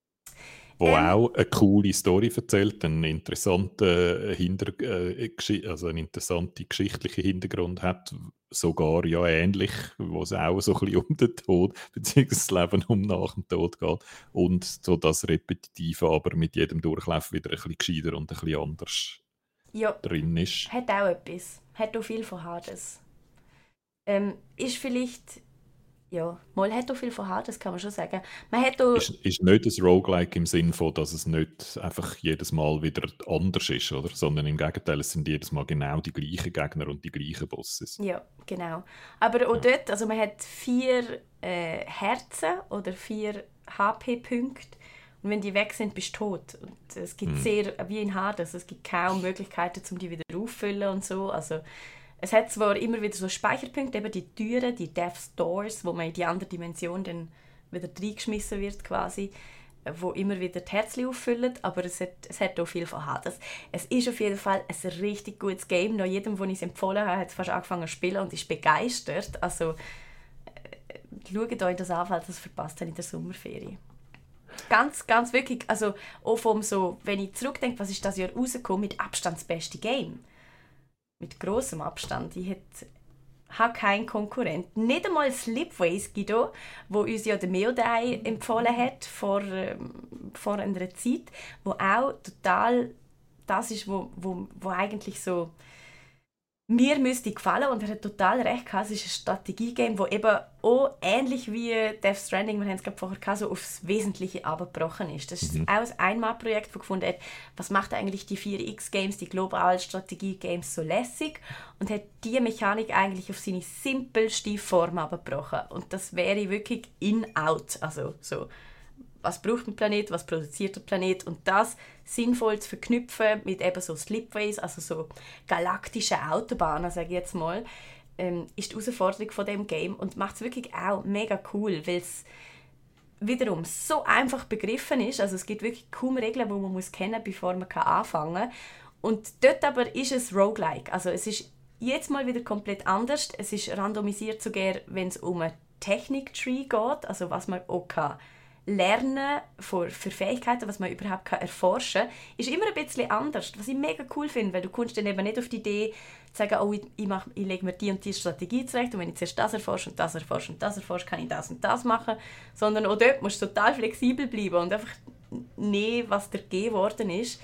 Wo Ähm. auch eine coole Story erzählt, einen interessanten Hinter äh, Gesch- also einen interessanten geschichtlichen Hintergrund hat, sogar ja ähnlich, wo es auch so ein bisschen um den Tod bzw. das Leben um nach dem Tod geht und so das Repetitive, aber mit jedem Durchlauf wieder ein bisschen gescheiter und ein bisschen anders Ja, drin ist. hat auch etwas. Hat auch viel von Hades. Ähm, ist vielleicht... Ja, mal hat auch viel von Hades, kann man schon sagen. Man hat auch... Ist, ist nicht ein Roguelike im Sinn von, dass es nicht einfach jedes Mal wieder anders ist, oder? Sondern im Gegenteil, es sind jedes Mal genau die gleichen Gegner und die gleichen Bosses. Ja, genau. Aber auch dort, also man hat vier äh, Herzen oder vier H P-Punkte und wenn die weg sind, bist du tot. Und es gibt Mhm. sehr, wie in Hades, es gibt kaum Möglichkeiten, um die wieder auffüllen und so. Also es hat zwar immer wieder so Speicherpunkte, eben die Türen, die Death's Doors, wo man in die andere Dimension dann wieder reingeschmissen wird quasi, wo immer wieder die Herzchen auffüllen, aber es hat, es hat auch viel von Hades. Es ist auf jeden Fall ein richtig gutes Game. Noch jedem, den ich es empfohlen habe, hat es fast angefangen zu spielen und ist begeistert. Also äh, schaut euch das an, falls ihr es verpasst habt in der Sommerferie. Ganz, ganz wirklich, also auch vom so, wenn ich zurückdenke, was ist das Jahr rausgekommen, mit Abstand das beste Game. Mit grossem Abstand. Ich hätte habe keinen Konkurrent. Nicht einmal Slipways Guido, wo uns ja der Meodai empfohlen hat vor, ähm, vor einer Zeit, wo auch total das ist, wo, wo, wo eigentlich so mir müsste gefallen und er hat total recht gehabt. Es ist ein Strategiegame, das eben auch ähnlich wie Death Stranding, wir haben es gerade vorher gehabt, so aufs Wesentliche abgebrochen ist. Das ist Mhm. auch ein Einmalprojekt, das gefunden hat, was macht eigentlich die vier X-Games, die globalen Strategie-Games so lässig und hat diese Mechanik eigentlich auf seine simpelste Form abgebrochen. Und das wäre wirklich in-out, also so was braucht ein Planet, was produziert der Planet und das sinnvoll zu verknüpfen mit eben so Slipways, also so galaktische Autobahnen, sage ich jetzt mal, ähm, ist die Herausforderung von dem Game und macht es wirklich auch mega cool, weil es wiederum so einfach begriffen ist, also es gibt wirklich kaum Regeln, die man muss kennen, bevor man anfangen kann. Und dort aber ist es Roguelike, also es ist jetzt mal wieder komplett anders, es ist randomisiert sogar, wenn es um einen Technik-Tree geht, also was man auch kann lernen für, für Fähigkeiten, was man überhaupt kann erforschen kann, ist immer ein bisschen anders, was ich mega cool finde, weil du kommst dann eben nicht auf die Idee zu sagen, oh, ich, ich, mach, ich lege mir die und die Strategie zurecht und wenn ich zuerst das erforsche und das erforsche und das erforsche, kann ich das und das machen, sondern auch dort musst du total flexibel bleiben und einfach nehmen, was dir gegeben worden ist,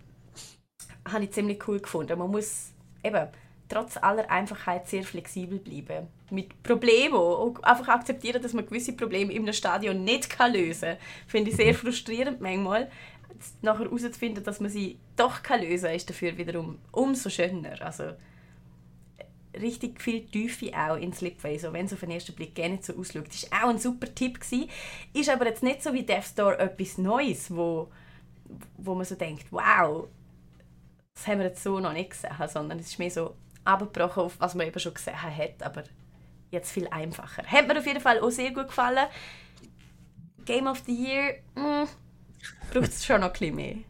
habe ich ziemlich cool gefunden. Man muss eben trotz aller Einfachheit sehr flexibel bleiben. Mit Problemen und einfach akzeptieren, dass man gewisse Probleme in einem Stadion nicht kann lösen kann. Finde ich sehr frustrierend manchmal. Nachher herauszufinden, dass man sie doch kann lösen kann, ist dafür wiederum umso schöner. Also richtig viel Tiefe auch in Slipway, so wenn es auf den ersten Blick gerne nicht so ausschaut. Das war auch ein super Tipp gewesen. Ist aber jetzt nicht so wie Death Star etwas Neues, wo, wo man so denkt, wow, das haben wir jetzt so noch nicht gesehen, sondern es ist mehr so abgebrochen auf was man eben schon gesehen hat, aber jetzt viel einfacher. Hat mir auf jeden Fall auch sehr gut gefallen. Game of the Year, mm, braucht es schon noch ein bisschen mehr.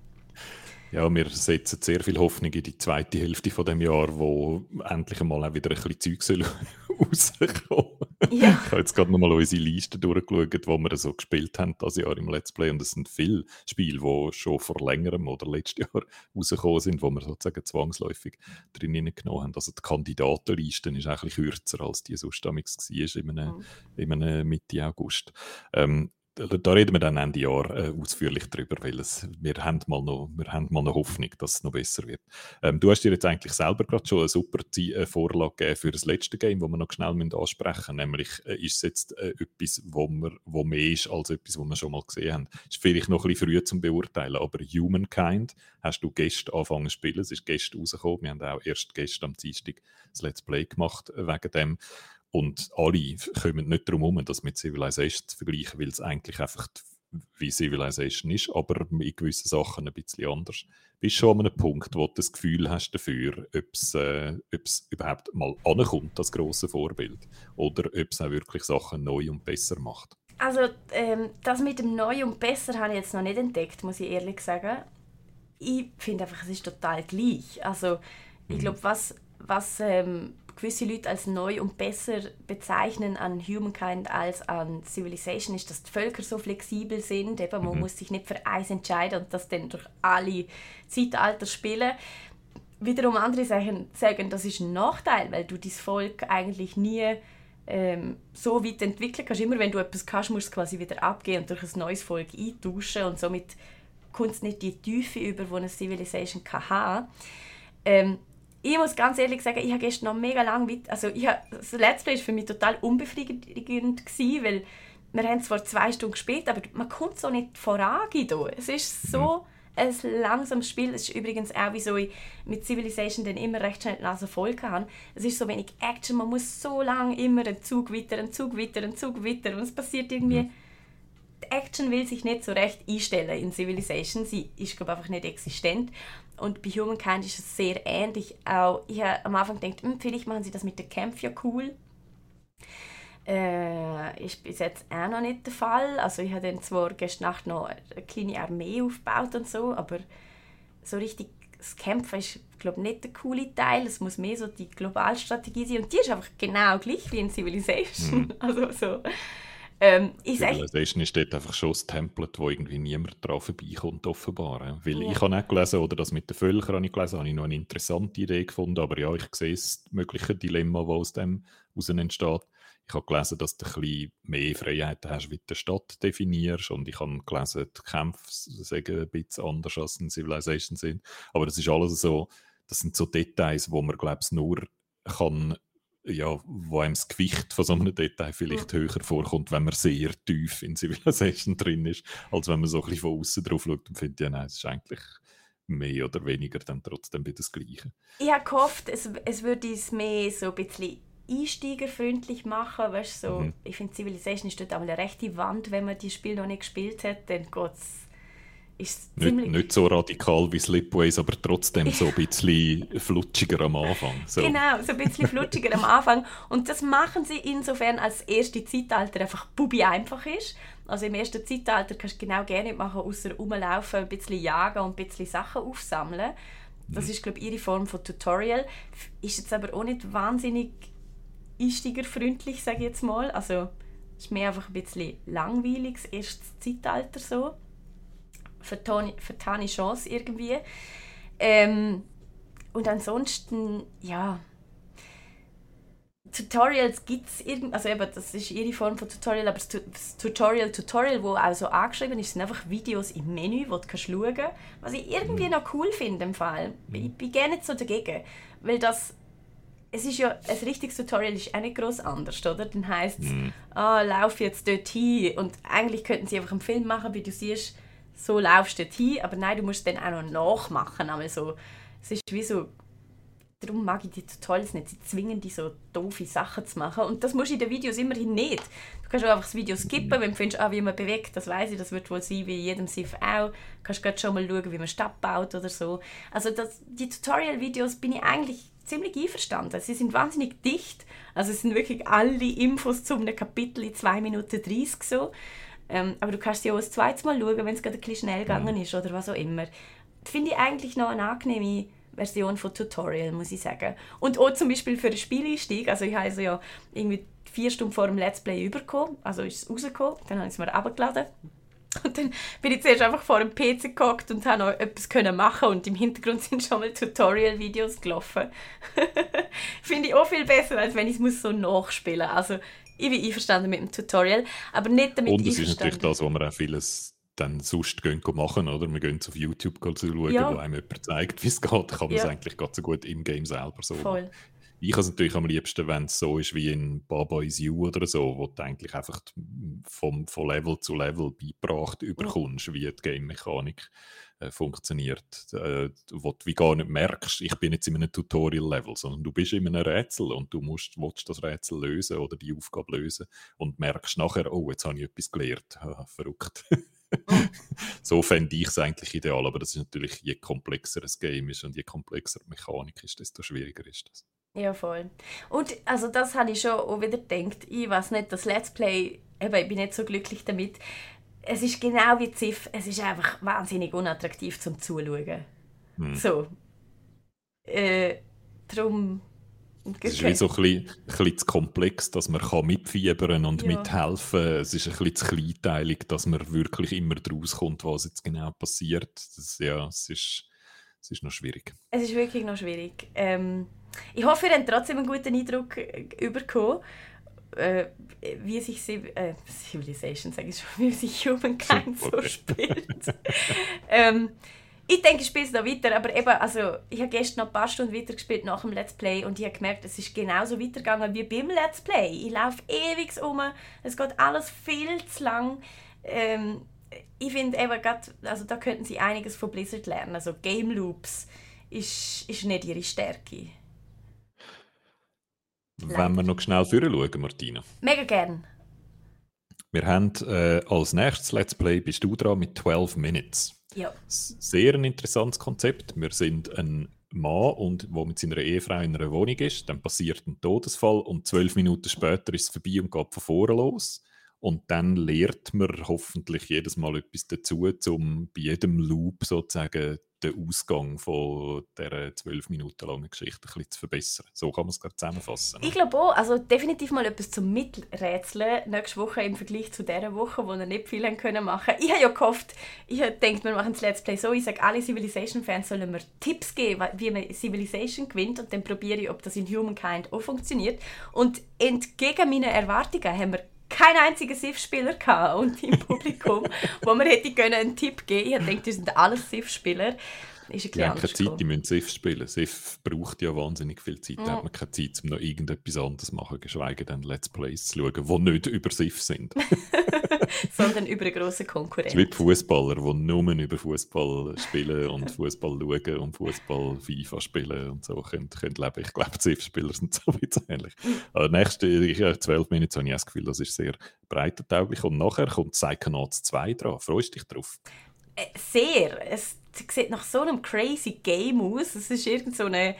Ja, wir setzen sehr viel Hoffnung in die zweite Hälfte von dem Jahr, wo endlich einmal auch wieder ein bisschen Zeug soll rauskommen. Ja. Ich habe jetzt gerade nochmal unsere Liste durchgeschaut, die wir so gespielt haben dieses Jahr im Let's Play. Und es sind viele Spiele, die schon vor längerem oder letztes Jahr rausgekommen sind, wo wir sozusagen zwangsläufig drin genommen haben. Also die Kandidatenliste ist eigentlich kürzer, als die sonst damals war, in einem, mhm. in einem Mitte August. Ähm, Da, da reden wir dann Ende Jahr äh, ausführlich drüber, weil es, wir, haben mal noch, wir haben mal eine Hoffnung, dass es noch besser wird. Ähm, du hast dir jetzt eigentlich selber gerade schon eine super Zie- äh, Vorlage gegeben für das letzte Game, das wir noch schnell ansprechen müssen. Nämlich äh, ist es jetzt äh, etwas, wo, wir, wo mehr ist als etwas, was wir schon mal gesehen haben. Ist vielleicht noch ein bisschen früh zum Beurteilen, aber Humankind hast du gestern angefangen zu spielen. Es ist gestern rausgekommen. Wir haben auch erst gestern am Dienstag das Let's Play gemacht äh, wegen dem. Und alle kommen nicht darum herum, das mit Civilization zu vergleichen, weil es eigentlich einfach wie Civilization ist, aber in gewissen Sachen ein bisschen anders. Bist du schon an einem Punkt, wo du das Gefühl hast dafür, ob es äh, überhaupt mal ankommt, das grosse Vorbild, oder ob es auch wirklich Sachen neu und besser macht? Also ähm, das mit dem Neu und Besser habe ich jetzt noch nicht entdeckt, muss ich ehrlich sagen. Ich finde einfach, es ist total gleich. Also ich glaube, was, was ähm, gewisse Leute als neu und besser bezeichnen an Humankind als an Civilization, ist, dass die Völker so flexibel sind. Eben, man mhm. muss sich nicht für eins entscheiden und das dann durch alle Zeitalter spielen. Wiederum andere sagen, sagen, das ist ein Nachteil, weil du dein Volk eigentlich nie ähm, so weit entwickeln kannst. Immer wenn du etwas kannst, musst du es quasi wieder abgeben und durch ein neues Volk eintauschen und somit kommt es nicht die Tiefe über, die eine Civilization kann haben. Ähm, Ich muss ganz ehrlich sagen, ich habe gestern noch mega lange weit, also ich habe, das Let's Play war für mich total unbefriedigend gewesen, weil wir haben zwar zwei Stunden gespielt, aber man kommt so nicht voran. Es ist so ein langsames Spiel. Es ist übrigens auch, wieso ich mit Civilization dann immer recht schnell die Nase voll hatte. Es ist so wenig Action, man muss so lange immer einen Zug weiter, einen Zug weiter, einen Zug weiter und es passiert irgendwie... Die Action will sich nicht so recht einstellen in Civilization. Sie ist, glaube ich, einfach nicht existent. Und bei Humankind ist es sehr ähnlich. Auch ich habe am Anfang gedacht, hm, vielleicht machen sie das mit den Kämpfen ja cool. Äh, ist bis jetzt auch noch nicht der Fall. Also ich habe dann zwar gestern Nacht noch eine kleine Armee aufgebaut und so, aber so richtig das Kämpfen ist, glaube ich, nicht der coole Teil. Es muss mehr so die Globalstrategie sein. Und die ist einfach genau gleich wie in Civilization. Mhm. Also so... Ähm, Civilization ist dort einfach schon das Template, wo irgendwie niemand drauf vorbeikommt, offenbar. Weil ja. Ich habe nicht gelesen, oder das mit den Völkern habe ich gelesen, habe ich noch eine interessante Idee gefunden, aber ja, ich sehe das mögliche Dilemma, das aus dem heraus entsteht. Ich habe gelesen, dass du ein bisschen mehr Freiheiten hast, wie du die Stadt definierst, und ich habe gelesen, die Kämpfe sagen ein bisschen anders, als in Civilization sind. Aber das ist alles so, das sind so Details, wo man, glaube ich, nur kann... ja, wo einem das Gewicht von so einem Detail vielleicht höher vorkommt, wenn man sehr tief in Civilization drin ist, als wenn man so ein bisschen von außen drauf schaut und findet, ja nein, es ist eigentlich mehr oder weniger dann trotzdem wieder das Gleiche. Ich habe gehofft, es, es würde es mehr so ein bisschen einsteigerfreundlich machen. Weißt, so, Mhm. ich finde, Civilization ist dort auch eine rechte Wand, wenn man das Spiel noch nicht gespielt hat, dann geht's, ist es Nicht, ziemlich... nicht so radikal wie Slipways, aber trotzdem so ein bisschen flutschiger am Anfang. So. Genau, so ein bisschen flutschiger am Anfang. Und das machen sie insofern, als das erste Zeitalter einfach bubi einfach ist. Also im ersten Zeitalter kannst du genau gerne nicht machen, außer rumlaufen, ein bisschen jagen und ein bisschen Sachen aufsammeln. Das ist, glaube ich, ihre Form von Tutorial. Ist jetzt aber auch nicht wahnsinnig einsteigerfreundlich, sage ich jetzt mal. Also es ist mehr einfach ein bisschen langweiliges erstes Zeitalter so. Vertane, vertane Chance irgendwie. Ähm, und ansonsten, ja, Tutorials gibt es irgendwie, also eben, das ist ihre Form von Tutorial, aber das, Tu- das Tutorial, Tutorial, das auch so angeschrieben ist, sind einfach Videos im Menü, wo du kannst schauen kannst, was ich irgendwie noch cool finde im Fall. Ich bin gerne nicht so dagegen, weil das, es ist ja, ein richtiges Tutorial ist auch nicht gross anders, oder? Dann heisst es, Mhm. ah, lauf jetzt dort hin und eigentlich könnten sie einfach einen Film machen, wie du siehst, so laufst du dort hin, aber nein, du musst dann auch noch nachmachen, aber so, es ist wie so, darum mag ich die Tutorials nicht, sie zwingen dich so doofe Sachen zu machen und das musst du in den Videos immerhin nicht. Du kannst auch einfach das Video skippen, wenn du findest, ah, wie man bewegt, das weiss ich, das wird wohl sein, wie in jedem Civ auch. Du kannst gerade schon mal schauen, wie man Stadt baut oder so. Also das, die Tutorial-Videos bin ich eigentlich ziemlich einverstanden. Sie sind wahnsinnig dicht, also es sind wirklich alle Infos zu einem Kapitel in zwei Minuten dreißig so. Ähm, aber du kannst ja auch das zweite Mal schauen, wenn es gerade ein bisschen schnell gegangen ist oder was auch immer. Das finde ich eigentlich noch eine angenehme Version von Tutorial, muss ich sagen. Und auch zum Beispiel für den Spieleinstieg, also ich habe also ja irgendwie vier Stunden vor dem Let's Play übergekommen, also ist es rausgekommen, dann habe ich es mir runtergeladen. Und dann bin ich zuerst einfach vor dem P C gehockt und habe noch etwas können machen und im Hintergrund sind schon mal Tutorial-Videos gelaufen. Finde ich auch viel besser, als wenn ich es so nachspielen muss. Also ich bin einverstanden mit dem Tutorial, aber nicht damit Und es ist einverstanden. natürlich das, wo wir auch vieles dann sonst gehen machen, oder? Wir gehen auf YouTube schauen, Ja. wo einem jemand zeigt, wie es geht. Dann kann man es Ja. eigentlich ganz so gut im Game selber so Voll. machen. Ich habe es natürlich am liebsten, wenn es so ist wie in Baba Is You oder so, wo du eigentlich einfach vom, von Level zu Level beigebracht überkommst, wie die Game-Mechanik äh, funktioniert. Äh, wo du wie gar nicht merkst, ich bin jetzt in einem Tutorial-Level, sondern du bist in einem Rätsel und du musst, willst das Rätsel lösen oder die Aufgabe lösen und merkst nachher, oh, jetzt habe ich etwas gelernt. Haha, verrückt. So fände ich es eigentlich ideal, aber das ist natürlich, je komplexer ein Game ist und je komplexer die Mechanik ist, desto schwieriger ist das. Ja, voll. Und also das habe ich schon auch wieder gedacht. Ich weiß nicht, das Let's Play, eben, ich bin nicht so glücklich damit. Es ist genau wie Civ, es ist einfach wahnsinnig unattraktiv zum Zuschauen. Hm. So. Äh, darum... Es ist wie so ein bisschen, ein bisschen zu komplex, dass man kann mitfiebern und Ja. mithelfen kann. Es ist ein bisschen zu kleinteilig, dass man wirklich immer draus kommt, was jetzt genau passiert. Das, ja, es ist, es ist noch schwierig. Es ist wirklich noch schwierig. Ähm, ich hoffe, ihr habt trotzdem einen guten Eindruck äh, bekommen, äh, wie sich Civ- äh, Civilization, sage ich schon, wie sich Humankind so Okay. spielt. ähm, ich denke, ich spiele es noch weiter, aber eben, also, ich habe gestern noch ein paar Stunden weitergespielt nach dem Let's Play und ich habe gemerkt, es ist genauso weitergegangen wie beim Let's Play. Ich laufe ewig um, es geht alles viel zu lang. Ähm, ich finde eben grad, also da könnten sie einiges von Blizzard lernen. Also Game Loops ist, ist nicht ihre Stärke. Wenn wir noch schnell vorher schauen, Martina. Mega gern. Wir haben äh, als nächstes Let's Play, bist du dran mit zwölf Minutes. Ja. S- Sehr ein interessantes Konzept. Wir sind ein Mann, und, der mit seiner Ehefrau in einer Wohnung ist. Dann passiert ein Todesfall und zwölf Minuten später ist es vorbei und geht von vorne los. Und dann lernt man hoffentlich jedes Mal etwas dazu, um bei jedem Loop sozusagen den Ausgang von dieser zwölf Minuten langen Geschichte ein bisschen zu verbessern. So kann man es gerade zusammenfassen. Ich glaube auch, also definitiv mal etwas zum Miträtseln nächste Woche im Vergleich zu dieser Woche, wo wir nicht viel haben können machen. Ich habe ja gehofft, ich habe gedacht, wir machen das Let's Play so, ich sage, alle Civilization-Fans sollen mir Tipps geben, wie man Civilization gewinnt und dann probiere ich, ob das in Humankind auch funktioniert. Und entgegen meinen Erwartungen haben wir keinen einzigen Civ-Spieler gehabt und im Publikum, wo man hätte können einen Tipp geben. Ich dachte, das sind alles Civ-Spieler. ist ein Die haben bisschen keine Zeit, die anders müssen Civ spielen. Civ braucht ja wahnsinnig viel Zeit. Da Ja. hat man keine Zeit, um noch irgendetwas anderes zu machen, geschweige denn Let's Plays zu schauen, die nicht über Civ sind. sondern über eine grosse Es ist wie Konkurrenz. die Fußballer, die nur über Fußball spielen und Fußball schauen und Fußball FIFA spielen und so können, können leben. Ich glaube, Civ-Spieler sind so wie ähnlich. Aber nächste ich, zwölf Minuten habe ich das Gefühl, das ist sehr breitentauglich. Und nachher kommt Psychonauts zwei dran. Freust du dich drauf? Äh, Sehr. Es sieht nach so einem crazy Game aus. Es ist irgend so eine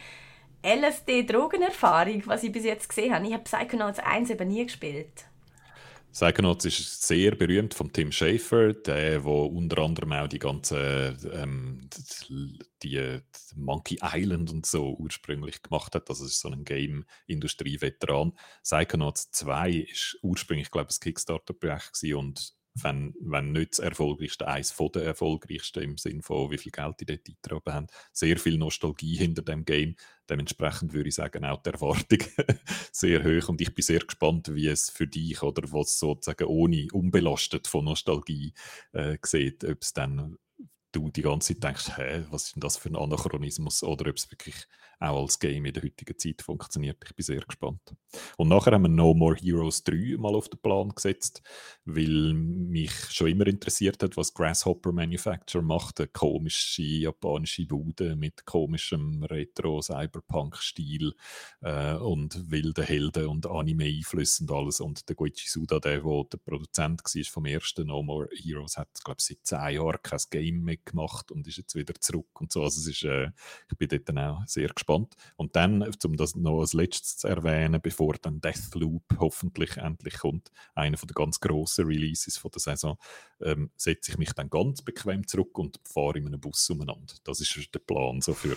L S D-Drogenerfahrung, was ich bis jetzt gesehen habe. Ich habe Psychonauts eins eben nie gespielt. Psychonauts ist sehr berühmt von Tim Schafer, der, der unter anderem auch die ganze ähm, die, die Monkey Island und so ursprünglich gemacht hat. Also es ist so ein Game-Industrie-Veteran. Psychonauts zwei ist ursprünglich, glaube ich, ein Kickstarter-Projekt gewesen und wenn, wenn nicht das erfolgreichste, eines der erfolgreichsten im Sinne von, wie viel Geld die dort eingetragen haben. Sehr viel Nostalgie hinter dem Game. Dementsprechend würde ich sagen, auch die Erwartung sehr hoch. Und ich bin sehr gespannt, wie es für dich oder was sozusagen ohne, unbelastet von Nostalgie äh, sieht, ob es dann du die ganze Zeit denkst, hä, was ist denn das für ein Anachronismus oder ob es wirklich auch als Game in der heutigen Zeit funktioniert. Ich bin sehr gespannt. Und nachher haben wir No More Heroes drei mal auf den Plan gesetzt, weil mich schon immer interessiert hat, was Grasshopper Manufacture macht. Eine komische japanische Bude mit komischem Retro-Cyberpunk-Stil äh, und wilden Helden und Anime-Einflüssen und alles. Und der Goichi Suda, der, der der Produzent war vom ersten No More Heroes, hat, glaube ich, seit zehn Jahren kein Game mehr gemacht und ist jetzt wieder zurück und so. Also es ist, äh, ich bin dort dann auch sehr gespannt. Und dann, um das noch als letztes zu erwähnen, bevor dann Deathloop hoffentlich endlich kommt, einer von den ganz grossen Releases von der Saison, ähm, setze ich mich dann ganz bequem zurück und fahre in einem Bus umeinander. Das ist der Plan so für,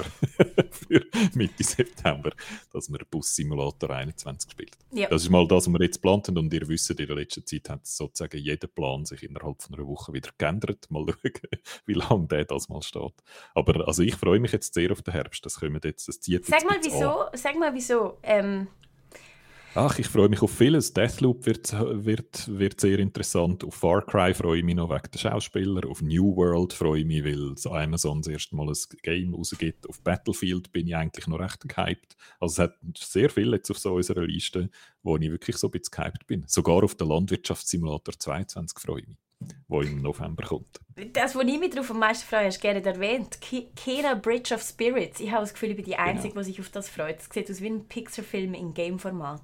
für Mitte September, dass wir Bus-Simulator einundzwanzig spielt. Ja. Das ist mal das, was wir jetzt geplant haben und ihr wisst, in der letzten Zeit hat sozusagen jeder Plan sich innerhalb von einer Woche wieder geändert. Mal schauen, wie lange der das mal steht. Aber also ich freue mich jetzt sehr auf den Herbst. Das können wir jetzt, das zieht Sag jetzt mal ein bisschen wieso. an. Sag mal wieso. Ähm, Ach, ich freue mich auf vieles. Deathloop wird, wird, wird sehr interessant. Auf Far Cry freue ich mich noch wegen der Schauspieler. Auf New World freue ich mich, weil Amazon das erste Mal ein Game rausgibt. Auf Battlefield bin ich eigentlich noch recht gehypt. Also es hat sehr viel jetzt auf so unserer Liste, wo ich wirklich so ein bisschen gehypt bin. Sogar auf den Landwirtschaftssimulator zweiundzwanzig freue ich mich, der im November kommt. Das, was ich mich darauf am meisten freue, hast du gerne erwähnt. Ki- Kena Bridge of Spirits. Ich habe das Gefühl, ich bin die Einzige, Genau. die sich auf das freut. Es sieht aus wie ein Pixar-Film in Game-Format.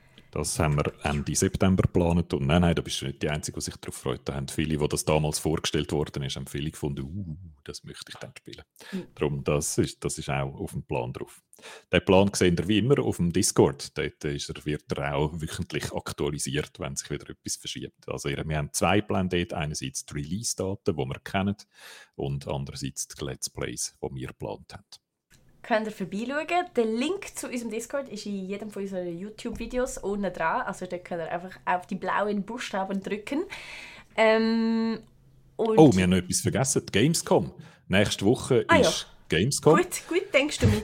Das haben wir Ende September geplant. Und nein, nein, da bist du nicht die Einzige, die sich darauf freut. Da haben viele, die das damals vorgestellt worden ist, haben viele gefunden, uh, das möchte ich dann spielen. Mhm. Darum, das ist, das ist auch auf dem Plan drauf. Den Plan seht ihr wie immer auf dem Discord. Dort ist er, wird er auch wöchentlich aktualisiert, wenn sich wieder etwas verschiebt. Also wir haben zwei Pläne dort. Einerseits die Release-Daten, die wir kennen, und andererseits die Let's Plays, die wir geplant haben. Könnt ihr vorbeischauen. Der Link zu unserem Discord ist in jedem von unseren YouTube-Videos unten dran. Also da könnt ihr einfach auf die blauen Buchstaben drücken. Ähm, und Oh, wir haben noch etwas vergessen. Die Gamescom. Nächste Woche Ah, ja. ist Gamescom. Gut, gut denkst du mit.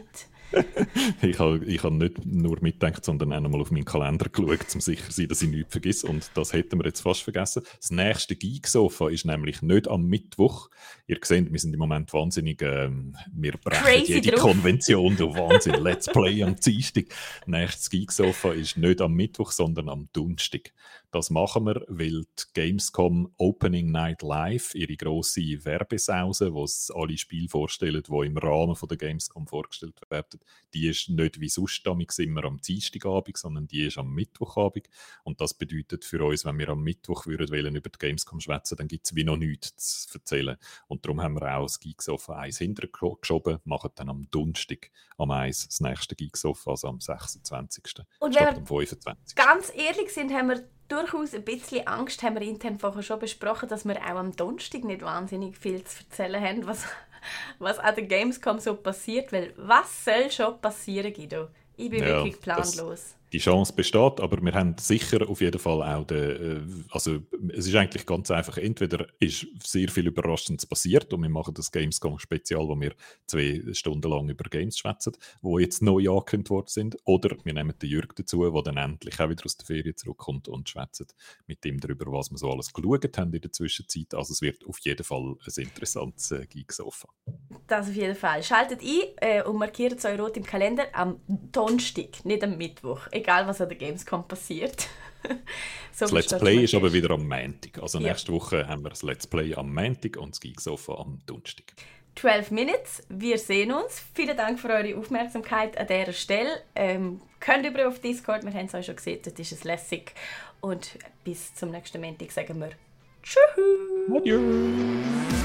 Ich habe ich hab nicht nur mitgedacht, sondern auch noch mal auf meinen Kalender geschaut, um sicher zu sein, dass ich nichts vergesse. Und das hätten wir jetzt fast vergessen. Das nächste Geeksofa ist nämlich nicht am Mittwoch. Ihr seht, wir sind im Moment wahnsinnig, ähm, wir brechen Crazy jede drauf. Konvention, du Wahnsinn. Let's Play am Dienstag. Nächstes Geeksofa ist nicht am Mittwoch, sondern am Donnerstag. Das machen wir, weil die Gamescom Opening Night Live, ihre grosse Werbesause, wo es alle Spiele vorstellen, die im Rahmen von der Gamescom vorgestellt werden, die ist nicht wie sonst damals immer am Dienstagabend, sondern die ist am Mittwochabend. Und das bedeutet für uns, wenn wir am Mittwoch würden wollen, über die Gamescom schwätzen, dann gibt es wie noch nichts zu erzählen. Und darum haben wir auch das Geeksofa eins hintergeschoben, machen dann am Donnerstag am eins das nächste Geeksofa, also am sechsundzwanzigsten Und wenn statt wir am fünfundzwanzigsten ganz ehrlich sind, haben wir durchaus ein bisschen Angst, haben wir intern vorher schon besprochen, dass wir auch am Donnerstag nicht wahnsinnig viel zu erzählen haben, was, was an der Gamescom so passiert. Weil was soll schon passieren, Guido? Ich bin Ja, wirklich planlos. die Chance besteht, aber wir haben sicher auf jeden Fall auch den, also es ist eigentlich ganz einfach, entweder ist sehr viel Überraschendes passiert und wir machen das Gamescom-Spezial, wo wir zwei Stunden lang über Games schwätzen, die jetzt neu angekündigt worden sind, oder wir nehmen den Jürg dazu, der dann endlich auch wieder aus der Ferien zurückkommt und schwätzen mit ihm darüber, was wir so alles geschaut haben in der Zwischenzeit. Also es wird auf jeden Fall ein interessantes äh, Geek-Sofa. Das auf jeden Fall. Schaltet ein äh, und markiert es euch rot im Kalender am Donnerstag, nicht am Mittwoch. Egal, was an der Gamescom passiert. So das Let's Play ist aber markiert. wieder am Montag. Also Ja. nächste Woche haben wir das Let's Play am Montag und das Geek-Sofa am Donnerstag. zwölf Minutes, wir sehen uns. Vielen Dank für eure Aufmerksamkeit an dieser Stelle. Ähm, könnt über auf Discord, wir haben es euch schon gesehen, dort ist es lässig. Und bis zum nächsten Montag sagen wir Tschüss. Adieu.